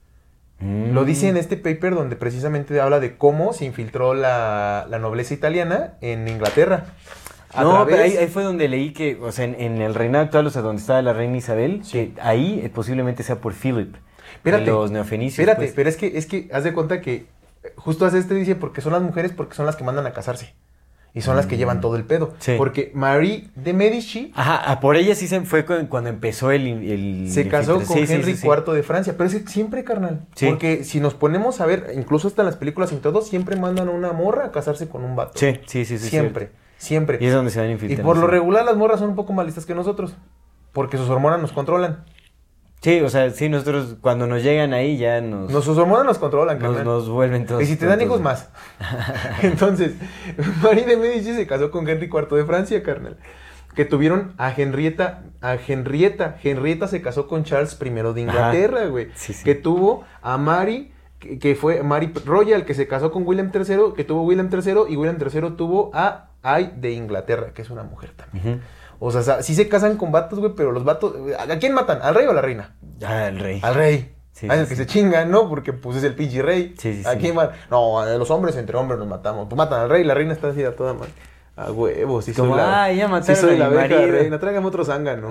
Mm. Lo dice en este paper donde precisamente habla de cómo se infiltró la, la nobleza italiana en Inglaterra. A No, pero través- ahí, ahí fue donde leí que, o sea, en, en el reinado actual, o sea, donde estaba la reina Isabel, Sí. que ahí eh, posiblemente sea por Philip. Espérate, de los neofenicios. Espérate, pues. pero es que, es que haz de cuenta que eh, justo hace este dice porque son las mujeres, porque son las que mandan a casarse. Y son las que llevan todo el pedo. Mm. Sí. Porque Marie de Medici Ajá, ah, por ella sí se fue con- cuando empezó el... el se casó el- con sí, sí, Henry sí, sí. cuarto de Francia. Pero es que siempre, carnal. Sí. Porque si nos ponemos a ver, incluso hasta en las películas y todo, siempre mandan a una morra a casarse con un vato. Sí, sí, sí, sí. Siempre, siempre. Y es donde se van Y infiltrando. por lo sí. regular las morras son un poco más listas que nosotros. Porque sus hormonas nos controlan. Sí, o sea, sí, nosotros cuando nos llegan ahí ya nos... Nos, sus hormonas nos controlan, nos, carnal. nos vuelven todos... Y si te dan tontos. hijos más. Entonces, Marie de Medici se casó con Henry cuarto de Francia, carnal. Que tuvieron a Henrietta, a Henrietta. Henrietta se casó con Charles primero de Inglaterra, güey. Sí, sí. Que tuvo a Mary, que, que fue Mary Royal, que se casó con William tercero, que tuvo William tercero, y William tercero tuvo a hay de Inglaterra, que es una mujer también. Ujú. O sea, sa- sí se casan con vatos, güey, pero los vatos... ¿A quién matan? ¿Al rey o a la reina? Ah, el rey. Al rey. Sí, Hay sí, el que sí. se chingan, ¿no? Porque pues es el pinche rey. Sí, sí, ¿A sí. quién matan? No, a los hombres entre hombres nos matamos. Pues matan al rey, la reina está así a toda madre. A huevos, sí Como, soy la... "Ay, ya sí mataron soy a la mi abeja marido". reina. Tráigame otro zángano.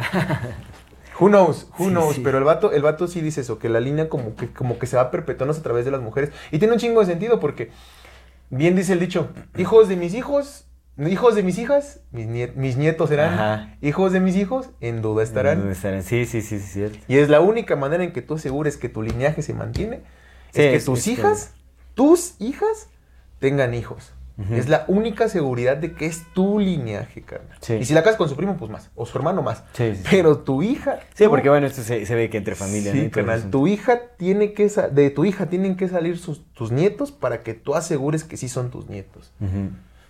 Who knows, who Sí, knows, sí. pero el vato, el vato sí dice eso, que la línea como que, como que se va perpetuando a través de las mujeres. Y tiene un chingo de sentido porque, bien dice el dicho, hijos de mis hijos, hijos de mis hijas, mis, nie- mis nietos serán, Ajá. hijos de mis hijos, en duda estarán. ¿Dónde estarán? Sí, sí, sí, sí, cierto. Y es la única manera en que tú asegures que tu linaje se mantiene, Sí, es que es- tus es hijas, tus hijas, tengan hijos. Ujú. Es la única seguridad de que es tu linaje, carnal. Sí. Y si la casas con su primo, pues más, o su hermano más. Sí, sí, sí. Pero tu hija... Sí, tú- porque bueno, esto se, se ve que entre familia, ¿no? Sí, Y todo carnal, eso. tu hija tiene que sa- de tu hija tienen que salir sus, tus nietos para que tú asegures que sí son tus nietos. Ujú.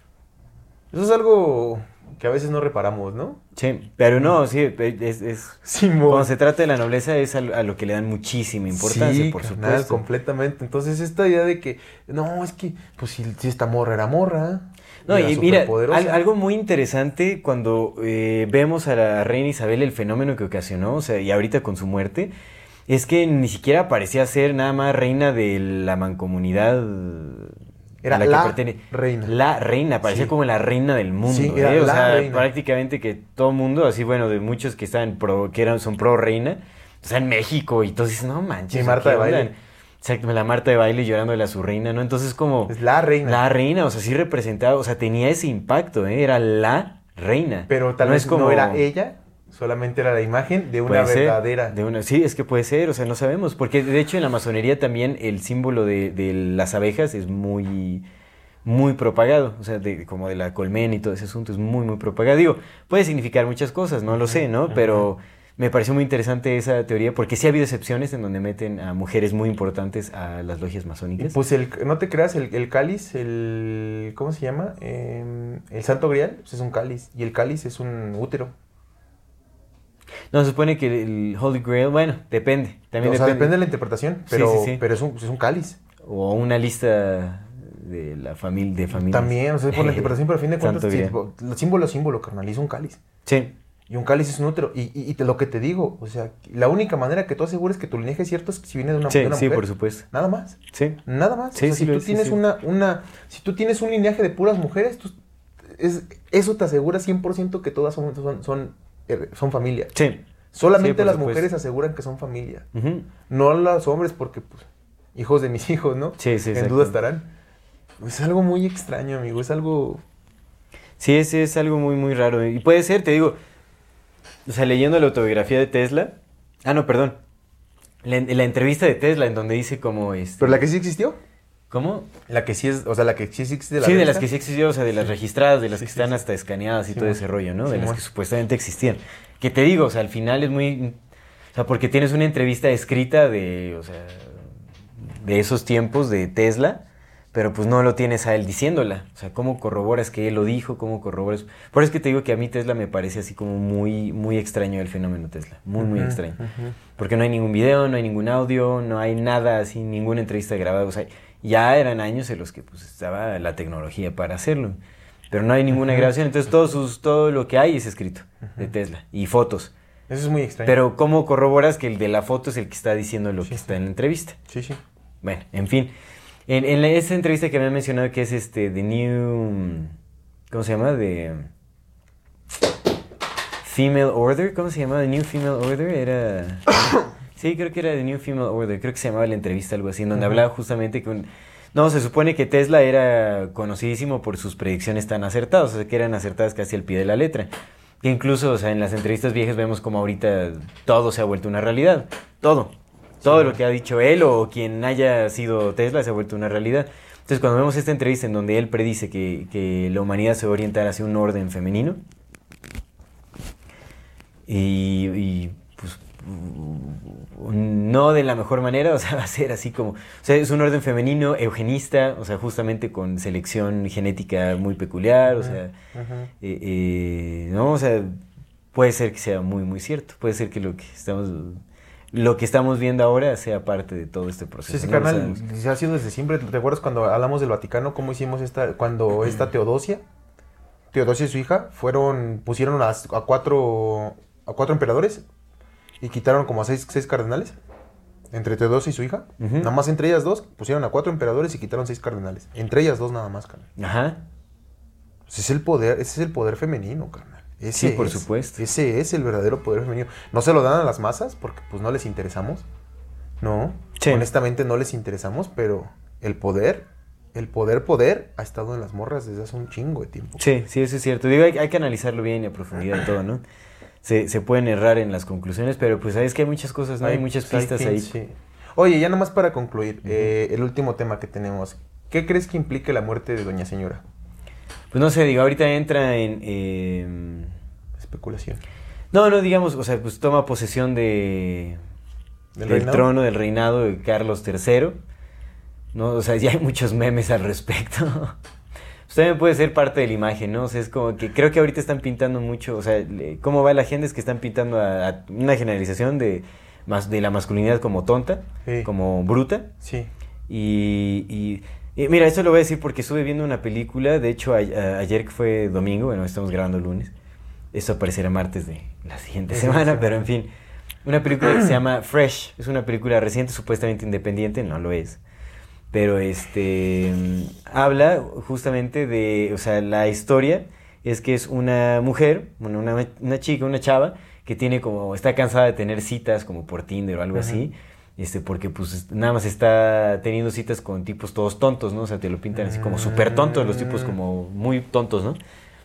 Eso es algo que a veces no reparamos, ¿no? Sí, pero no, sí, es, es, Simón. cuando se trata de la nobleza es a, a lo que le dan muchísima importancia, Sí, por carnal, supuesto. completamente. Entonces esta idea de que, no, es que, pues si, si esta morra era morra. No, era y mira, superpoderosa. al- algo muy interesante cuando eh, vemos a la reina Isabel, el fenómeno que ocasionó, o sea, y ahorita con su muerte, es que ni siquiera parecía ser nada más reina de la mancomunidad Era a la, que la pertene- reina. La reina, parecía Sí. como la reina del mundo, Sí, era ¿eh? O la sea, reina. prácticamente que todo mundo, así bueno, de muchos que estaban pro, que eran, son pro reina, o sea, en México, y todos dicen, no manches. Y o sea, Marta ¿qué de onda? Baile. Exacto, la Marta de Baile llorándole a su reina, ¿no? Entonces como... Es la reina. La reina, o sea, sí representaba, o sea, tenía ese impacto, ¿eh? Era la reina. Pero tal No vez es como- no era ella, solamente era la imagen de una Puede ser, verdadera. de una, sí, es que puede ser, o sea, no sabemos. Porque de hecho en la masonería también el símbolo de, de las abejas es muy, muy propagado. O sea, de, como de la colmena y todo ese asunto es muy, muy propagado. Digo, puede significar muchas cosas, no lo sé, ¿no? Pero me pareció muy interesante esa teoría porque sí ha habido excepciones en donde meten a mujeres muy importantes a las logias Y masónicas. pues el, no te creas, el, el cáliz, el, ¿cómo se llama? Eh, el Santo Grial, pues es un cáliz. Y el cáliz es un útero. No, se supone que el Holy Grail, bueno, depende. También o sea, depende. depende de la interpretación, Sí, pero, sí, sí. pero es, un, es un cáliz. O una lista de la familia, de familias. También, o sea, es por la interpretación, pero a fin de cuentas, Santo sí, Grial. el símbolo es símbolo, carnal, y es un cáliz. Sí. Y un cáliz es un útero. Y, y, y te, lo que te digo, o sea, la única manera que tú asegures que tu linaje es cierto es que si viene de una, Sí, de una sí, mujer. por supuesto. Nada más. Sí. Nada más. Sí, o sea, sí si lo tú es, sí, tienes sí. una, una, si tú tienes un linaje de puras mujeres, tú- es, eso te asegura cien por ciento que todas son, son, son, eh, son familia. Sí. Solamente Sí, por las supuesto. mujeres aseguran que son familia. Ujú. No los hombres porque, pues, hijos de mis hijos, ¿no? Sí, sí, En exacto. duda estarán. Es algo muy extraño, amigo. Es algo... Sí, es, es algo muy, muy raro. Y puede ser, te digo, o sea, leyendo la autobiografía de Tesla. Ah, no, perdón. La, la entrevista de Tesla en donde dice como... Este, Pero la que sí existió. ¿Cómo? La que sí es, o sea, la que sí existe de la Sí, de revista. las que sí existió, o sea, de las registradas, de las Sí, que sí, están sí. hasta escaneadas y Sí, todo mon. ese rollo, ¿no? De Sí, las mon. que supuestamente existían. Que te digo, o sea, al final es muy... O sea, porque tienes una entrevista escrita de, o sea, de esos tiempos de Tesla, pero pues no lo tienes a él diciéndola. O sea, ¿cómo corroboras que él lo dijo? ¿Cómo corroboras? Por eso es que te digo que a mí Tesla me parece así como muy, muy extraño el fenómeno Tesla. Muy, muy Ujú, extraño. ujú. Porque no hay ningún video, no hay ningún audio, no hay nada así, ninguna entrevista grabada. O sea, ya eran años en los que pues estaba la tecnología para hacerlo. Pero no hay ninguna grabación. Entonces todo, sus, todo lo que hay es escrito de Tesla. Y fotos. Eso es muy extraño. Pero ¿cómo corroboras que el de la foto es el que está diciendo lo Sí, que sí. está en la entrevista? Sí, sí. Bueno, en fin. En, en la- esa entrevista que me han mencionado que es este The New... ¿Cómo se llama? The Female Order. ¿Cómo se llama? The New Female Order. Era... Sí, creo que era The New Female Order. Creo que se llamaba la entrevista, algo así, en donde Ujú. hablaba justamente con... No, se supone que Tesla era conocidísimo por sus predicciones tan acertadas, o sea, que eran acertadas casi al pie de la letra. Que incluso, o sea, en las entrevistas viejas vemos como ahorita todo se ha vuelto una realidad. Todo. Todo lo que ha dicho él o quien haya sido Tesla se ha vuelto una realidad. Entonces, cuando vemos esta entrevista en donde él predice que, que la humanidad se va a orientar hacia un orden femenino, y, y, pues no de la mejor manera, o sea, va a ser así como, o sea, es un orden femenino eugenista, o sea, justamente con selección genética muy peculiar, o sea, Ujú. eh, eh, no, o sea, puede ser que sea muy, muy cierto, puede ser que lo que estamos, lo que estamos viendo ahora sea parte de todo este proceso. Sí, sí, no lo carnal, sabemos. se ha sido desde siempre. ¿Te acuerdas cuando hablamos del Vaticano, cómo hicimos esta, cuando esta Teodosia, Teodosia y su hija fueron, pusieron a, a cuatro a cuatro emperadores y quitaron como a seis, seis cardenales. Entre Teodosia y su hija. Uh-huh. Nada más entre ellas dos pusieron a cuatro emperadores y quitaron seis cardenales. Entre ellas dos nada más, carnal. Ajá. Ese es el poder, ese es el poder femenino, carnal. Ese sí, por es, supuesto. Ese es el verdadero poder femenino. No se lo dan a las masas porque pues no les interesamos. No. Sí. Honestamente no les interesamos, pero el poder, el poder poder ha estado en las morras desde hace un chingo de tiempo. Sí, sí, eso es cierto. Digo, hay, hay que analizarlo bien y a profundidad y todo, ¿no? Se, se pueden errar en las conclusiones, pero pues sabes que hay muchas cosas, ¿no? Hay, hay muchas pistas hay things, ahí. Sí. Oye, ya nomás para concluir, uh-huh. eh, el último tema que tenemos. ¿Qué crees que implique la muerte de Doña Señora? Pues no sé, digo, ahorita entra en... Eh... especulación. No, no, digamos, o sea, pues toma posesión de... ¿Del, del reinado? trono, del reinado de Carlos tercero. ¿No? O sea, ya hay muchos memes al respecto. Pues también puede ser parte de la imagen, ¿no? O sea, es como que creo que ahorita están pintando mucho, o sea, cómo va la agenda es que están pintando a, a una generalización de, de la masculinidad como tonta, sí. como bruta. Sí. Y, y, y mira, esto lo voy a decir porque estuve viendo una película, de hecho a, a, ayer que fue domingo, bueno, estamos grabando lunes, esto aparecerá martes de la siguiente sí, semana, sí. pero en fin, una película que se llama Fresh, es una película reciente, supuestamente independiente, no lo es. Pero este habla justamente de, o sea, la historia es que es una mujer, bueno, una, una chica, una chava, que tiene como, está cansada de tener citas como por Tinder o algo uh-huh. así, este, porque pues nada más está teniendo citas con tipos todos tontos, ¿no? O sea, te lo pintan así como súper tontos, los tipos como muy tontos, ¿no?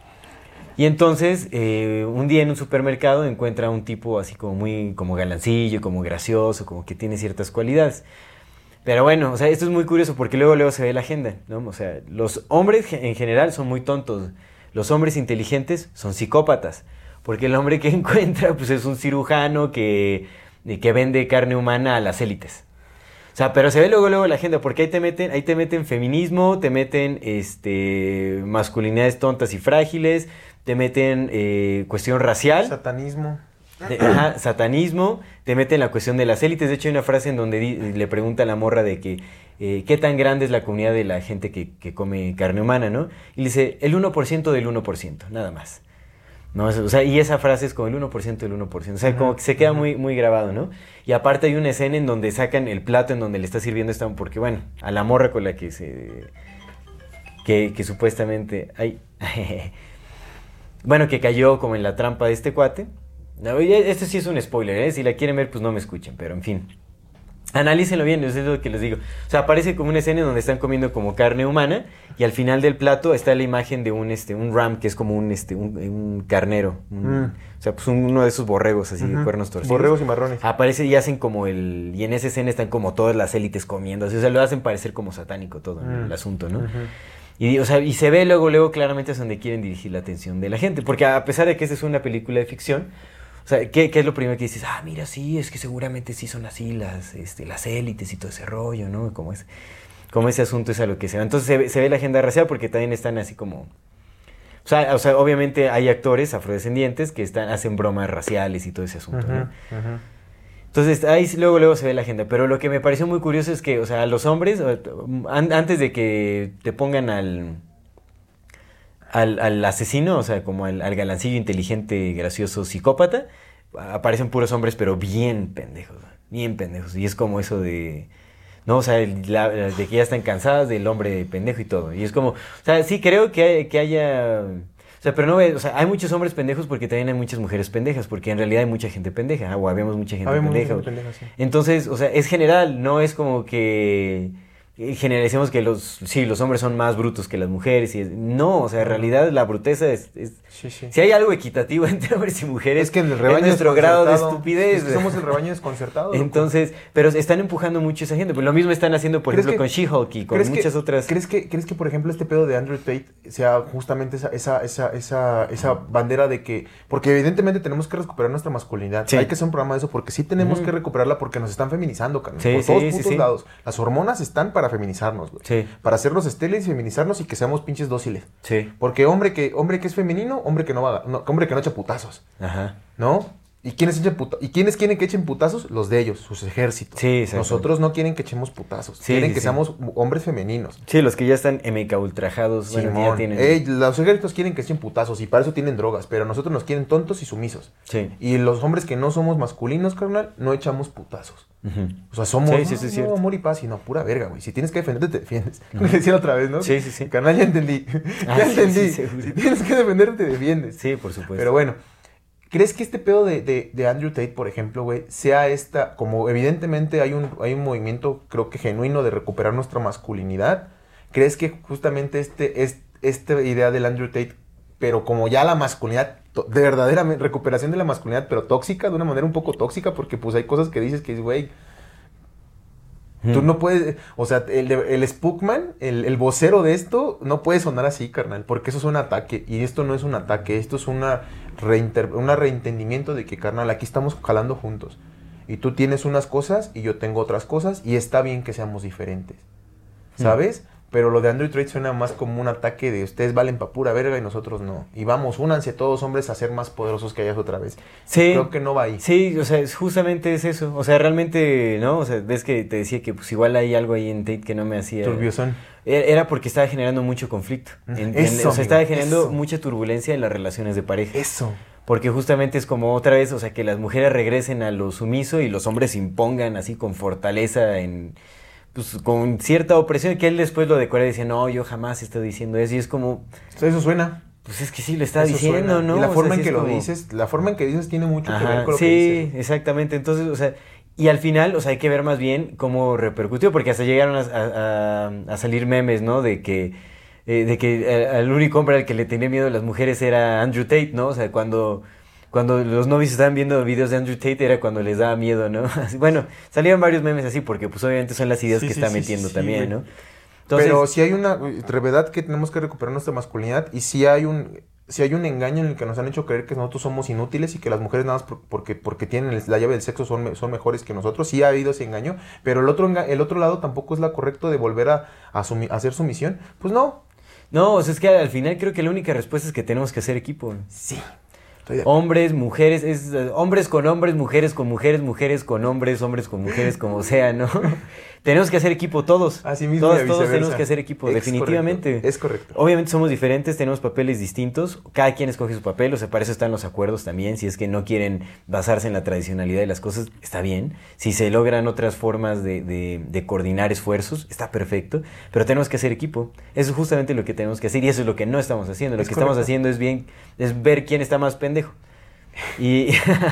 Y entonces, eh, un día en un supermercado encuentra a un tipo así como muy, como galancillo, como gracioso, como que tiene ciertas cualidades. Pero bueno, o sea, esto es muy curioso porque luego luego se ve la agenda, ¿no? O sea, los hombres en general son muy tontos. Los hombres inteligentes son psicópatas. Porque el hombre que encuentra, pues es un cirujano que, que vende carne humana a las élites. O sea, pero se ve luego luego la agenda porque ahí te meten, ahí te meten feminismo, te meten este masculinidades tontas y frágiles, te meten eh, cuestión racial. Satanismo. De, ajá, satanismo, te mete en la cuestión de las élites. De hecho hay una frase en donde di, le pregunta a la morra de que eh, qué tan grande es la comunidad de la gente que, que come carne humana, ¿no? Y le dice, el uno por ciento del uno por ciento, nada más, ¿no? O sea, y esa frase es como el uno por ciento del uno por ciento, o sea, uh-huh. como que se queda muy, muy grabado, ¿no? Y aparte hay una escena en donde sacan el plato en donde le está sirviendo esta, porque bueno, a la morra con la que se... que, que supuestamente... ay, bueno, que cayó como en la trampa de este cuate. No, este sí es un spoiler, ¿eh? Si la quieren ver, pues no me escuchen, pero en fin. Analícenlo bien, eso es lo que les digo. O sea, aparece como una escena en donde están comiendo como carne humana y al final del plato está la imagen de un este un ram, que es como un este un, un carnero. Un, mm. O sea, pues un, uno de esos borregos así uh-huh. de cuernos torcidos. Borregos y marrones. Aparece y hacen como el... Y en esa escena están como todas las élites comiendo. Así, o sea, lo hacen parecer como satánico todo mm. el asunto, ¿no? Uh-huh. Y, o sea, y se ve luego, luego claramente es donde quieren dirigir la atención de la gente. Porque a pesar de que esta es una película de ficción... O sea, ¿qué, ¿qué es lo primero que dices? Ah, mira, sí, es que seguramente sí son así las, este, las élites y todo ese rollo, ¿no? Como, es, como ese asunto es a lo que se va. Entonces se ve, se ve la agenda racial porque también están así como... O sea, o sea, obviamente hay actores afrodescendientes que están, hacen bromas raciales y todo ese asunto, uh-huh, ¿no? Uh-huh. Entonces ahí luego, luego se ve la agenda. Pero lo que me pareció muy curioso es que, o sea, los hombres, an, antes de que te pongan al... Al, al asesino, o sea, como al, al galancillo inteligente, gracioso, psicópata, aparecen puros hombres, pero bien pendejos, bien pendejos. Y es como eso de, ¿no? O sea, la, de que ya están cansadas del hombre pendejo y todo. Y es como, o sea, sí creo que, hay, que haya... O sea, pero no, o sea, hay muchos hombres pendejos porque también hay muchas mujeres pendejas, porque en realidad hay mucha gente pendeja, o habíamos mucha gente habíamos pendeja. Mucha pendeja sí. Entonces, o sea, es general, no es como que... generalicemos que los sí los hombres son más brutos que las mujeres y es, no, o sea, en realidad la bruteza es, es sí, sí. si hay algo equitativo entre hombres y mujeres es que en el rebaño es nuestro grado de estupidez, es que somos el rebaño desconcertado. Entonces, loco. Pero están empujando mucho esa gente, pues lo mismo están haciendo por ejemplo que, con She-Hulk y con muchas que, otras. ¿crees que crees que por ejemplo este pedo de Andrew Tate sea justamente esa esa esa esa, esa bandera de que porque evidentemente tenemos que recuperar nuestra masculinidad, sí. Hay que hacer un programa de eso porque sí tenemos mm. que recuperarla porque nos están feminizando, carnal, sí, por sí, todos sí, putos sí. lados. Las hormonas están para feminizarnos, güey. Sí. Para hacernos estériles, feminizarnos y que seamos pinches dóciles. Sí. Porque hombre que hombre que es femenino, hombre que no va, no, hombre que no echa putazos. Ajá. ¿No? ¿Y quiénes, echan puta- ¿Y quiénes quieren que echen putazos? Los de ellos, sus ejércitos. Sí, exacto. Nosotros no quieren que echemos putazos. Sí, quieren sí, que sí. seamos hombres femeninos. Sí, los que ya están M K ultrajados, bueno, que ya Simón. tienen... Ey, los ejércitos quieren que echen putazos y para eso tienen drogas, pero nosotros nos quieren tontos y sumisos. Sí. Y los hombres que no somos masculinos, carnal, no echamos putazos. Ujú. O sea, somos Sí, sí, no, sí, es no, cierto. amor y paz y no, pura verga, güey. Si tienes que defenderte, te defiendes. Lo decía otra vez, ¿no? Sí, sí, sí. Carnal, ya entendí. Ah, ya sí, entendí. sí, seguro. Si tienes que defenderte, te defiendes. Sí, por supuesto. Pero bueno, ¿crees que este pedo de, de, de Andrew Tate, por ejemplo, güey, sea esta, como evidentemente hay un, hay un movimiento, creo que genuino, de recuperar nuestra masculinidad? ¿Crees que justamente este, es, esta idea del Andrew Tate, pero como ya la masculinidad, to- de verdadera me- recuperación de la masculinidad, pero tóxica, de una manera un poco tóxica, porque pues hay cosas que dices que, güey, tú no puedes, o sea, el, de- el Spookman, el, el vocero de esto, no puede sonar así, carnal, porque eso es un ataque, y esto no es un ataque, esto es una reinter, una reentendimiento de que, carnal, aquí estamos jalando juntos, y tú tienes unas cosas, y yo tengo otras cosas, y está bien que seamos diferentes, ¿sabes? Pero lo de Andrew Tate suena más como un ataque de ustedes valen pa' pura verga y nosotros no. Y vamos, únanse todos hombres a ser más poderosos que ellas otra vez. Sí. Creo que no va ahí. Sí, o sea, es- justamente es eso. O sea, realmente, ¿no? O sea, ves que te decía que pues igual hay algo ahí en Tate que no me hacía... Turbiosón. Era era porque estaba generando mucho conflicto. En- en- Eso, o sea, estaba amigo, generando eso. mucha turbulencia en las relaciones de pareja. Eso. Porque justamente es como otra vez, o sea, que las mujeres regresen a lo sumiso y los hombres se impongan así con fortaleza, en pues con cierta opresión, que él después lo decora y decía, no, yo jamás he estado diciendo eso. Y es como, O sea, eso suena. pues es que sí, lo está Eso diciendo, suena. ¿no? Y la O forma sea, en sí que es lo como- dices, la forma en que dices tiene mucho que Ajá, ver con lo sí, que dices. exactamente. Entonces, o sea, y al final, o sea, hay que ver más bien cómo repercutió, porque hasta llegaron a, a- a- a salir memes, ¿no? De que, eh, de que eh, al único hombre al que le tenía miedo a las mujeres era Andrew Tate, ¿no? O sea, cuando, cuando los novios estaban viendo videos de Andrew Tate era cuando les daba miedo, ¿no? Así, bueno, salieron varios memes así, porque pues obviamente son las ideas Sí, que sí, está sí, metiendo sí, también, güey. ¿no? Entonces, Pero si hay una brevedad que tenemos que recuperar nuestra masculinidad y si hay un si hay un engaño en el que nos han hecho creer que nosotros somos inútiles y que las mujeres nada más por- porque, porque tienen el- la llave del sexo son, me- son mejores que nosotros, sí ha habido ese engaño, pero el otro, enga- el otro lado tampoco es la correcto de volver a, a, sumi- a hacer sumisión. Pues no. no, o sea, es que al final creo que la única respuesta es que tenemos que hacer equipo. Sí. Estoy de acuerdo. Hombres, mujeres, es eh, hombres con hombres, mujeres con mujeres, mujeres con hombres, hombres con mujeres, como sea, ¿no? Tenemos que hacer equipo todos. Así mismo y todos, a todos viceversa. tenemos que hacer equipo, Es definitivamente. correcto, es correcto. Obviamente somos diferentes, tenemos papeles distintos, cada quien escoge su papel, o sea, para eso están los acuerdos también, si es que no quieren basarse en la tradicionalidad de las cosas, está bien. Si se logran otras formas de, de, de coordinar esfuerzos, está perfecto, pero tenemos que hacer equipo. Eso es justamente lo que tenemos que hacer y eso es lo que no estamos haciendo. Lo Es que estamos correcto. haciendo es bien, es ver quién está más pendejo. Y,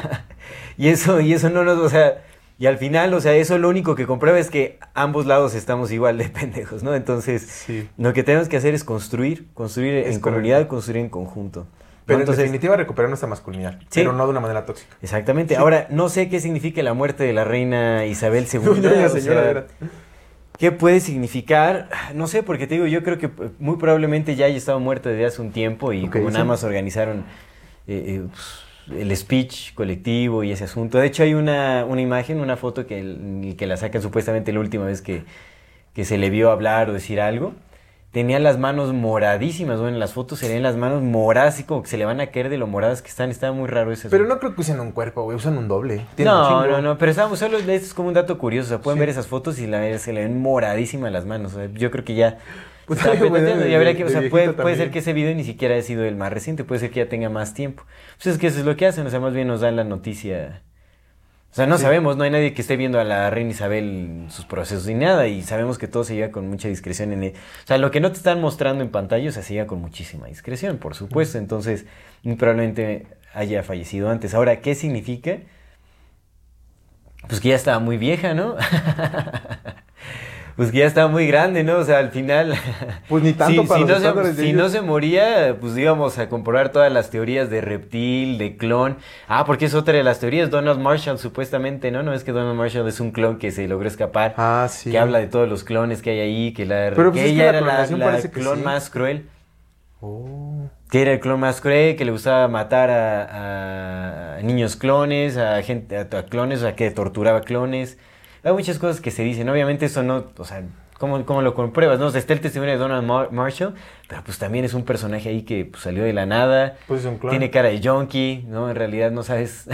y eso, y eso no nos, o sea, y al final, o sea, eso lo único que comprueba es que ambos lados estamos igual de pendejos, ¿no? Entonces, Sí. lo que tenemos que hacer es construir, construir Es en correcto. comunidad, construir en conjunto. ¿no? Pero en Entonces, definitiva recuperar nuestra masculinidad, Sí. pero no de una manera tóxica. exactamente. Ahora, no sé qué significa la muerte de la reina Isabel segunda. Doña o señora, sea, era- ¿qué puede significar? No sé, porque te digo, yo creo que eh, muy probablemente ya haya estado muerta desde hace un tiempo y Ok, como nada sí. más organizaron eh, eh, pues, el speech colectivo y ese asunto. De hecho, hay una, una imagen, una foto que, el- que la sacan supuestamente la última vez que, que se le vio hablar o decir algo. Tenía las manos moradísimas, bueno, en las fotos se ven las manos moradas, así como que se le van a caer de lo moradas que están. Estaba muy raro ese Pero asunto. no creo que usen un cuerpo, güey, usan un doble. Tiene un No, chingo. no, no, pero estamos solo, esto es como un dato curioso, o sea, pueden Sí. ver esas fotos y la, se le ven moradísimas las manos, o sea, yo creo que ya Pues está algo petateando, de- y habría de- que, o de sea, viejito puede, puede también. ser que ese video ni siquiera haya sido el más reciente, puede ser que ya tenga más tiempo. Pues es que eso es lo que hacen, o sea, más bien nos dan la noticia, o sea, no Sí. sabemos, no hay nadie que esté viendo a la reina Isabel en sus procesos ni nada, y sabemos que todo se lleva con mucha discreción en el, o sea, lo que no te están mostrando en pantalla, o sea, se lleva con muchísima discreción, por supuesto, entonces, muy probablemente haya fallecido antes. Ahora, ¿qué significa? Pues que ya estaba muy vieja, ¿no? Pues que ya estaba muy grande, ¿no? O sea, al final... Pues ni tanto si, para si los no se, estándares de si ellos. no se moría, pues íbamos a comprobar todas las teorías de reptil, de clon. Ah, porque es otra de las teorías. Donald Marshall, supuestamente, ¿no? No es que Donald Marshall es un clon que se logró escapar. Ah, sí. Que habla de todos los clones que hay ahí, que, la, Pero, pues, que es que ella la era la, clonación la parece que clon sí. más cruel. Oh. Que era el clon más cruel, que le gustaba matar a, a niños clones, a gente, a, a clones, a que torturaba clones. Hay muchas cosas que se dicen. Obviamente eso no, o sea, ¿cómo, cómo lo compruebas? ¿No? O sea, está el testimonio de Donald Mar- Marshall, pero pues también es un personaje ahí que pues, salió de la nada. Pues es un clon. Tiene cara de junkie, ¿no? En realidad no sabes...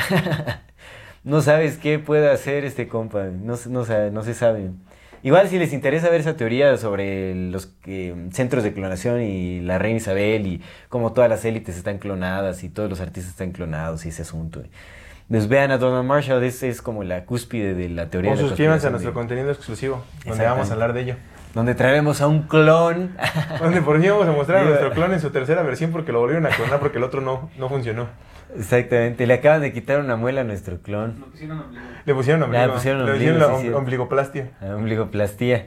no sabes qué puede hacer este compa. No, se- no, se- no se sabe. Igual si les interesa ver esa teoría sobre los eh, centros de clonación y la reina Isabel y cómo todas las élites están clonadas y todos los artistas están clonados y ese asunto. Pues vean a Donald Marshall, es, es como la cúspide de la teoría O de la suscríbanse a conspiración nuestro de- contenido exclusivo, donde Exactamente. vamos a hablar de ello. donde traeremos a un clon. Donde por fin vamos a mostrar a Digo- nuestro clon en su tercera versión porque lo volvieron a clonar porque el otro no, no funcionó. Exactamente, le acaban de quitar una muela a nuestro clon. Lo pusieron ombligo. Le pusieron ombligo. le pusieron Le ombligo, pusieron la sí, om- cierto. ombligoplastia. A ombligoplastía.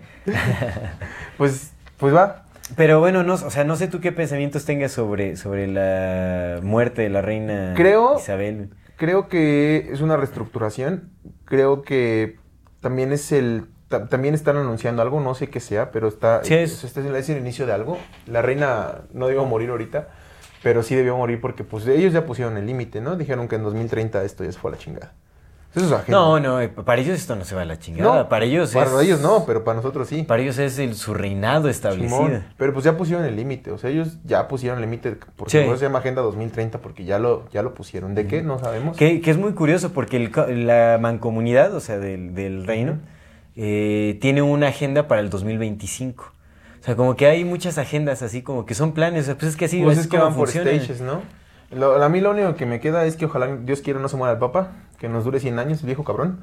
Pues, pues va. Pero bueno, no, o sea, no sé tú qué pensamientos tengas sobre, sobre la muerte de la reina Creo- Isabel. Creo que es una reestructuración. Creo que también es el... ta- También están anunciando algo, no sé qué sea, pero está... Sí, es- Este es, es el inicio de algo. La reina no debió morir ahorita, pero sí debió morir porque pues ellos ya pusieron el límite, ¿no? Dijeron que en dos mil treinta esto ya se fue a la chingada. Eso es su agenda. No, no, eh, para ellos esto no se va a la chingada. No, para ellos para es... ellos no, pero para nosotros sí. Para ellos es el, su reinado establecido. Simón, pero pues ya pusieron el límite, o sea, ellos ya pusieron el límite, porque Sí. por eso se llama Agenda dos mil treinta, porque ya lo, ya lo pusieron. ¿De qué? No sabemos. Que, que es muy curioso porque el co- la mancomunidad, o sea, del, del reino, eh, tiene una agenda para el dos mil veinticinco. O sea, como que hay muchas agendas así, como que son planes. O sea, pues es que así Pues es es que como van por funciona. stages, ¿no? Lo- a mí lo único que me queda es que ojalá Dios quiera no se muera el Papa, que nos dure cien años, el viejo cabrón,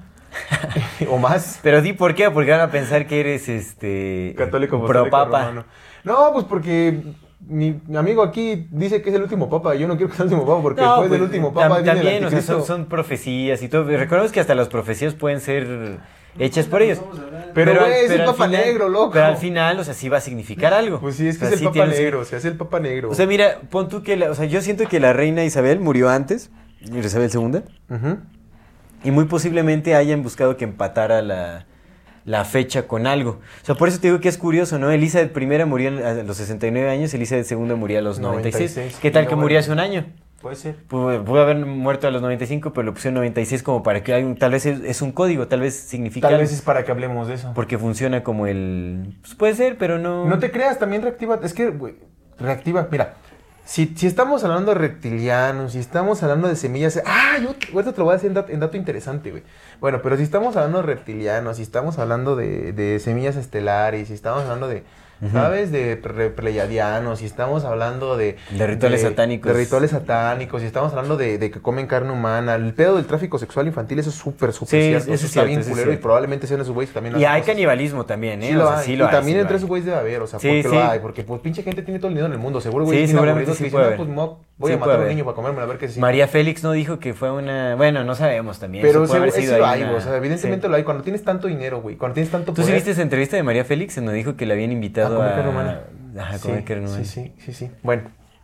o más. Pero di por qué, porque van a pensar que eres este Católico pro apostólico papa. romano. No, pues porque mi, mi amigo aquí dice que es el último papa. Yo no quiero que sea el último papa porque No, después del pues, último tam- papa viene el también, o sea, anticristo. son, son profecías y todo. Recordemos que hasta las profecías pueden ser hechas por ellos. Vamos a hablar. Pero, al- güey, es el al papa final- negro, loco. Pero al final, o sea, sí va a significar algo. Pues sí, es que O sea, es sí el papa tienes- negro, o sea, es el papa negro. O sea, mira, pon tú que, la- o sea, yo siento que la reina Isabel murió antes, Isabel segunda, Ujú. y muy posiblemente hayan buscado que empatara la, la fecha con algo. O sea, por eso te digo que es curioso, ¿no? Elizabeth primera murió a los sesenta y nueve años, Elizabeth segunda murió a los noventa y seis. noventa y seis. ¿Qué tal No, que bueno. murió hace un año? Puede ser. Pudo, pudo haber muerto a los noventa y cinco, pero lo pusieron noventa y seis como para que hay un, tal vez es, es un código, tal vez significa Tal algo, vez es para que hablemos de eso. porque funciona como el... Pues puede ser, pero no... No te creas, también reactiva. Es que, güey, reactiva. Mira, si, si estamos hablando de reptilianos, si estamos hablando de semillas. Ah, yo ahorita te lo voy a decir en dato, en dato interesante, güey. Bueno, pero si estamos hablando de reptilianos, si estamos hablando de, de semillas estelares, si estamos hablando de. ¿Sabes? De re- pleyadianos, si estamos hablando de... De rituales satánicos. De rituales satánicos, si estamos hablando de, de que comen carne humana. El pedo del tráfico sexual infantil, eso es súper, súper Sí, cierto. eso Eso es está cierto, bien eso es culero y cierto. probablemente sean esos güeyes que también Y hacen hay cosas. canibalismo también, ¿eh? Sí O lo sea, hay. sí lo y hay, también sí lo entre hay. esos güeyes debe haber, o sea, Sí, porque sí. lo hay, porque pues pinche gente tiene todo el dinero en el mundo, seguro güey. Sí, bien seguramente aburridos sí que puede dicen, "Ah, haber. pues mo- voy Sí a puede matar a un haber. niño para comérmelo, a ver qué se siente". María Félix no dijo que fue una... Bueno, no sabemos también. Pero eso puede haber sí, sido sí lo ahí hay, una- o sea, evidentemente sí. lo hay. Cuando tienes tanto dinero, güey, cuando tienes tanto ¿Tú sí poder... viste esa entrevista de María Félix en donde dijo que le habían invitado A comer a... carne humana. Ajá, a Sí, comer carne humana. sí, sí, sí, sí. Bueno.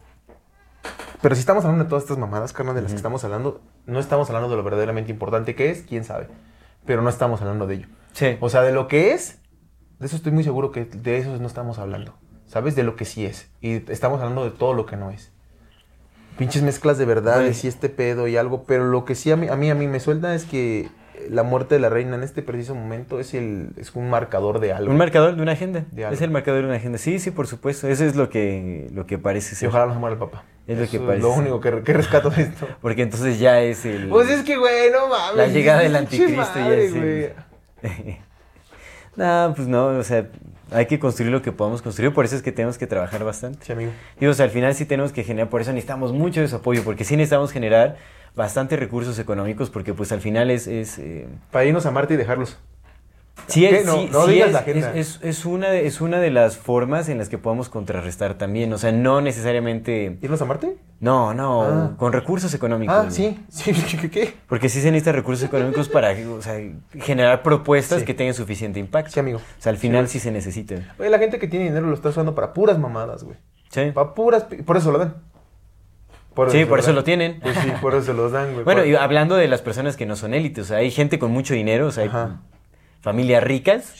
Pero si estamos hablando de todas estas mamadas, carnal, de las que estamos hablando, no estamos hablando de lo verdaderamente importante que es, quién sabe. Pero no estamos hablando de ello. Sí. O sea, de lo que es, de eso estoy muy seguro que de eso no estamos hablando. ¿Sabes? De lo que sí es. Y estamos hablando de todo lo que no es. Pinches mezclas de verdades y este pedo y algo. Pero lo que sí a mí, a mí, a mí me suelta es que la muerte de la reina en este preciso momento es, el, es un marcador de algo. Un marcador de una agenda. De algo. Es el marcador de una agenda. Sí, sí, por supuesto. Eso es lo que, lo que parece Y ser. ojalá no se muera el papá. Es lo que Eso parece lo ser. único que, que rescato de esto. Porque entonces ya es el... Pues es que, güey, no mames. La llegada del pinche anticristo ya madre, es el- güey. No, pues no, o sea, hay que construir lo que podamos construir, por eso es que tenemos que trabajar bastante. Sí, amigo. Digo, o sea, al final sí tenemos que generar, por eso necesitamos mucho de su apoyo, porque sí necesitamos generar bastantes recursos económicos, porque pues al final es... es eh, Para irnos a Marte y dejarlos. sí, ¿Qué? es, No, sí, no sí digas es, la agenda. es, es, es una, de- es una de las formas en las que podemos contrarrestar también, o sea, no necesariamente... ¿Irnos a Marte? No, no, Ah. con recursos económicos. Ah, güey. sí. Sí, ¿qué? qué? Porque sí se necesitan recursos económicos para o sea, generar propuestas Sí. que tengan suficiente impacto. Sí, amigo. O sea, al final sí, se necesita. Oye, la gente que tiene dinero lo está usando para puras mamadas, güey. Sí, Para puras... pi- Por eso lo dan. sí por eso dan. lo tienen. Pues sí, por eso se los dan, güey. Bueno, Por- y hablando de las personas que no son élites, o sea, hay gente con mucho dinero, o sea, hay Ajá. familias ricas Sí.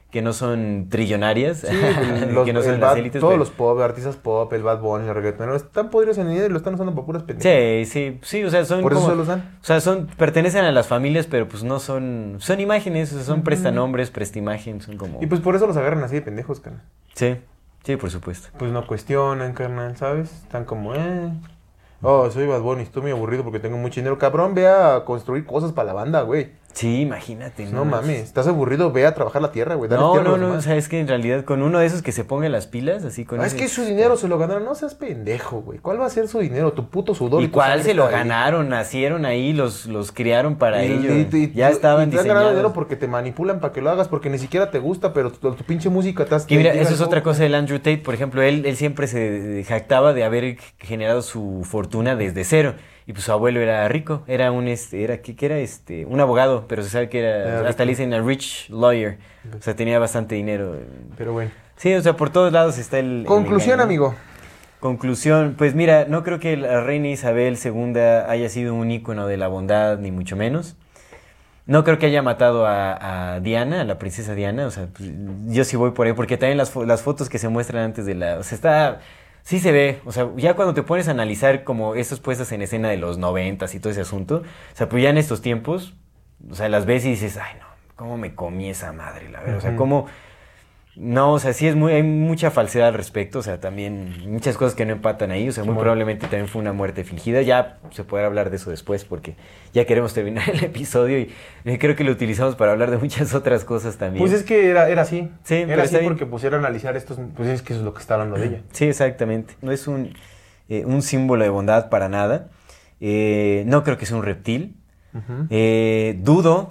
que no son trillonarias, Sí, los, que no son el las bad- élites. todos pero- los pop, artistas pop, el Bad Bunny, los reggaetoneros, están podridos en dinero y lo están usando para puras pendejas. Sí, sí, sí, o sea, son Por eso como- se los dan. O sea, son, pertenecen a las familias, pero pues no son, son imágenes, o sea, son prestanombres, prestaimagen, son como... Y pues por eso los agarran así de pendejos, carnal. Sí, sí, por supuesto. Pues no cuestionan, carnal, ¿sabes? Están como, eh... Oh, soy Bad Bunny, estoy muy aburrido porque tengo mucho dinero. Cabrón, ve a construir cosas para la banda, güey. Sí, imagínate. No mames, estás aburrido, ve a trabajar la tierra, güey. Dale No, tierra a no, los no, o demás. sea, es que en realidad con uno de esos que se ponga las pilas, así con Ah, es ese- que su dinero se lo ganaron, no seas pendejo, güey. ¿Cuál va a ser su dinero? Tu puto sudor. ¿Y tu cuál sangre se lo está ahí. ganaron? Nacieron ahí, los, los criaron para Y- ello. y- y- ya y- estaban y te han ganado diseñados. dinero porque te manipulan para que lo hagas, porque ni siquiera te gusta, pero tu, tu pinche música te hace... Que mira, te llega eso es al otra foco. cosa del Andrew Tate, por ejemplo, él, él siempre se jactaba de haber generado su fortuna desde cero. Y pues su abuelo era rico, era un este, era ¿qué, qué era este? Un abogado, pero se sabe que era, Era hasta rico. le dicen a rich lawyer. O sea, tenía bastante dinero. Pero bueno. Sí, o sea, por todos lados está el... el Conclusión, engaño. amigo. Conclusión, pues mira, no creo que la reina Isabel segunda haya sido un ícono de la bondad, ni mucho menos. No creo que haya matado a, a Diana, a la princesa Diana, o sea, pues, yo sí voy por ahí, porque también las, fo- las fotos que se muestran antes de la... O sea, está... Sí se ve, o sea, ya cuando te pones a analizar como estas puestas en escena de los noventas y todo ese asunto, o sea, pues ya en estos tiempos, o sea, las ves y dices, ay no, ¿cómo me comí esa madre, la verdad? O sea, Ujú. ¿cómo...? No, o sea, sí es muy, hay mucha falsedad al respecto, o sea, también muchas cosas que no empatan ahí, o sea, muy Simón. probablemente también fue una muerte fingida, ya se podrá hablar de eso después porque ya queremos terminar el episodio y eh, creo que lo utilizamos para hablar de muchas otras cosas también. Pues es que era, era así. Sí, pero era está así bien. porque pusiera a analizar estos... Pues es que eso es lo que está hablando de ella. Sí, exactamente, no es un, eh, un símbolo de bondad para nada, eh, no creo que sea un reptil, Ujú. eh, dudo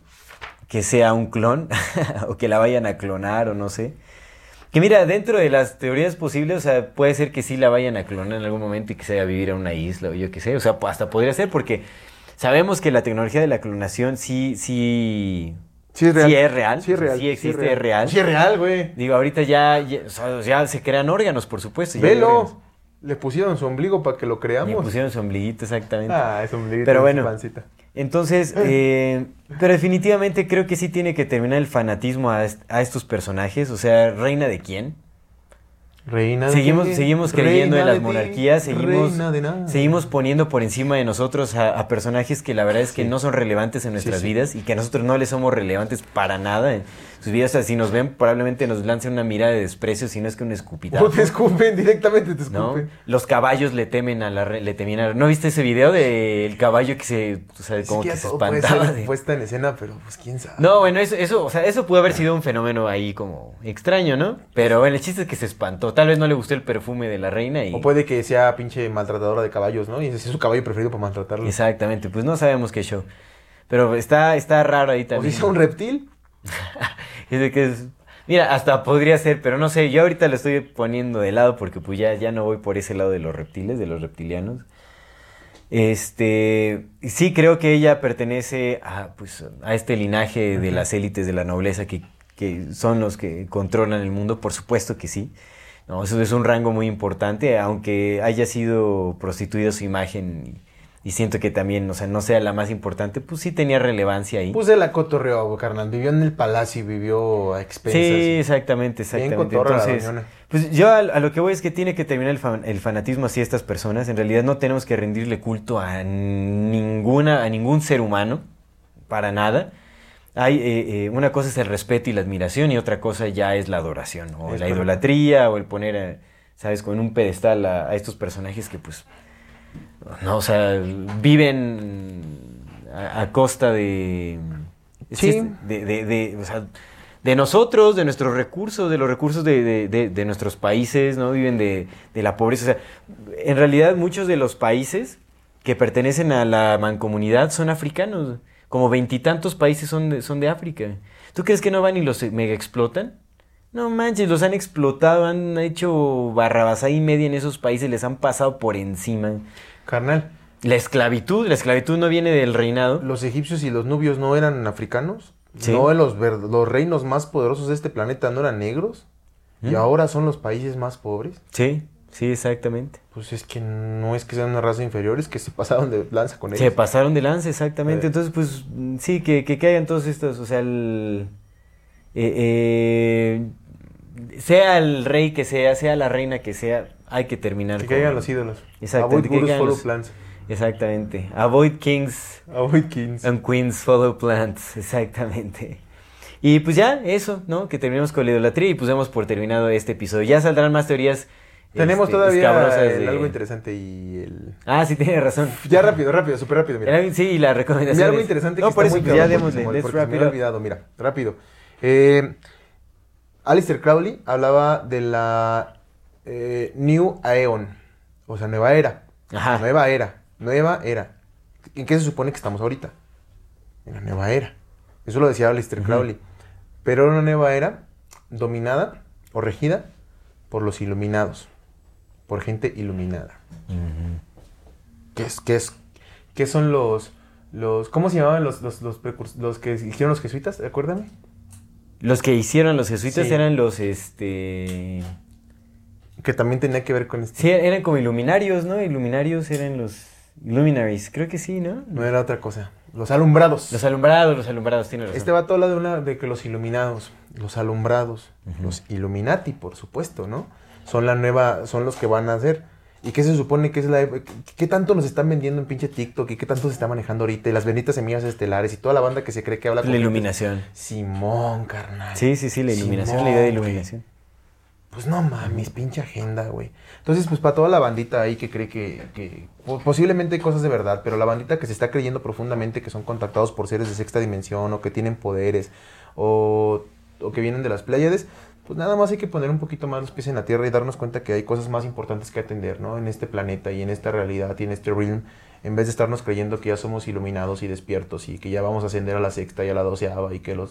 que sea un clon o que la vayan a clonar o no sé. Que mira, dentro de las teorías posibles, o sea, puede ser que sí la vayan a clonar en algún momento y que se vaya a vivir en una isla o yo qué sé, o sea, hasta podría ser porque sabemos que la tecnología de la clonación sí, sí, Sí es real. sí es real, Sí es real. sí existe, es es real. Sí es real, güey. Digo, ahorita ya, ya, o sea, ya se crean órganos, por supuesto. ya hay órganos. Velo. Le pusieron su ombligo para que lo Le creamos. pusieron su ombliguito, exactamente. Ah, es ombligo. Pero bueno. Pancita. Entonces, eh, pero definitivamente creo que sí tiene que terminar el fanatismo a, est- a estos personajes. O sea, ¿reina de quién? Reina de Seguimos, qué? seguimos creyendo Reina en las de ti, monarquías, seguimos, reina de nada. seguimos poniendo por encima de nosotros a, a personajes que la verdad es que Sí. no son relevantes en nuestras sí. vidas y que a nosotros no les somos relevantes para nada en sus vidas. O sea, si nos ven, probablemente nos lancen una mirada de desprecio, si no es que un escupitajo. O te escupen, directamente te ¿No? escupen. Los caballos le temen a la re- le temían a la- ¿No viste ese video del caballo que se, o sea, como Sí que se todo puede espantaba? ser de- puesta en escena, pero pues quién sabe. No, bueno, eso, eso, o sea, eso pudo haber sido un fenómeno ahí como extraño, ¿no? Pero bueno, el chiste es que se espantó. Tal vez no le gustó el perfume de la reina y... O puede que sea pinche maltratadora de caballos, ¿no? Y ese es su caballo preferido para maltratarlo. Exactamente, pues no sabemos qué show. Pero está, está raro ahí O también. si sea un reptil. Es de que es- Mira, hasta podría ser, pero no sé, yo ahorita lo estoy poniendo de lado porque pues ya, ya no voy por ese lado de los reptiles, de los reptilianos. Este, sí creo que ella pertenece a, pues, a este linaje de las élites de la nobleza que, que son los que controlan el mundo, por supuesto que sí. No, eso es un rango muy importante, aunque haya sido prostituida su imagen y, y siento que también, o sea, no sea la más importante, pues sí tenía relevancia ahí. Pues de la cotorreó, carnal. Vivió en el palacio y vivió a expensas. Sí, y- exactamente, Bien exactamente. cotorra la Entonces, doñona. pues yo a, a lo que voy es que tiene que terminar el, fan- el fanatismo hacia estas personas. En realidad no tenemos que rendirle culto a ninguna, a ningún ser humano, para nada. Hay eh, eh, una cosa es el respeto y la admiración y otra cosa ya es la adoración o Es la correcto. idolatría o el poner, a, sabes, con un pedestal a, a estos personajes que pues, no, o sea, viven a, a costa de, Sí. de, de, de, o sea, de nosotros, de nuestros recursos, de los recursos de, de, de, de nuestros países, ¿no? Viven de, de la pobreza. O sea, en realidad muchos de los países que pertenecen a la mancomunidad son africanos. Como veintitantos países son de, son de África. ¿Tú crees que no van y los mega explotan? No manches, los han explotado, han hecho barrabasada y media en esos países, les han pasado por encima. Carnal, La esclavitud, la esclavitud no viene del reinado. ¿los egipcios y los nubios no eran africanos? Sí. ¿No los, ver- los reinos más poderosos de este planeta no eran negros? ¿Y ¿Mm? ahora son los países más pobres? Sí, sí, exactamente. Pues es que no es que sean una raza inferior, es que se pasaron de lanza con ellos. Se pasaron de lanza, exactamente. Eh. Entonces, pues, mm, sí, que, que caigan todos estos, o sea, el, eh, eh, sea el rey que sea, sea la reina que sea, hay que terminar. Que con... caigan los ídolos. Exacto. Avoid que gurus, caigan follow los- plans. Exactamente. Avoid kings Avoid kings. and queens, follow plants. Exactamente. Y pues ya, eso, ¿no? Que terminemos con la idolatría y pues damos por terminado este episodio. Ya saldrán más teorías. Tenemos este, todavía escabrosas el de- algo interesante y el... Ah, sí, tienes razón. Ya rápido, rápido, súper rápido, mira. Era- Sí, y la recomendación. Mira algo es- interesante No, que por está eso muy pues, ya cabrón, démosle. porque, Let's porque wrap se me it había up. olvidado, mira, rápido. Eh, Aleister Crowley hablaba de la eh, New Aeon, o sea, nueva era. Ajá. Nueva era, nueva era. ¿En qué se supone que estamos ahorita? En la nueva era. Eso lo decía Aleister Crowley. Pero era una nueva era dominada o regida por los iluminados, por gente iluminada. ¿Qué es, qué es, qué son los, los, cómo se llamaban los, los, los, precurs- los que hicieron los jesuitas? Acuérdame. Los que hicieron los jesuitas Sí. eran los, este... Que también tenía que ver con este. Sí, eran como iluminarios, ¿no? Iluminarios eran los... Luminaries, creo que sí, ¿no? No era otra cosa. Los alumbrados. Los alumbrados, los alumbrados, tiene razón. Este vato habla de una, de que los iluminados, los alumbrados, los Illuminati, por supuesto, ¿no? Son la nueva, son los que van a hacer. ¿Y qué se supone que es la... ¿Qué, qué tanto nos están vendiendo en pinche TikTok? ¿Y qué tanto se está manejando ahorita? Y las benditas semillas estelares y toda la banda que se cree que habla La gente- iluminación. Simón, carnal. Sí, sí, sí, la iluminación, Simón, la idea de güey. iluminación. Pues no mames, pinche agenda, güey. Entonces, pues para toda la bandita ahí que cree que, que po- posiblemente hay cosas de verdad, pero la bandita que se está creyendo profundamente que son contactados por seres de sexta dimensión o que tienen poderes o, o que vienen de las Pléyades, pues nada más hay que poner un poquito más los pies en la tierra y darnos cuenta que hay cosas más importantes que atender, ¿no? En este planeta y en esta realidad y en este realm, en vez de estarnos creyendo que ya somos iluminados y despiertos y que ya vamos a ascender a la sexta y a la doceava y que los...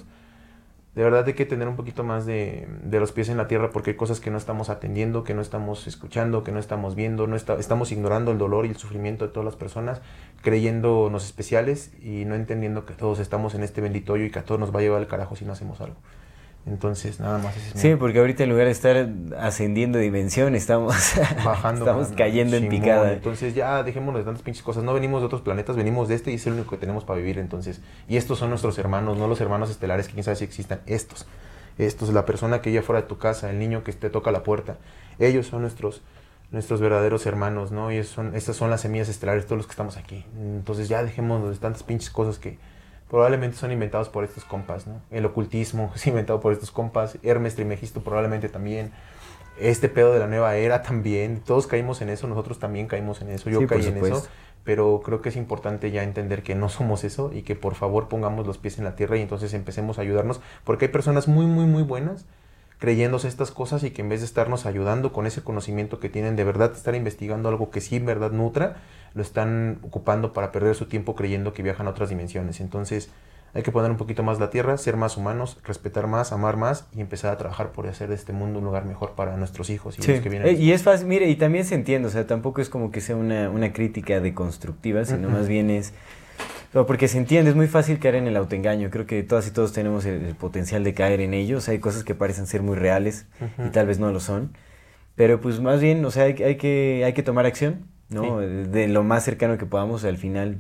De verdad hay que tener un poquito más de, de los pies en la tierra porque hay cosas que no estamos atendiendo, que no estamos escuchando, que no estamos viendo, no está, estamos ignorando el dolor y el sufrimiento de todas las personas, creyéndonos especiales y no entendiendo que todos estamos en este bendito hoyo y que a todos nos va a llevar el carajo si no hacemos algo. Entonces, nada más ese es mi- Sí, porque ahorita en lugar de estar ascendiendo de dimensión, estamos bajando. estamos bajando. cayendo en Simón, picada. Entonces ya dejémonos de tantas pinches cosas. No venimos de otros planetas, venimos de este y es el único que tenemos para vivir. Entonces, y estos son nuestros hermanos, no los hermanos estelares que quién sabe si existan. Estos, estos, la persona que ya fuera de tu casa, el niño que te toca la puerta. Ellos son nuestros, nuestros verdaderos hermanos, ¿no? Y son, estas son las semillas estelares, todos los que estamos aquí. Entonces ya dejémonos de tantas pinches cosas que probablemente son inventados por estos compas, ¿no? El ocultismo es inventado por estos compas. Hermes Trismegisto probablemente también. Este pedo de la nueva era también. Todos caímos en eso, nosotros también caímos en eso. Yo Sí, por caí en supuesto. eso. Pero creo que es importante ya entender que no somos eso y que por favor pongamos los pies en la tierra y entonces empecemos a ayudarnos. Porque hay personas muy, muy, muy buenas creyéndose estas cosas y que en vez de estarnos ayudando con ese conocimiento que tienen, de verdad estar investigando algo que sí en verdad nutra, lo están ocupando para perder su tiempo creyendo que viajan a otras dimensiones. Entonces hay que poner un poquito más la tierra, ser más humanos, respetar más, amar más y empezar a trabajar por hacer de este mundo un lugar mejor para nuestros hijos y Sí. los que vienen. Eh, y es fácil, mire, y también se entiende, o sea, tampoco es como que sea una, una crítica deconstructiva, sino Ujú. más bien es... no, porque se entiende, es muy fácil caer en el autoengaño. Creo que todas y todos tenemos el, el potencial de caer en ellos. Hay cosas que parecen ser muy reales Ujú. y tal vez no lo son. Pero pues más bien, o sea, hay, hay que, hay que tomar acción, ¿no? Sí. De, de lo más cercano que podamos, al final,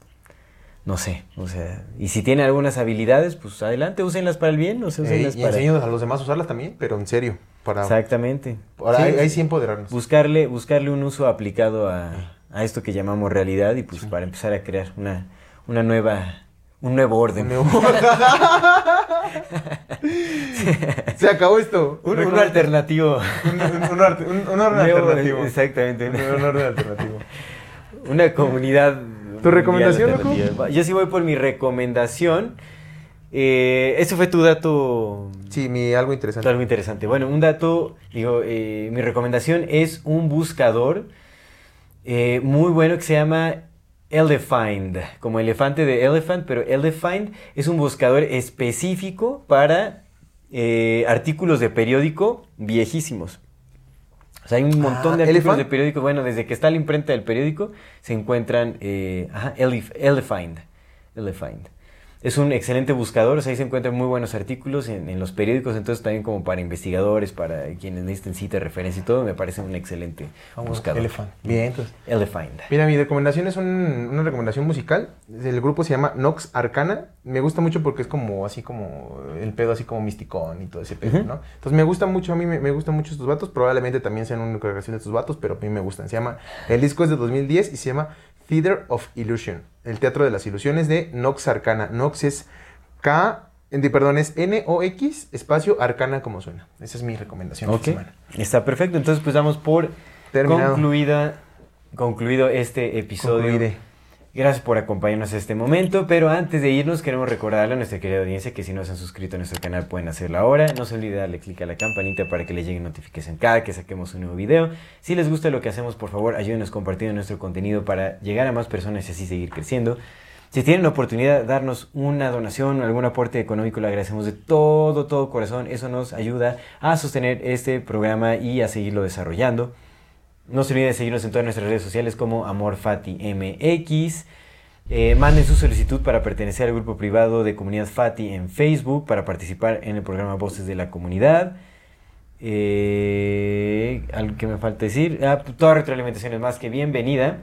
no sé, o sea... Y si tienen algunas habilidades, pues adelante, úsenlas para el bien, o sea, Ey, úsenlas y para... enseñemos a los demás a usarlas también, pero en serio. Para, Exactamente. para Sí, ahí, ahí sí empoderarnos. buscarle, buscarle un uso aplicado a, a esto que llamamos realidad y pues para empezar a crear una, una nueva, un nuevo orden. Un nuevo- Se acabó esto. Un, un alternativo. Un, un, un arte- un- un orden Nuevo, alternativo. exactamente. Un, un orden alternativo. Una comunidad. ¿Tu recomendación, mundial alternativa. Yo sí voy por mi recomendación. Eh, ese fue tu dato. Sí, mi algo interesante. Algo interesante. Bueno, un dato, digo, eh, mi recomendación es un buscador eh, muy bueno que se llama Elefind, como elefante de Elephant, pero Elefind es un buscador específico para eh, artículos de periódico viejísimos. O sea, hay un montón Ah, de artículos ¿Elephant? de periódico, bueno, desde que está la imprenta del periódico, se encuentran, eh, ajá, Elef- Elefind, Elefind. Es un excelente buscador, o sea, ahí se encuentran muy buenos artículos en, en los periódicos, entonces también como para investigadores, para quienes necesiten cita, referencia y todo, me parece un excelente Vamos, buscador. Elephant. Bien, entonces. Elephant. Mira, mi recomendación es un- una recomendación musical. El grupo se llama Nox Arcana. Me gusta mucho porque es como así como el pedo así como misticón y todo ese pedo, Ujú. ¿no? Entonces me gusta mucho, a mí me, me gustan mucho estos vatos. Probablemente también sean una congregación de estos vatos, pero a mí me gustan. Se llama, el disco es de dos mil diez y se llama Theater of Illusion. El Teatro de las Ilusiones de Nox Arcana. Nox es K, de, perdón, es N O X espacio Arcana como suena. Esa es mi recomendación Ok, esta semana. está perfecto, entonces pues damos por Terminado. concluida, concluido este episodio. Concluiré. Gracias por acompañarnos a este momento, pero antes de irnos queremos recordarle a nuestra querida audiencia que si no se han suscrito a nuestro canal pueden hacerlo ahora. No se olvide darle clic a la campanita para que les llegue notificación cada que saquemos un nuevo video. Si les gusta lo que hacemos, por favor, ayúdenos compartiendo nuestro contenido para llegar a más personas y así seguir creciendo. Si tienen la oportunidad de darnos una donación o algún aporte económico, le agradecemos de todo, todo corazón. Eso nos ayuda a sostener este programa y a seguirlo desarrollando. No se olviden de seguirnos en todas nuestras redes sociales como AmorFatiMX. Eh, manden su solicitud para pertenecer al grupo privado de Comunidad Fati en Facebook para participar en el programa Voces de la Comunidad. Eh, algo que me falta decir. Ah, toda retroalimentación es más que bienvenida.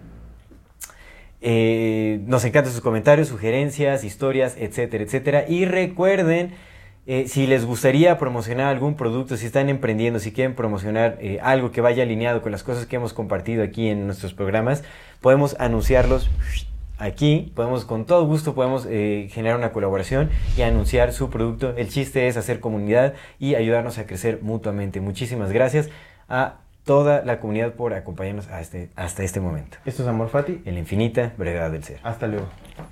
Eh, nos encantan sus comentarios, sugerencias, historias, etcétera, etcétera. Y recuerden, eh, si les gustaría promocionar algún producto, si están emprendiendo, si quieren promocionar eh, algo que vaya alineado con las cosas que hemos compartido aquí en nuestros programas, podemos anunciarlos aquí, podemos con todo gusto podemos eh, generar una colaboración y anunciar su producto. El chiste es hacer comunidad y ayudarnos a crecer mutuamente. Muchísimas gracias a toda la comunidad por acompañarnos a este, hasta este momento. Esto es Amor Fati. En la infinita brevedad del ser. Hasta luego.